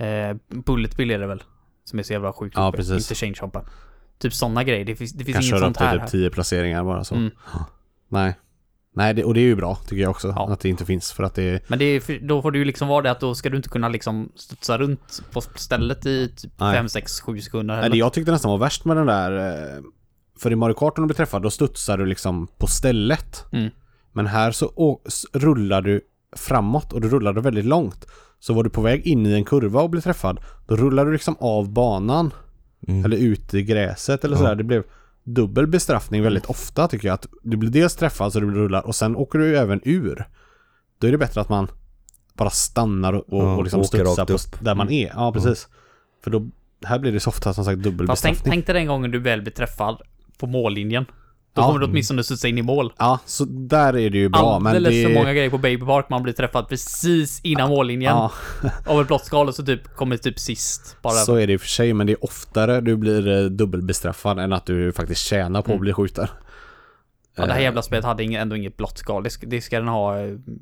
S1: Bullet Bill är det väl, som är så jävla sjukt.
S2: Ja, precis.
S1: Inte chain chompen. Typ såna grejer. Det finns inget
S2: köra
S1: sånt
S2: upp till
S1: här.
S2: typ 10 placeringar bara så. Nej. Nej, och det är ju bra tycker jag också, att det inte finns, för att det...
S1: Men då får du ju liksom vara det att då ska du inte kunna liksom studsa runt på stället i typ 5, 6, 7 sekunder.
S2: Nej, det jag tyckte nästan var värst med den där, för i Mario Kart när du blir träffad, då studsar du liksom på stället. Men här så rullar du framåt, och du rullar väldigt långt. Så var du på väg in i en kurva och blev träffad, då rullar du liksom av banan eller ut i gräset eller sådär. Det blev dubbel bestraffning väldigt ofta, tycker jag, att du blir dels träffad så du rullar, och sen åker du även ur. Då är det bättre att man bara stannar och liksom studsar på där man är. Ja, precis. För då, här blir det så ofta som sagt dubbel bestraffning.
S1: Tänk dig den gången du väl blir träffad på mållinjen. Då kommer du åtminstone studsa in i mål.
S2: Ja, så där är det ju bra.
S1: Alldeles
S2: men det...
S1: för många grejer på Baby Park, man blir träffad precis innan mållinjen. Av ett blått skal, och så typ kommer typ sist. Bara.
S2: Så är det i och för sig, men det är oftare du blir dubbelbestraffad än att du faktiskt tjänar på att bli skjuten.
S1: Ja, det här jävla spelet hade ändå inget blått skal. Det ska den ha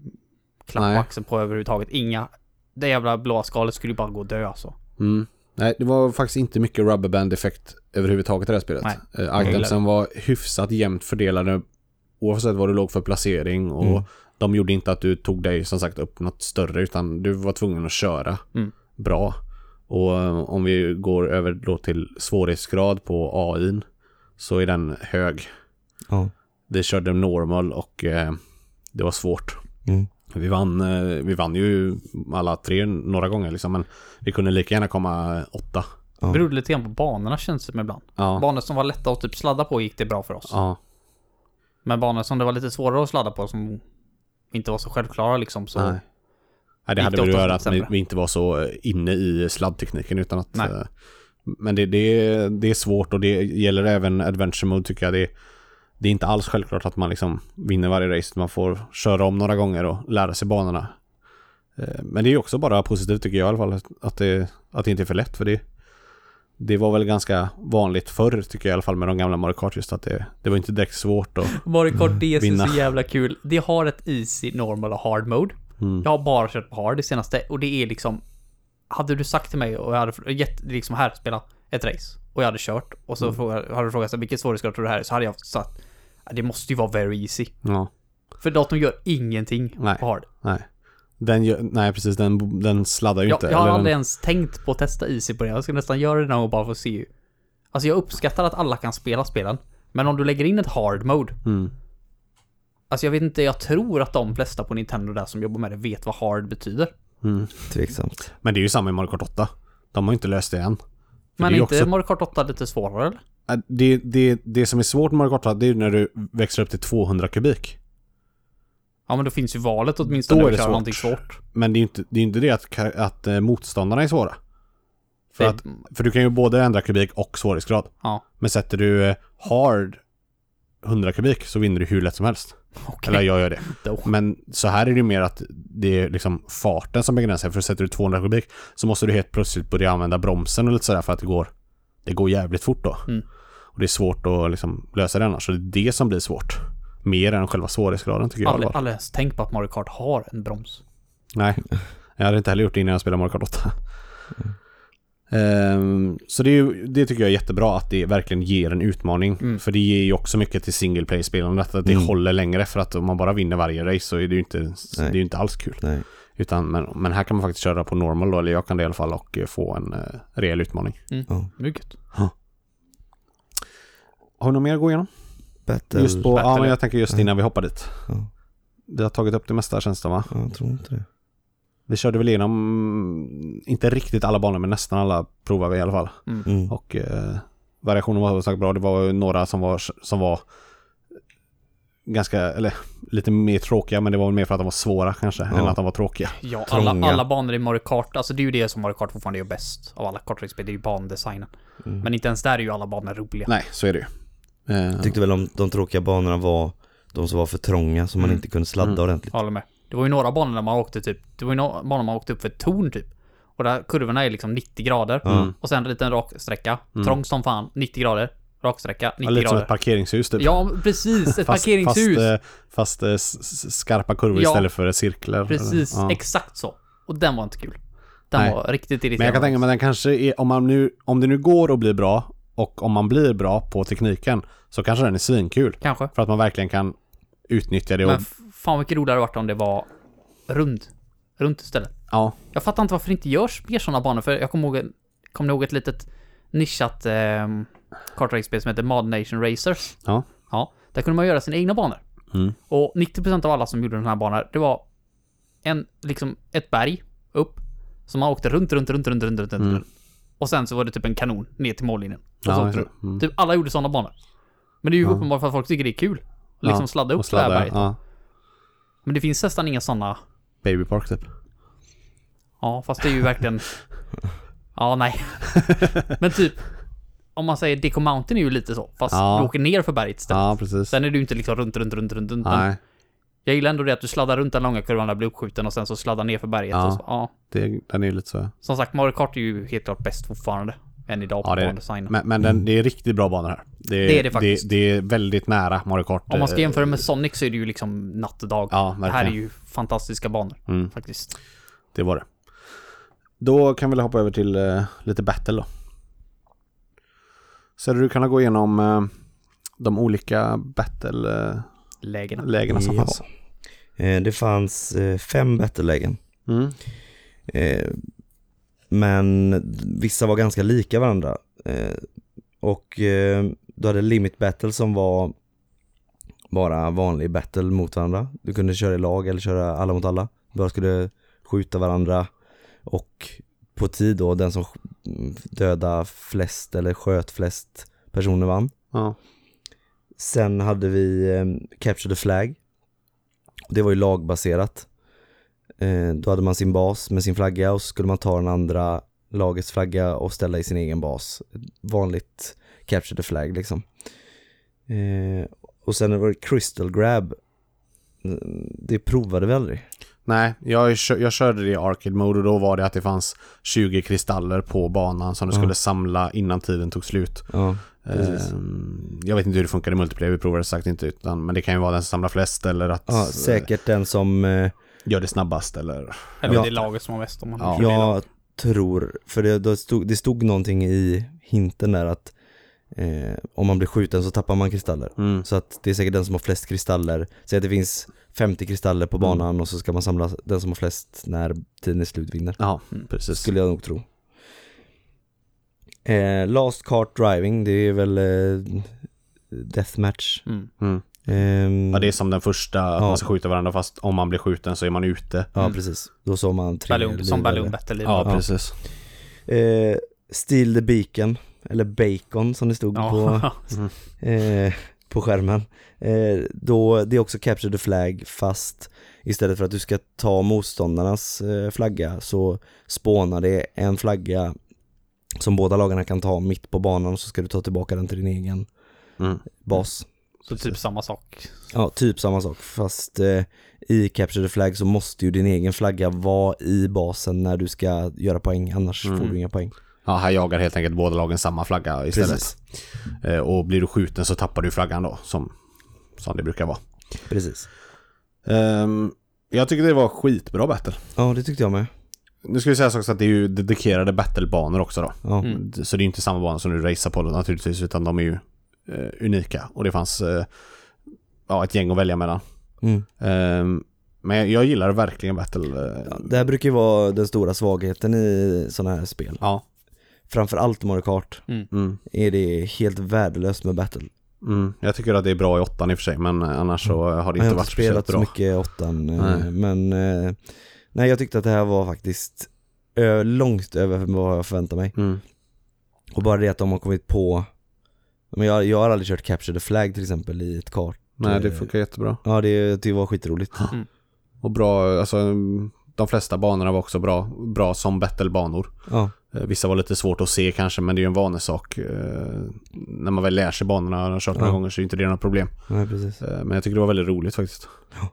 S1: klappaxeln på överhuvudtaget. Det jävla blåa skalet skulle ju bara gå och dö alltså.
S2: Nej, det var faktiskt inte mycket rubberband-effekt överhuvudtaget i det här spelet. Itemsen var hyfsat jämnt fördelade oavsett vad du låg för placering, och de gjorde inte att du tog dig som sagt upp något större, utan du var tvungen att köra bra. Och om vi går över då till svårighetsgrad på AI:n, så är den hög. Det körde normal och det var svårt. Vi vann ju alla 3 några gånger liksom, men vi kunde lika gärna komma 8.
S1: Det berodde lite grann på banorna, känns det med ibland. Banor som var lätta att typ sladda på gick det bra för oss. Men banor som det var lite svårare att sladda på, som inte var så självklara liksom, så...
S2: Nej, det hade väl att göra att vi inte var så inne i sladdtekniken, utan att... Men det är svårt, och det gäller även Adventure Mode, tycker jag. Det är inte alls självklart att man liksom vinner varje race. Man får köra om några gånger och lära sig banorna. Men det är ju också bara positivt, tycker jag i alla fall, att det inte är för lätt, för det var väl ganska vanligt förr, tycker jag i alla fall, med de gamla Mario Kart, just att det var inte direkt svårt att
S1: Mario Kart DS
S2: vinna.
S1: är så jävla kul. Det har ett easy, normal och hard mode. Jag har bara kört på hard det senaste, och det är liksom, hade du sagt till mig och jag hade gett liksom här, spela ett race, och jag hade kört, och så hade du frågat sig vilket svårighetsgrad tror du det här är, så hade jag sagt det måste ju vara very easy. För datorn gör ingenting på hard.
S2: Nej, precis, den sladdar ju inte.
S1: Jag har aldrig ens tänkt på att testa easy på det. Jag ska nästan göra det någon bara för att se. Alltså jag uppskattar att alla kan spela spelen, men om du lägger in ett hard mode, alltså jag vet inte, jag tror att de flesta på Nintendo där som jobbar med det vet vad hard betyder.
S3: Tveksamt.
S2: Men det är ju samma i Mario Kart 8. De har ju inte löst det än.
S1: Men är inte
S2: också...
S1: Mario Kart 8 lite svårare, eller?
S2: Det som är svårt med Mario Kart, det är när du växlar upp till 200 kubik.
S1: Ja, men då finns ju valet åtminstone
S2: Då är
S1: att
S2: det
S1: köra
S2: svårt.
S1: någonting svårt.
S2: Men det är inte det att motståndarna är svåra. För du kan ju både ändra kubik och svårighetsgrad.
S1: Ja.
S2: Men sätter du hard 100 kubik så vinner du hur lätt som helst.
S1: Okay.
S2: Eller jag gör det.
S1: Då.
S2: Men så här är det ju mer att det är liksom farten som begränsar. För sätter du 200 kubik så måste du helt plötsligt börja använda bromsen och lite sådär för att det går jävligt fort då.
S1: Mm.
S2: Och det är svårt att liksom lösa det annars. Så det är det som blir svårt. Mer än själva svårighetsgraden tycker jag.
S1: Aldrig ens tänkt på att Mario Kart har en broms.
S2: Nej, jag hade inte heller gjort det innan jag spelade Mario Kart 8. Så det tycker jag är jättebra att det verkligen ger en utmaning. För det ger ju också mycket till single play spelandet att det håller längre, för att om man bara vinner varje race så är det ju inte alls kul.
S3: Nej.
S2: Utan, men här kan man faktiskt köra på normal då, eller jag kan det i alla fall, och få en rejäl utmaning.
S1: Mycket.
S2: Har du något mer att gå igenom?
S3: Battle.
S2: Ja, men jag tänker just innan vi hoppar dit.
S3: Ja.
S2: Vi har tagit upp det mesta, känns det, va?
S3: Ja, jag tror inte det.
S2: Vi körde väl igenom inte riktigt alla banor, men nästan alla provar vi i alla fall. Och variationen var sagt bra. Det var några som var ganska, eller lite mer tråkiga, men det var mer för att de var svåra kanske än att de var tråkiga.
S1: Ja, alla banor i Mario Kart, alltså det är ju det som Mario Kart fortfarande är bäst av alla kartspel, det är ju bandesignen. Men inte ens där är ju alla banor roliga.
S2: Nej, så är det ju.
S3: Jag tyckte väl om de tråkiga banorna var de som var för trånga, som man inte kunde sladda ordentligt.
S1: Håller med. Det var ju några banor där man åkte banor man åkte upp för ett torn typ. Och där kurvorna är liksom 90 grader. Och sen en liten rak sträcka. Trång som fan, 90 grader. Raksträcka, 90
S2: lite
S1: grader.
S2: som ett parkeringshus typ.
S1: Ja, precis. Ett parkeringshus.
S2: Fast skarpa kurvor istället för cirklar.
S1: Precis, exakt så. Och den var inte kul. Den var riktigt irriterande.
S2: Men jag kan tänka mig, den kanske är, om det nu går att bli bra, och om man blir bra på tekniken, så kanske den är svinkul.
S1: Kanske.
S2: För att man verkligen kan utnyttja det.
S1: Men fan vilket roligare varit om det var runt istället.
S2: Ja.
S1: Jag fattar inte varför det inte görs mer sådana banor. För jag kommer ihåg ett litet nischat kartrace-spel som heter Mod Nation Racers.
S2: Ja.
S1: Ja, där kunde man göra sina egna banor. Och 90% av alla som gjorde den här banan, det var ett berg upp som man åkte runt. Och sen så var det typ en kanon ner till mållinjen. Och så åkte du. Typ alla gjorde sådana banor. Men det är ju uppenbart för att folk tycker det är kul. Liksom sladda upp det här berget.
S2: Ja.
S1: Men det finns nästan inga sådana.
S2: Baby Park typ.
S1: Ja, fast det är ju verkligen... Ja, nej. Men typ, om man säger Deco Mountain är ju lite så. Fast du åker ner för berget istället.
S2: Ja, precis.
S1: Sen är du inte liksom runt.
S2: Nej.
S1: Jag gillar ändå det att du sladdar runt den långa kurvan där blir uppskjuten och sen så sladdar ner för berget. Och så,
S2: Den är ju lite så.
S1: Som sagt, Mario Kart är ju helt klart bäst fortfarande än idag på bandesignen.
S2: Men det är riktigt bra banor här.
S1: Det är det faktiskt.
S2: Det är väldigt nära Mario Kart.
S1: Om man ska jämföra med Sonic så är det ju liksom natt och dag.
S2: Ja,
S1: det här är ju fantastiska banor faktiskt.
S2: Det var det. Då kan vi hoppa över till lite battle då. Så du kan gå igenom de olika battle-lägena som fanns.
S3: Det fanns 5 battle-lägen. Men vissa var ganska lika varandra. Och du hade Limit Battle som var bara vanlig battle mot varandra. Du kunde köra i lag eller köra alla mot alla. Du bara skulle skjuta varandra. Och på tid då, den som döda flest eller sköt flest personer vann.
S2: Ja.
S3: Sen hade vi Capture the Flag. Det var ju lagbaserat. Då hade man sin bas med sin flagga och så skulle man ta den andra lagets flagga och ställa i sin egen bas. Vanligt Capture the Flag liksom. Och sen var det Crystal Grab. Det provade vi aldrig.
S2: Nej, jag körde det i arcade mode och då var det att det fanns 20 kristaller på banan som du skulle samla innan tiden tog slut.
S3: Ja,
S2: jag vet inte hur det funkar i multiplayer, vi provade det sagt inte utan, men det kan ju vara den som samlar flest eller att
S3: säkert den som
S2: gör det snabbast eller
S1: det laget som har mest om man
S3: jag tror, för det stod någonting i hinten där att om man blir skjuten så tappar man kristaller. Så att det är säkert den som har flest kristaller. Så att det finns 50 kristaller på banan och så ska man samla den som har flest när tiden är slut vinner.
S2: Ja, precis.
S3: Skulle jag nog tro. Last Kart Driving, det är väl Deathmatch.
S2: Ja, det är som den första att man ska skjuta varandra fast om man blir skjuten så är man ute.
S3: Ja, precis. Då såg man 3
S1: som Balloon Battle.
S2: Ja, precis.
S3: Steal the Beacon. eller bacon som det stod på skärmen. Då det är också capture the flag, fast istället för att du ska ta motståndarnas flagga så spånar det en flagga som båda lagarna kan ta mitt på banan, och så ska du ta tillbaka den till din egen bas.
S1: Så typ samma sak.
S3: Ja, typ samma sak. Fast i Capture the Flag så måste ju din egen flagga vara i basen när du ska göra poäng. Annars får du inga poäng.
S2: Ja, här jagar helt enkelt båda lagen samma flagga istället.
S3: Precis.
S2: Och blir du skjuten så tappar du flaggan då, som det brukar vara.
S3: Precis.
S2: Jag tycker det var skitbra battle.
S3: Ja, det tyckte jag med.
S2: Nu ska vi säga också att det är ju dedikerade battlebanor också då.
S3: Ja.
S2: Så det är ju inte samma bana som du racear på naturligtvis, utan de är ju unika. Och det fanns ett gäng att välja mellan. Men jag gillar verkligen battle.
S3: Det här brukar ju vara den stora svagheten i sådana här spel.
S2: Ja.
S3: Framförallt Mario Kart är det helt värdelöst med battle.
S2: Jag tycker att det är bra i 8 i och för sig, men annars så har det inte varit
S3: spelat så mycket i 8. Men nej, jag tyckte att det här var faktiskt långt över vad jag förväntade mig. Och bara det att de har kommit på, men jag har aldrig kört Capture the Flag till exempel i ett kart.
S2: Nej, det funkar jättebra.
S3: Ja, det var skitroligt.
S2: Och bra, alltså de flesta banorna var också bra som battlebanor.
S3: Ja.
S2: Vissa var lite svårt att se kanske, men det är ju en vanesak. När man väl lär sig banorna och kört några gånger så är inte det något problem.
S3: Nej, precis.
S2: Men jag tycker det var väldigt roligt faktiskt.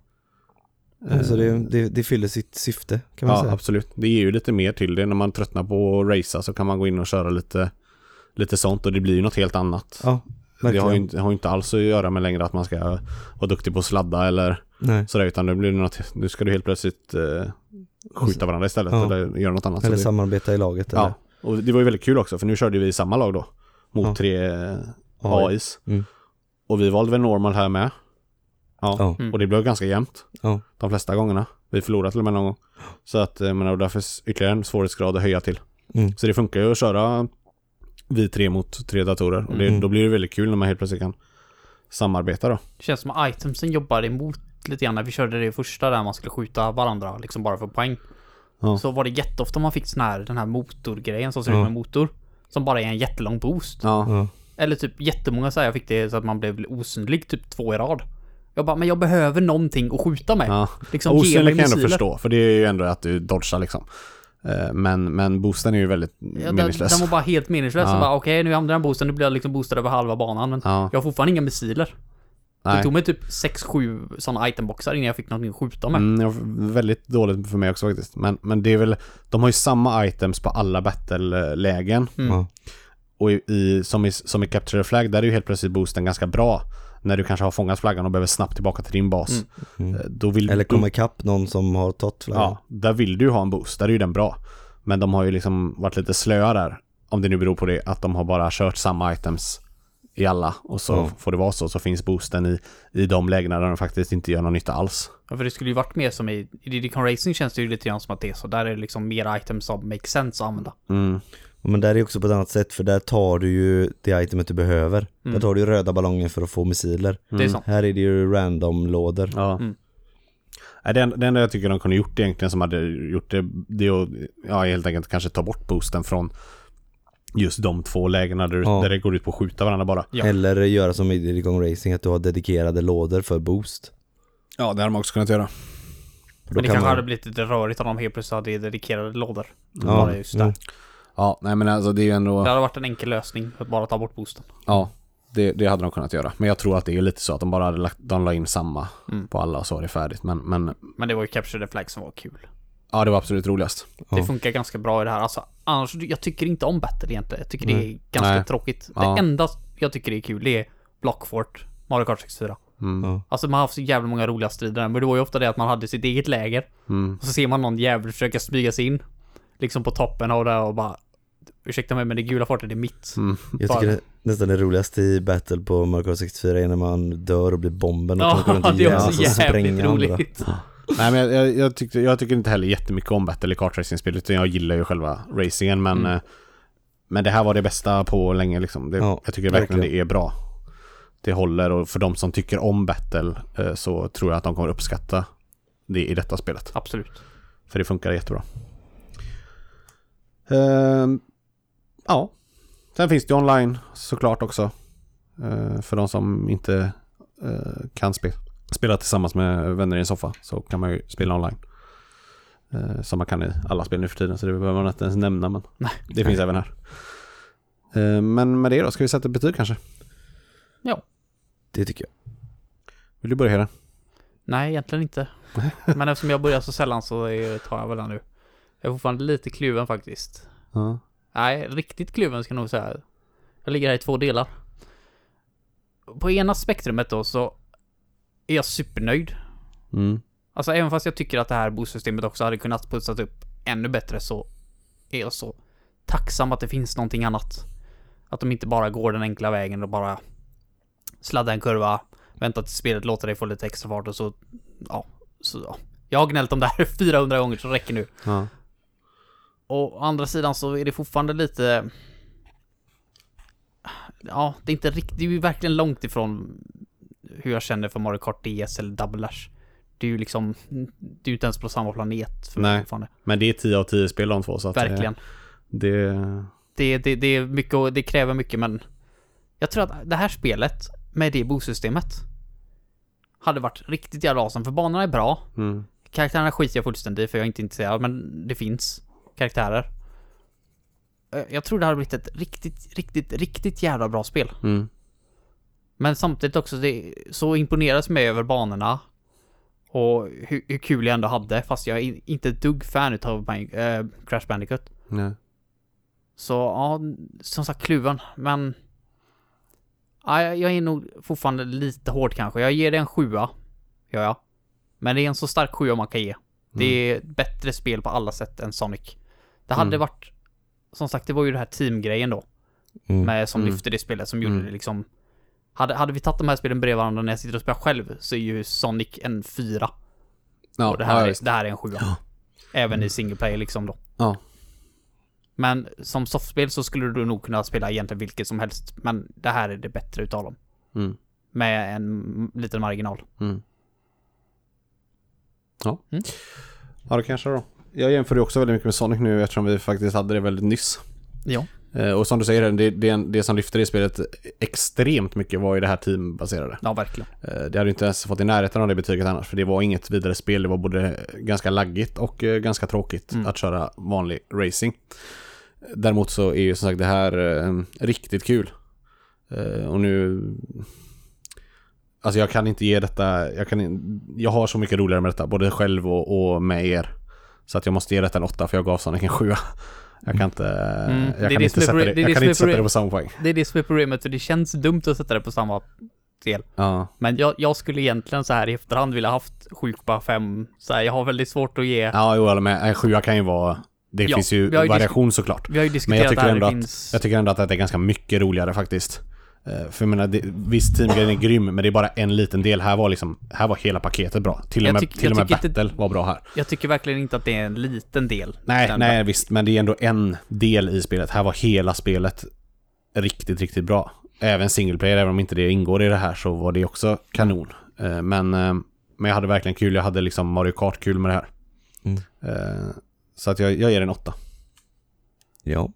S3: Så det fyller sitt syfte, kan man säga.
S2: Ja, absolut. Det ger ju lite mer till det. När man tröttnar på att racea så kan man gå in och köra lite sånt, och det blir ju något helt annat.
S3: Ja,
S2: det har ju inte alls att göra med längre att man ska vara duktig på att sladda eller sådär, utan det blir något, nu ska du helt plötsligt skjuta varandra istället eller göra något annat.
S3: Eller samarbeta i laget. Eller?
S2: Ja, och det var ju väldigt kul också, för nu körde vi i samma lag då mot 3 AIs. Och vi valde väl normal här med. Och det blev ganska jämnt de flesta gångerna. Vi förlorade till och med någon gång. Så att, men därför ytterligare en svårighetsgrad att höja till. Så det funkar ju att köra vi 3 mot 3 datorer. Och då blir det väldigt kul när man helt plötsligt kan samarbeta då.
S1: Det känns som att itemsen jobbar emot lite grann. När vi körde det första där man skulle skjuta varandra liksom bara för poäng. Så var det jätteofta man fick den här motorgrejen som ser ut med motor, som bara är en jättelång boost. Eller typ jättemånga så här, jag fick det så att man blev osynlig typ 2 i rad. Jag bara, men jag behöver någonting att skjuta med. Liksom,
S2: osynlig kan jag ändå förstå, för det är ju ändå att du dodgar liksom. Men boosten är ju väldigt meningslös.
S1: Den var bara helt meningslös. Okej, nu använder jag boosten, nu blir jag liksom boostad över halva banan. Men jag har fortfarande inga missiler. Det tog mig typ 6-7 sådana itemboxar innan jag fick någonting att skjuta med.
S2: Väldigt dåligt för mig också faktiskt. Men det är väl, de har ju samma items på alla battle-lägen. Och som i Capture the Flag, där är ju helt plötsligt boosten ganska bra. När du kanske har fångat flaggan och behöver snabbt tillbaka till din bas.
S3: Eller komma ikapp någon som har tagit flaggan.
S2: Ja, där vill du ha en boost, där är ju den bra. Men de har ju liksom varit lite slöa där. Om det nu beror på det, att de har bara kört samma items i alla. Och så får det vara så finns boosten i de lägena där de faktiskt inte gör någon nytta alls. Ja,
S1: för det skulle ju varit mer som i Diddy Kong Racing, känns det ju lite grann som att det är så. Där är det liksom mer items som make sense att använda.
S3: Men där är också på ett annat sätt, för där tar du ju det itemet du behöver. Där tar du ju röda ballonger för att få missiler.
S1: Det är sant.
S3: Här är det ju random-lådor.
S2: Det enda jag tycker de kunde gjort egentligen, som hade gjort det är att helt enkelt kanske ta bort boosten från just de 2 lägena där det går ut på att skjuta varandra bara.
S3: Eller göra som i Diddy Kong Racing, att du har dedikerade lådor för boost.
S2: Ja, det hade man också kunnat göra.
S1: Men det kanske hade blivit lite rörigt om de helt plötsligt hade dedikerade lådor. Bara just där.
S2: Ja, nej men alltså det är ju ändå...
S1: Det hade varit en enkel lösning att bara ta bort boosten.
S2: Ja, det hade de kunnat göra. Men jag tror att det är lite så att de bara la in samma på alla och så var det färdigt. Men
S1: det var ju Capture the Flag som var kul.
S2: Ja, det var absolut roligast.
S1: Det funkar ganska bra i det här. Alltså, annars, jag tycker inte om battle egentligen. Jag tycker det är ganska tråkigt. Det enda jag tycker är kul är Blockfort, Mario Kart 64. Alltså man har haft så jävla många roliga strider. Men det var ju ofta det att man hade sitt eget läger. Och så ser man någon jävel försöka smyga sig in liksom på toppen av det och bara, ursäkta mig, men det gula fortet är mitt.
S3: Jag tycker det nästan det roligaste i battle på Mario Kart 64 är när man dör och blir bomben och kommer inte
S1: det är också jävligt roligt.
S2: Nej, men jag tycker inte heller jättemycket om battle i kartracing-spel, utan jag gillar ju själva racingen, men det här var det bästa på länge liksom. Jag tycker verkligen det är bra. Det håller, och för de som tycker om battle så tror jag att de kommer uppskatta det i detta spelet.
S1: Absolut.
S2: För det funkar jättebra. Sen finns det online såklart också. För de som inte kan spela tillsammans med vänner i en soffa, så kan man ju spela online. Som man kan i alla spel nu för tiden, så det behöver man inte ens nämna, men det finns även här. Men med det då, ska vi sätta ett betyg kanske?
S1: Ja.
S3: Det tycker jag.
S2: Vill du börja här?
S1: Nej, egentligen inte. Men eftersom jag börjar så sällan så tar jag väl den nu. Jag är fortfarande lite kluven faktiskt.
S2: Ja.
S1: Nej, riktigt kluven ska jag nog säga. Jag ligger här i 2 delar. På ena spektrumet då så är jag supernöjd. Alltså även fast jag tycker att det här boostsystemet också hade kunnat putsat upp ännu bättre, så är jag så tacksam att det finns någonting annat. Att de inte bara går den enkla vägen och bara sladdar en kurva, vänta till spelet låter dig få lite extra fart och så ja. Jag har gnällt om det här 400 gånger, så räcker nu.
S2: Ja.
S1: Och å andra sidan så är det fortfarande lite... Ja, det är inte riktigt... Det är ju verkligen långt ifrån hur jag känner för Mario Kart DS eller Double Dash. Det är ju liksom... Det är ju inte ens på samma planet för mig fortfarande.
S2: Men det är 10 av 10 spel de två, så att
S1: verkligen. Det är mycket, och det kräver mycket, men... Jag tror att det här spelet med det boostsystemet hade varit riktigt jävla awesome, för banorna är bra. Karaktärerna skiter jag fullständigt, för jag är inte intresserad, men det finns karaktärer. Jag tror det hade blivit ett riktigt jävla bra spel. Men samtidigt också så imponeras mig över banorna och hur kul jag ändå hade, fast jag är inte ett dugg fan utav Crash Bandicoot.
S2: Nej.
S1: Så ja, som sagt kluven, men ja, jag är nog fortfarande lite hård kanske. Jag ger det en 7. Ja. Men det är en så stark 7 man kan ge. Det är ett bättre spel på alla sätt än Sonic. Det hade varit, som sagt, det var ju det här teamgrejen då. Som lyfte det spelet, som gjorde det liksom... Hade vi tagit de här spelen bredvid varandra när jag sitter och spelar själv, så är ju Sonic en 4.
S2: Ja,
S1: och det här är en 7. Ja. Även i single player liksom då.
S2: Ja.
S1: Men som softspel så skulle du nog kunna spela egentligen vilket som helst. Men det här är det bättre utav dem. Med en liten marginal.
S2: Ja. Ja, det kanske då. Jag jämför ju också väldigt mycket med Sonic nu, eftersom vi faktiskt hade det väldigt nyss.
S1: Ja.
S2: Och som du säger, det som lyfter det spelet extremt mycket var ju det här teambaserade.
S1: Ja, verkligen.
S2: Det hade inte ens fått i närheten av det betyget annars, för det var inget vidare spel. Det var både ganska laggigt och ganska tråkigt att köra vanlig racing. Däremot så är ju som sagt det här riktigt kul. Och nu... Alltså jag kan inte ge detta... Jag har så mycket roligare med detta, både själv och med er. Så att jag måste ge detta en 8, för jag gav Sonic en 7. Jag kan inte... Jag kan inte sätta det på samma poäng.
S1: Det är det som är problemet, för det känns dumt att sätta det på samma del. Ja. Men jag skulle egentligen så här i efterhand vilja haft 7,5. Så här, jag har väldigt svårt att ge...
S2: Ja, jag håller med. En 7 kan ju vara... Det finns ju variation såklart.
S1: Vi har ju diskuterat
S2: jag tycker ändå att det är ganska mycket roligare faktiskt. För jag menar, visst teamgrejen är grym, men det är bara en liten del. Här var hela paketet bra. Till och med Battle var bra här.
S1: Jag tycker verkligen inte att det är en liten del.
S2: Nej, visst, men det är ändå en del i spelet. Här var hela spelet riktigt bra. Även single player, även om inte det ingår i det här, så var det också kanon. Men jag hade verkligen kul. Jag hade liksom Mario Kart kul med det här. Så att jag ger en 8.
S3: Ja.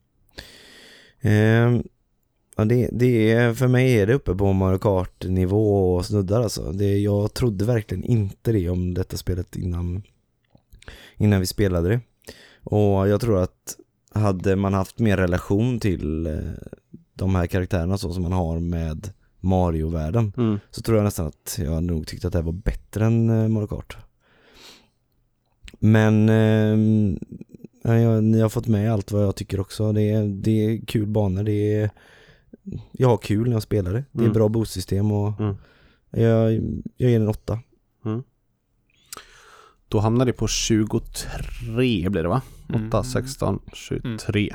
S3: Ja, det är, för mig är det uppe på Mario Kart-nivå och snuddar alltså. Jag trodde verkligen inte det om detta spelet innan vi spelade det. Och jag tror att hade man haft mer relation till de här karaktärerna så som man har med Mario-världen, så tror jag nästan att jag nog tyckte att det här var bättre än Mario Kart. Men ni har fått med allt vad jag tycker också. Det är kul banor, jag har kul när jag spelar det. Det är bra boostsystem och jag ger en 8.
S2: Då hamnar det på 23 blir det, va? 8, 16, 23.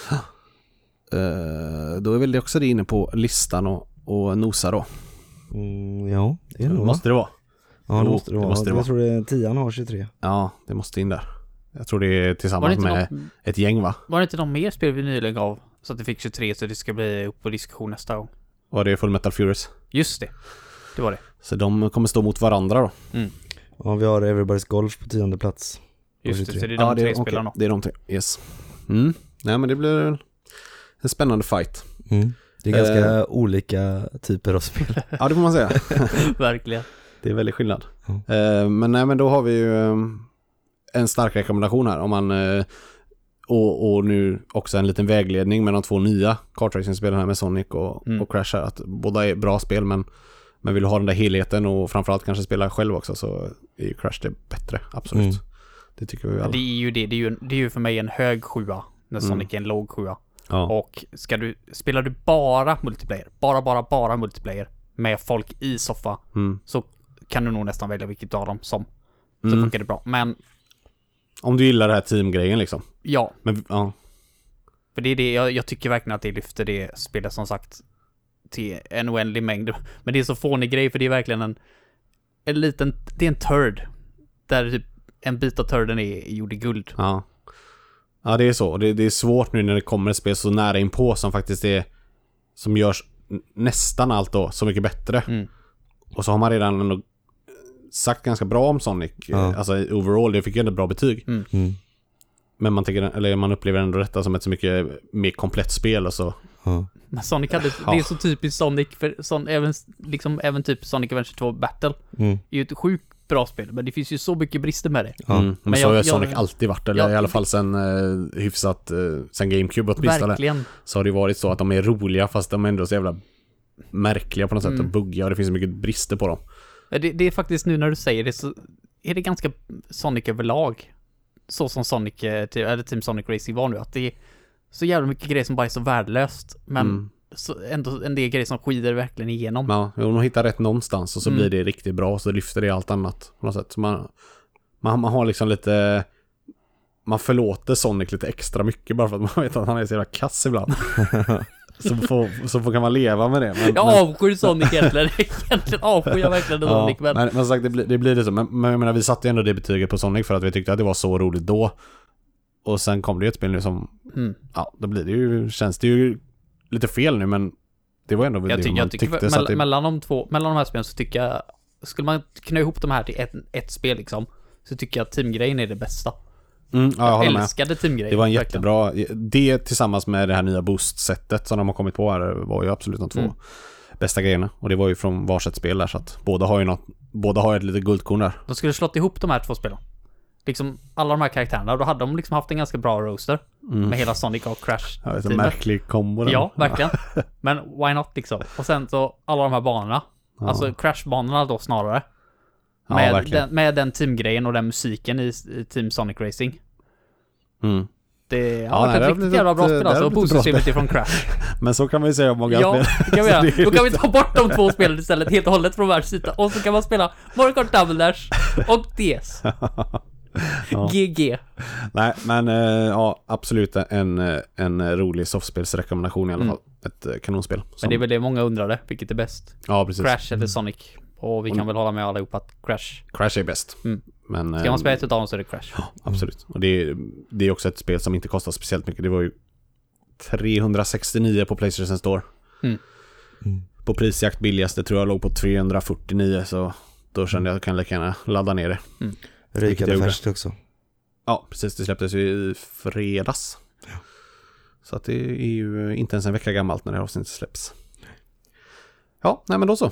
S2: Då är väl det också det inne på listan och nosa då.
S3: Ja, det är det.
S2: Måste det vara?
S3: Ja, det måste det vara. Jag tror det 10 har 23.
S2: Ja, det måste in där. Jag tror det är tillsammans med ett gäng, va?
S1: Var det inte någon mer spel vi nyligen gav så att det fick 23, så det ska bli upp på diskussion nästa gång?
S2: Var det Full Metal Furious?
S1: Just det. Det var det.
S2: Så de kommer stå mot varandra då.
S3: Ja, vi har Everybody's Golf på 10:e plats.
S1: Just det, så det är de tre spelarna.
S2: Det är de tre, yes. Nej, men det blir en spännande fight.
S3: Det är ganska olika typer av spel.
S2: Ja, det får man säga.
S1: Verkligen.
S2: Det är väldigt skillnad. Men då har vi ju en stark rekommendation här. Om man, och nu också en liten vägledning med de 2 nya kartracing-spelen här med Sonic och Crash här. Att båda är bra spel, men vill du ha den där helheten och framförallt kanske spela själv också, så är ju Crash det bättre. Absolut. Det tycker vi alla.
S1: Det är ju det är ju för mig en hög 7 när Sonic är en låg 7.
S2: Ja.
S1: Och spelar du bara multiplayer, bara multiplayer med folk i soffa, så kan du nog nästan välja vilket av dem som så funkar det bra. Men
S2: om du gillar det här teamgrejen liksom.
S1: Ja.
S2: Men, ja.
S1: För det är det, jag tycker verkligen att det lyfter det spelet som sagt till en oändlig mängd. Men det är så fånig grej, för det är verkligen en liten, det är en turd där typ en bit av turden är gjord i guld.
S2: Ja. Ja, det är så. Det är svårt nu när det kommer ett spel så nära inpå som faktiskt är, som görs nästan allt då så mycket bättre. Och så har man redan ändå sagt ganska bra om Sonic. Alltså overall, det fick ju ändå bra betyg. Men man upplever ändå detta som ett så mycket mer komplett spel och så.
S1: Men Sonic det är så typiskt Sonic, för även typ Sonic Adventure 2 Battle är ju ett sjukt bra spel, men det finns ju så mycket brister med det.
S2: Men så har Sonic alltid varit, eller i alla fall sen hyfsat sen GameCube åtminstone.
S1: Verkligen.
S2: Så har det varit så att de är roliga fast de är ändå så jävla märkliga på något sätt och buggiga, och det finns så mycket brister på dem. Det
S1: är faktiskt, nu när du säger det, så är det ganska Sonic överlag. Så som Sonic, eller Team Sonic Racing var nu, att det är så jävla mycket grejer som bara är så värdelöst, men så ändå en del grejer som skidar verkligen igenom.
S2: Ja, om man hittar rätt någonstans och så blir det riktigt bra, så lyfter det allt annat på något sätt. Så man har liksom lite, man förlåter Sonic lite extra mycket bara för att man vet att han är så jävla kass ibland. så kan man leva med det.
S1: Jag avskyr Sonic egentligen. Egentligen avskyr jag verkligen Sonic.
S2: Men sagt, det blir det så. Men jag menar, vi satte ju ändå det betyget på Sonic för att vi tyckte att det var så roligt då. Och sen kom det ju ett spel nu som då blir det ju, känns det ju lite fel nu, men det var ändå
S1: jag tycker mellan de här spelen så tycker jag, skulle man knö ihop de här till ett spel liksom, så tycker jag att teamgrejen är det bästa. Jag älskade teamgrejen.
S2: Det var en jättebra, det tillsammans med det här nya boost-sättet som de har kommit på här var ju absolut de 2 bästa grejerna, och det var ju från varsitt spel där, så att båda har ett litet guldkorn där.
S1: De skulle slått ihop de här 2 spelen. Liksom alla de här karaktärerna, då hade de liksom haft en ganska bra roster med hela Sonic och Crash.
S2: Ja, det är en märklig kombo.
S1: Ja, verkligen. Men why not liksom? Och sen så alla de här banorna, alltså Crash-banorna då snarare. Med den teamgrejen och den musiken i Team Sonic Racing. Det har varit ett riktigt jävla bra spel alltså, och boostsystemet ifrån Crash.
S2: Men så kan man ju säga om många spel.
S1: Ja, det kan vi göra. Då kan vi ta bort de 2 spelen istället helt och hållet från världsytan, och så kan man spela Mario Kart Double Dash och DS. GG.
S2: Nej, men absolut en rolig softspelsrekommendation i alla fall. Ett kanonspel.
S1: Men det är väl det många undrade, vilket är bäst?
S2: Ja, precis.
S1: Crash eller Sonic? Och vi kan väl hålla med allihop att Crash
S2: är bäst. Men,
S1: ska man spela ett av dem så är det Crash.
S2: Ja, absolut. Och det är också ett spel som inte kostar speciellt mycket. Det var ju 369 på PlayStation Store. På prisjakt billigaste tror jag låg på 349, så då kände jag att jag kan lika gärna ladda ner det.
S3: Rykade färskt också.
S2: Ja, precis. Det släpptes ju i fredags. Ja. Så att det är ju inte ens en vecka gammalt när det här avsnittet släpps. Ja, nej men då så.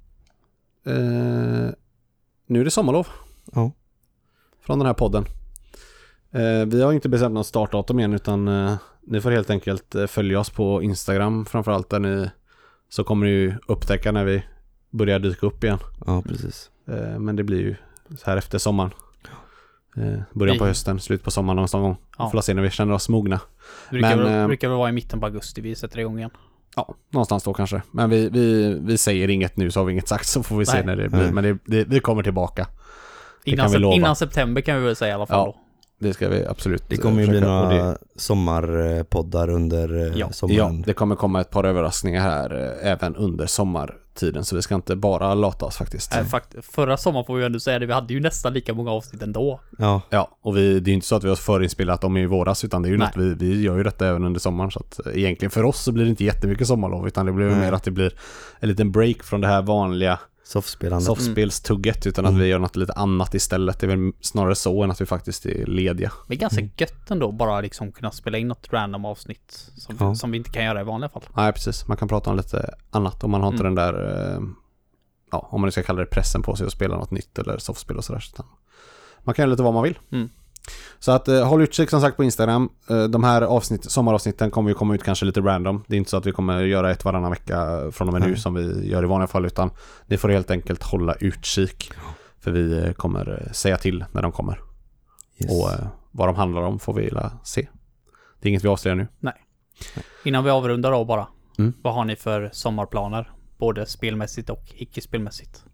S2: Nu är det sommarlov.
S3: Ja.
S2: Från den här podden. Vi har inte bestämt någon startdatum än, utan ni får helt enkelt följa oss på Instagram framförallt, där ni så kommer ni ju upptäcka när vi börjar dyka upp igen.
S3: Ja, precis.
S2: Men det blir ju så här efter sommaren. Början på hösten, slut på sommaren någon gång. Ja. Får se när vi känner oss mogna.
S1: Det brukar väl vara i mitten på augusti vi sätter igång igen.
S2: Ja, någonstans då kanske. Men vi säger inget nu, så har vi inget sagt, så får vi se när det blir. Men vi kommer tillbaka.
S1: Innan september kan vi väl säga i alla fall. Ja,
S2: det ska vi absolut.
S3: Det kommer ju bli några sommarpoddar under sommaren.
S2: Ja, det kommer komma ett par överraskningar här även under sommartiden, så vi ska inte bara lata oss faktiskt.
S1: Förra sommaren får vi ändå säga det, vi hade ju nästan lika många avsnitt ändå.
S2: Ja, och det är ju inte så att vi har förinspelat dem i våras, utan det är ju något vi gör ju detta även under sommaren, så att egentligen för oss så blir det inte jättemycket sommarlov, utan det blir mer att det blir en liten break från det här vanliga soffspelstugget utan att vi gör något lite annat istället. Det är väl snarare så än att vi faktiskt är lediga.
S1: Det är ganska gött ändå bara liksom kunna spela in något random avsnitt som vi inte kan göra i vanliga fall.
S2: Nej, precis. Man kan prata om lite annat och man har inte den där om man ska kalla det pressen på sig att spela något nytt eller soffspel och sådär. Man kan göra lite vad man vill. Så att håll utkik som sagt på Instagram. De här sommaravsnitten kommer ju komma ut kanske lite random. Det är inte så att vi kommer göra ett varannan vecka från och med nu som vi gör i vanliga fall, utan ni får helt enkelt hålla utkik. För vi kommer säga till när de kommer. Och vad de handlar om får vi se. Det är inget vi avslöjar nu.
S1: Nej. Innan vi avrundar då bara. Vad har ni för sommarplaner? Både spelmässigt och icke-spelmässigt.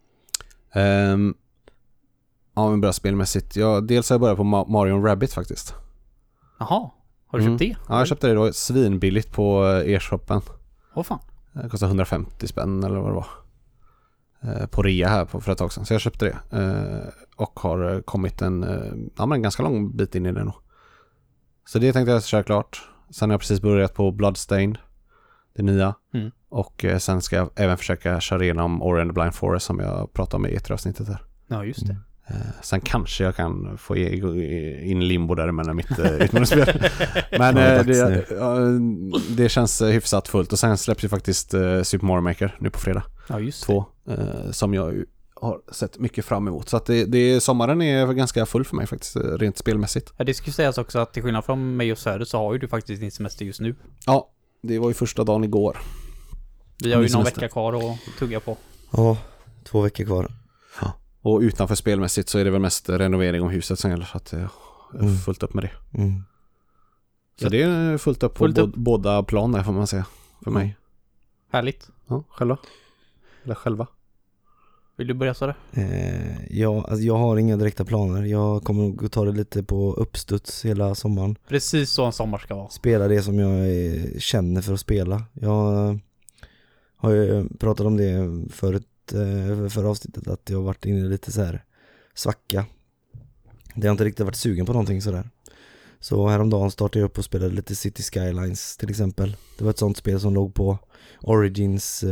S2: Ja, men bra spelmässigt. Dels har jag börjat på Mario & Rabbids faktiskt.
S1: Jaha, har du köpt det?
S2: Ja, jag köpte det då svinbilligt på e-shoppen.
S1: Fan.
S2: Det kostade 150 spänn eller vad det var. På rea här för ett tag sedan. Så jag köpte det. Och har kommit en ganska lång bit in i det nog. Så det tänkte jag köra klart. Sen har jag precis börjat på Bloodstained. Det nya. Och sen ska jag även försöka köra igenom Ori and the Blind Forest som jag pratade om i E3-avsnittet där.
S1: Ja, just det.
S2: Sen kanske jag kan få in limbo där mellan mitt utmaningsspel. Men det känns hyfsat fullt. Och sen släpps ju faktiskt Super Mario Maker nu på fredag.
S1: Ja, just
S2: 2. Som jag har sett mycket fram emot. Så att sommaren är ganska full för mig faktiskt, rent spelmässigt.
S1: Ja, det skulle sägas också att till skillnad från mig och Söder så har ju du faktiskt din semester just nu.
S2: Ja, det var ju första dagen igår.
S1: Vi har ju någon vecka kvar att tugga på.
S3: Ja, 2 veckor kvar.
S2: Ja. Och utanför spelmässigt så är det väl mest renovering om huset som gäller, så att jag är fullt upp med det. Så det är fullt upp på båda plan där får man säga, för mig.
S1: Härligt.
S2: Ja, själva.
S1: Vill du börja så där?
S3: Jag har inga direkta planer. Jag kommer att ta det lite på uppstuds hela sommaren.
S1: Precis så en sommar ska vara.
S3: Spela det som jag känner för att spela. Jag har ju pratat om det för avsnittet, att jag har varit inne i lite så här svacka. Det har inte riktigt varit sugen på någonting sådär. Så häromdagen startade jag upp och spelade lite City Skylines till exempel. Det var ett sånt spel som låg på Origins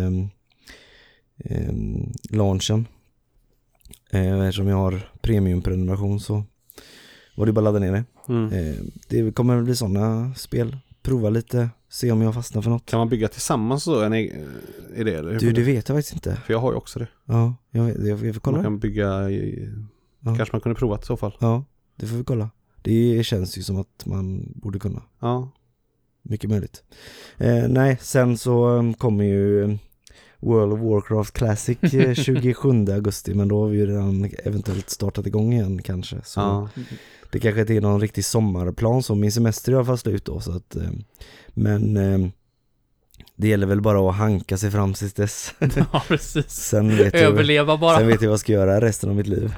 S3: launchen. Eftersom jag har premiumprenumeration så var det bara att ladda ner det. Det kommer att bli sådana spel. Prova lite, se om jag fastnar för något.
S2: Kan man bygga tillsammans så? Är det eller?
S3: Du, det vet jag faktiskt inte.
S2: För jag har ju också det.
S3: Ja, jag får kolla.
S2: Man kan bygga kanske man kunde prova i så fall.
S3: Ja, det får vi kolla. Det känns ju som att man borde kunna.
S2: Ja.
S3: Mycket möjligt. Nej, sen så kommer ju World of Warcraft Classic 27 augusti, men då har vi ju redan eventuellt startat igång igen kanske. Så det kanske inte är någon riktig sommarplan, som min semester är i alla fall slut då. Så att, men det gäller väl bara att hanka sig fram tills dess.
S1: Ja, precis.
S3: Sen vet
S1: överleva bara.
S3: Sen vet jag vad jag ska göra resten av mitt liv.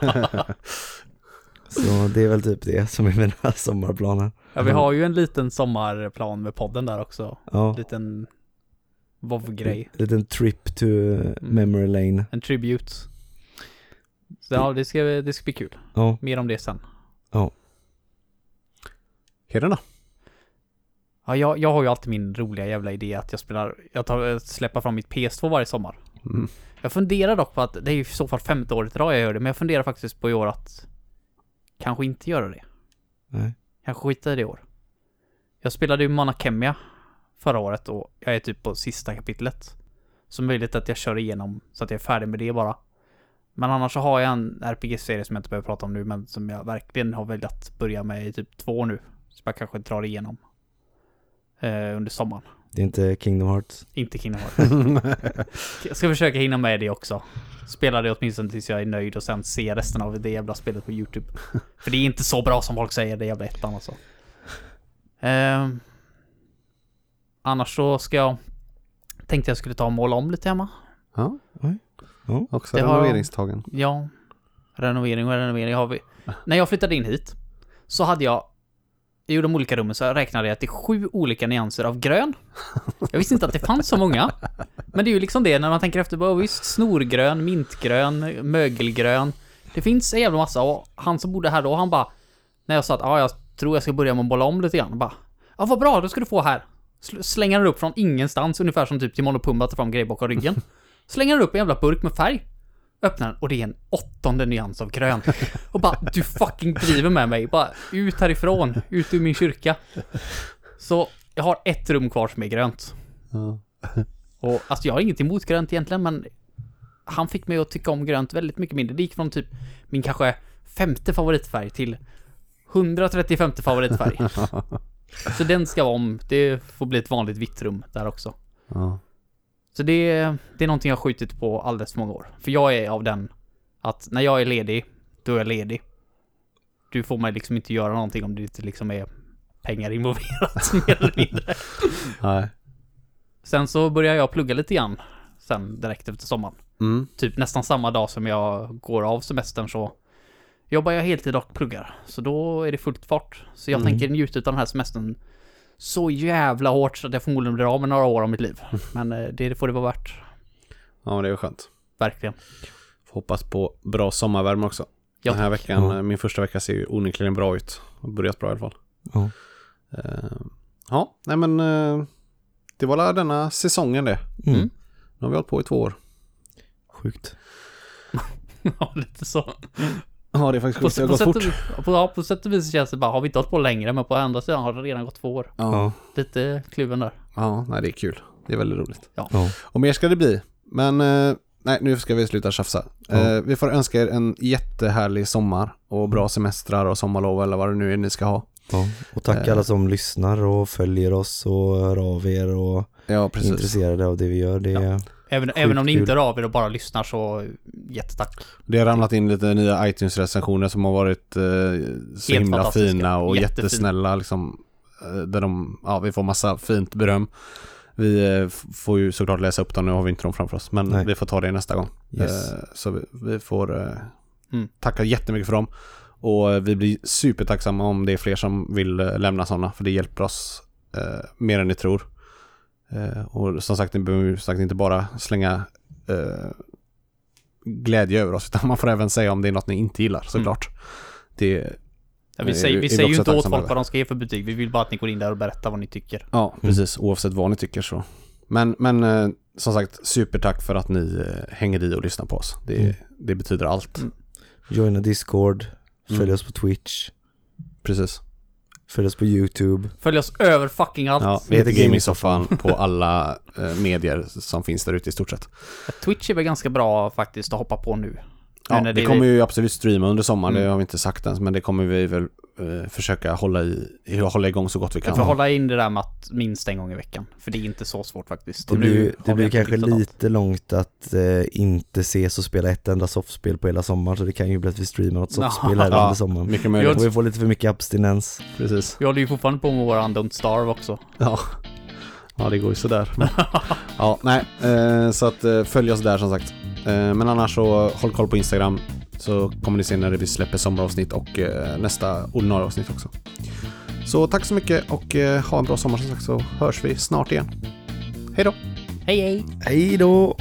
S3: Så det är väl typ det som är mina sommarplaner.
S1: Ja, vi har ju en liten sommarplan med podden där också.
S3: Ja.
S1: En liten WoW-grej.
S3: En liten trip to memory lane.
S1: En tribute. Så ja, det ska bli kul.
S3: Ja.
S1: Mer om det sen.
S3: Ja.
S2: Hedern då?
S1: Ja, jag har ju alltid min roliga jävla idé att jag släpper fram mitt PS2 varje sommar. Jag funderar dock på att det är ju i så fall 5:e året idag jag gör det, men jag funderar faktiskt på i år att kanske inte göra det.
S3: Nej.
S1: Kanske skita i det i år. Jag spelade ju Mana Kemia förra året och jag är typ på sista kapitlet. Så möjligt att jag kör igenom så att jag är färdig med det bara. Men annars så har jag en RPG-serie som jag inte behöver prata om nu, men som jag verkligen har velat att börja med i typ 2 nu. Så jag kanske drar igenom under sommaren.
S3: Det är inte Kingdom Hearts?
S1: Inte Kingdom Hearts. Jag ska försöka hinna med det också. Spela det åtminstone tills jag är nöjd och sen se resten av det jävla spelet på YouTube. För det är inte så bra som folk säger, det jävla ettan alltså. Annars så tänkte jag skulle ta och måla om lite hemma.
S2: Ja. Också
S1: det
S2: renoveringstagen.
S1: Ja, renovering har vi. När jag flyttade in hit så hade jag i de olika rummen så räknade jag att det är 7 olika nyanser av grön. Jag visste inte att det fanns så många. Men det är ju liksom det när man tänker efter. Bara, visst, snorgrön, mintgrön, mögelgrön. Det finns en jävla massa. Och han som bodde här då, han bara, när jag sa att jag tror jag ska börja med att bolla om lite grann. Bara, vad bra, då ska du få här. Slänger den upp från ingenstans, ungefär som typ Timon och Pumba tar fram grejer bakom ryggen. Slänger han upp en jävla burk med färg. Öppnar den och det är en 8:e nyans av grönt. Och bara, du fucking driver med mig. Bara ut härifrån, ut ur min kyrka. Så jag har ett rum kvar som är grönt.
S2: Ja.
S1: Och alltså jag har inget emot grönt egentligen, men han fick mig att tycka om grönt väldigt mycket mindre. Det gick från typ min kanske 5:e favoritfärg till 135:e favoritfärg. Så den ska vara om. Det får bli ett vanligt vitt rum där också.
S2: Ja.
S1: Så det är någonting jag har skjutit på alldeles för många år. För jag är av den att när jag är ledig, då är jag ledig. Du får mig liksom inte göra någonting om det inte liksom är pengar involverat mer eller mindre.
S2: Nej.
S1: Sen så börjar jag plugga lite grann sen direkt efter sommaren.
S2: Mm.
S1: Typ nästan samma dag som jag går av semestern så jobbar jag heltid och pluggar. Så då är det fullt fart. Så jag tänker njuta av den här semestern så jävla hårt så att jag förmodligen blir av med några år av mitt liv. Men det får det vara värt.
S2: Ja, men det är ju skönt.
S1: Verkligen.
S2: Får hoppas på bra sommarvärme också.
S1: Ja,
S2: den här veckan, min första vecka ser ju onekligen bra ut. Har börjat bra i alla fall.
S3: Ja.
S2: Ja, nej men det var denna säsongen det.
S3: Mm.
S2: Nu har vi hållit på i 2 år.
S3: Sjukt.
S1: Ja, lite så.
S2: Ja, det är faktiskt sjukt. Det har gått fort.
S1: På sätt och vis känns det bara, har vi inte hållit på längre, men på andra sidan har det redan gått 2 år.
S2: Ja.
S1: Lite kluven där.
S2: Ja, nej det är kul. Det är väldigt roligt.
S1: Ja.
S2: Och mer ska det bli. Men nej, nu ska vi sluta tjafsa. Vi får önska er en jättehärlig sommar och bra semestrar och sommarlov eller vad det nu är ni ska ha.
S3: Ja. Och tack alla som lyssnar och följer oss och hör av er och är intresserade av det vi gör. Det är
S1: Även om ni inte hör av er och bara lyssnar så jättetack.
S2: Det har ramlat in lite nya iTunes-recensioner som har varit så
S1: helt
S2: himla fina och
S1: Jättefin.
S2: jättesnälla liksom, där vi får massa fint beröm. Vi får ju såklart läsa upp dem, nu har vi inte dem framför oss, men vi får ta det nästa gång.
S3: Yes.
S2: Så vi får tacka jättemycket för dem och vi blir supertacksamma om det är fler som vill lämna sådana, för det hjälper oss mer än ni tror. Och som sagt, ni behöver inte bara slänga glädje över oss, utan man får även säga om det är något ni inte gillar, såklart.
S1: Vi säger ju inte åt folk vad de ska ge för betyg. Vi vill bara att ni går in där och berättar vad ni tycker.
S2: Ja, precis. Oavsett vad ni tycker så. Men som sagt, supertack för att ni hänger i och lyssnar på oss. Det betyder allt.
S3: Joina Discord, följ oss på Twitch.
S2: Precis.
S3: Följ oss på YouTube.
S1: Följ oss över fucking allt.
S2: Ja, vi heter Gaming-soffan på alla medier som finns där ute i stort sett.
S1: Twitch är väl ganska bra faktiskt att hoppa på nu.
S2: Ja, det kommer ju absolut streama under sommaren, det har vi inte sagt ens, men det kommer vi väl försöka hålla igång så gott vi kan.
S1: Vi får hålla in det där med att minst en gång i veckan, för det är inte så svårt faktiskt.
S3: Det blir kanske lite långt att inte ses och spela ett enda soffspel på hela sommaren, så det kan ju bli att vi streamar något soffspel här under sommaren.
S2: Mycket möjligt.
S3: Och vi får lite för mycket abstinens.
S2: Precis.
S1: Vi håller ju fortfarande på med våran Don't Starve också.
S2: Ja, det går ju sådär. Ja, nej. Så att följ oss där som sagt. Men annars så håll koll på Instagram, så kommer ni se när vi släpper sommaravsnitt och nästa ordinarie avsnitt också. Så tack så mycket och ha en bra sommar som sagt, så hörs vi snart igen. Hej då!
S1: Hej hej!
S3: Hej då!